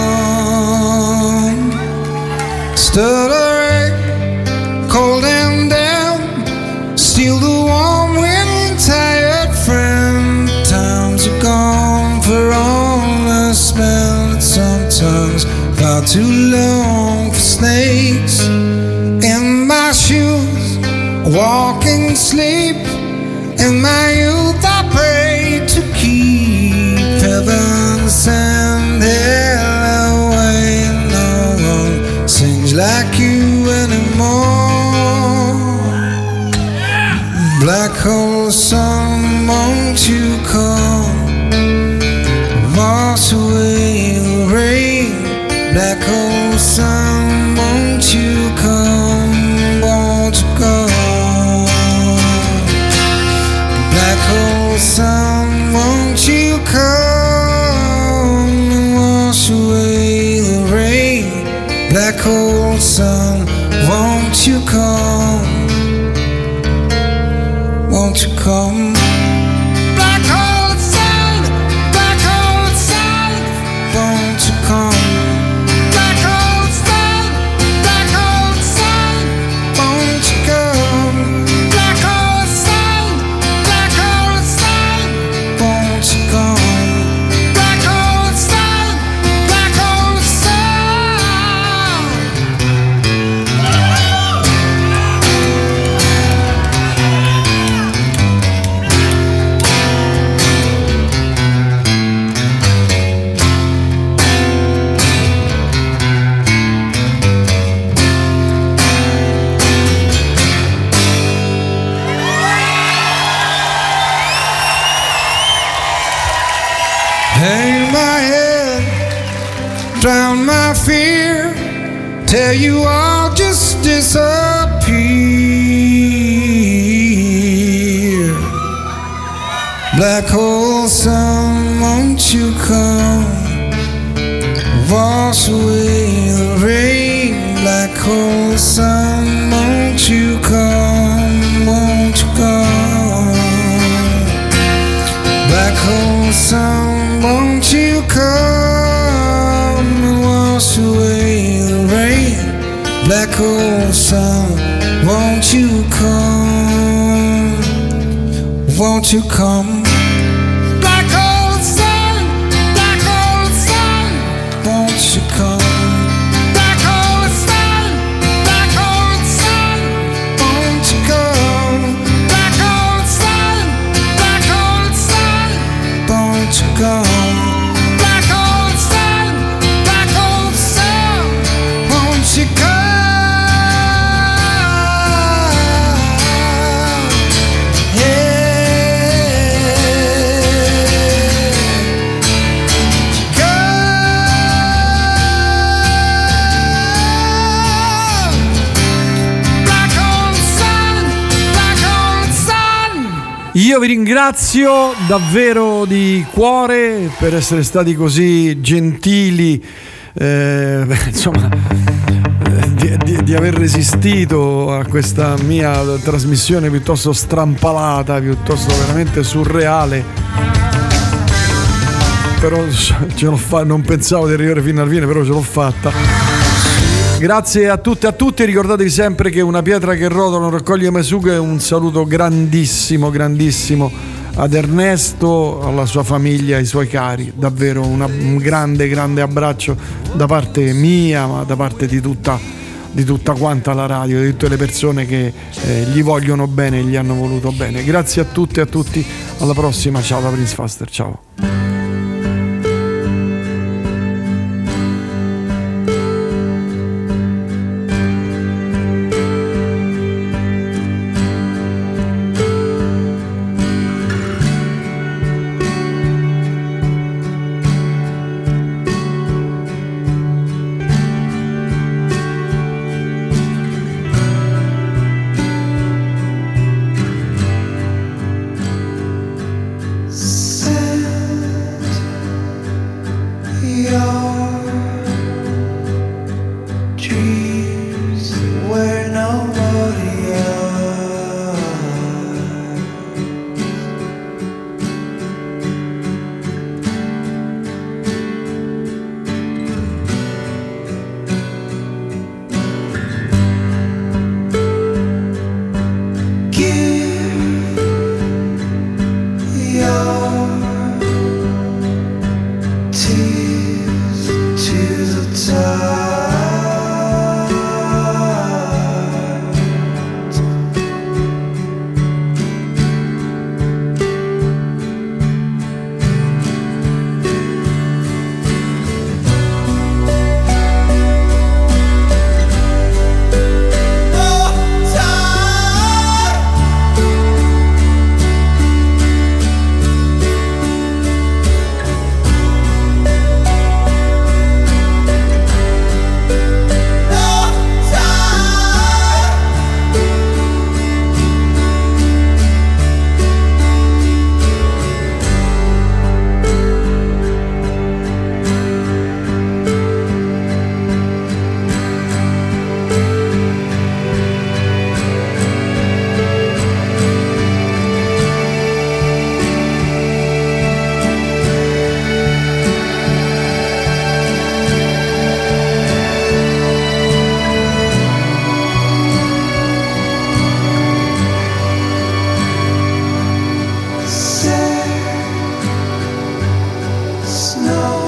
come. Stuttering, cold and damp, steal the warm wind, tired friend. Times are gone for all the spent, sometimes far too long for snakes. In my shoes, walking sleep, in my youth I pray to keep heaven send hell away. No one sings like you anymore. Black hole sun, won't you come, wash away the rain. Black hole sun, won't you come, won't you come. Black hole sun, won't you come and wash away the rain. drown my fear, tell you I'll just disappear. Black hole sun, won't you come, wash away the rain. Black hole sun, won't you come, won't you come. Black hole sun, won't you come and wash away the rain. Black hole sun, won't you come, won't you come. Black hole sun, won't you come. Black hole sun, won't you come. Black hole sun, won't you come. Black hole sun, won't you come. Io vi ringrazio davvero di cuore per essere stati così gentili, insomma, di aver resistito a questa mia trasmissione piuttosto strampalata, piuttosto veramente surreale. Però ce l'ho fatta, non pensavo di arrivare fino alla fine, però ce l'ho fatta. Grazie a tutte e a tutti, ricordatevi sempre che una pietra che rotola non raccoglie mai sugo. E un saluto grandissimo, grandissimo ad Ernesto, alla sua famiglia, ai suoi cari. Davvero un grande, grande abbraccio da parte mia, ma da parte di tutta quanta la radio, di tutte le persone che gli vogliono bene e gli hanno voluto bene. Grazie a tutte e a tutti, alla prossima, ciao da Prince Faster, ciao.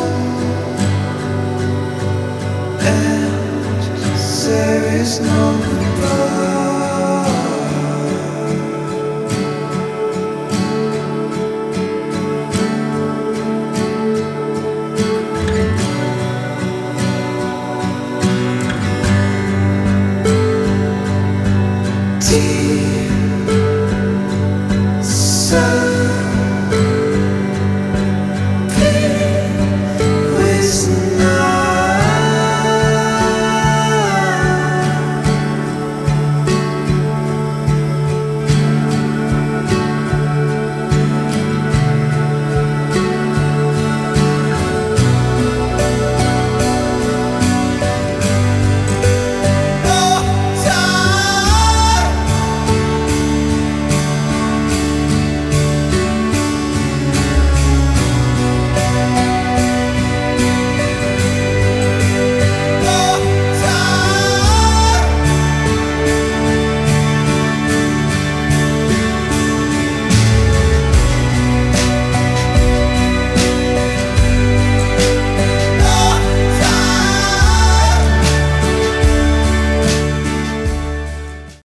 There is no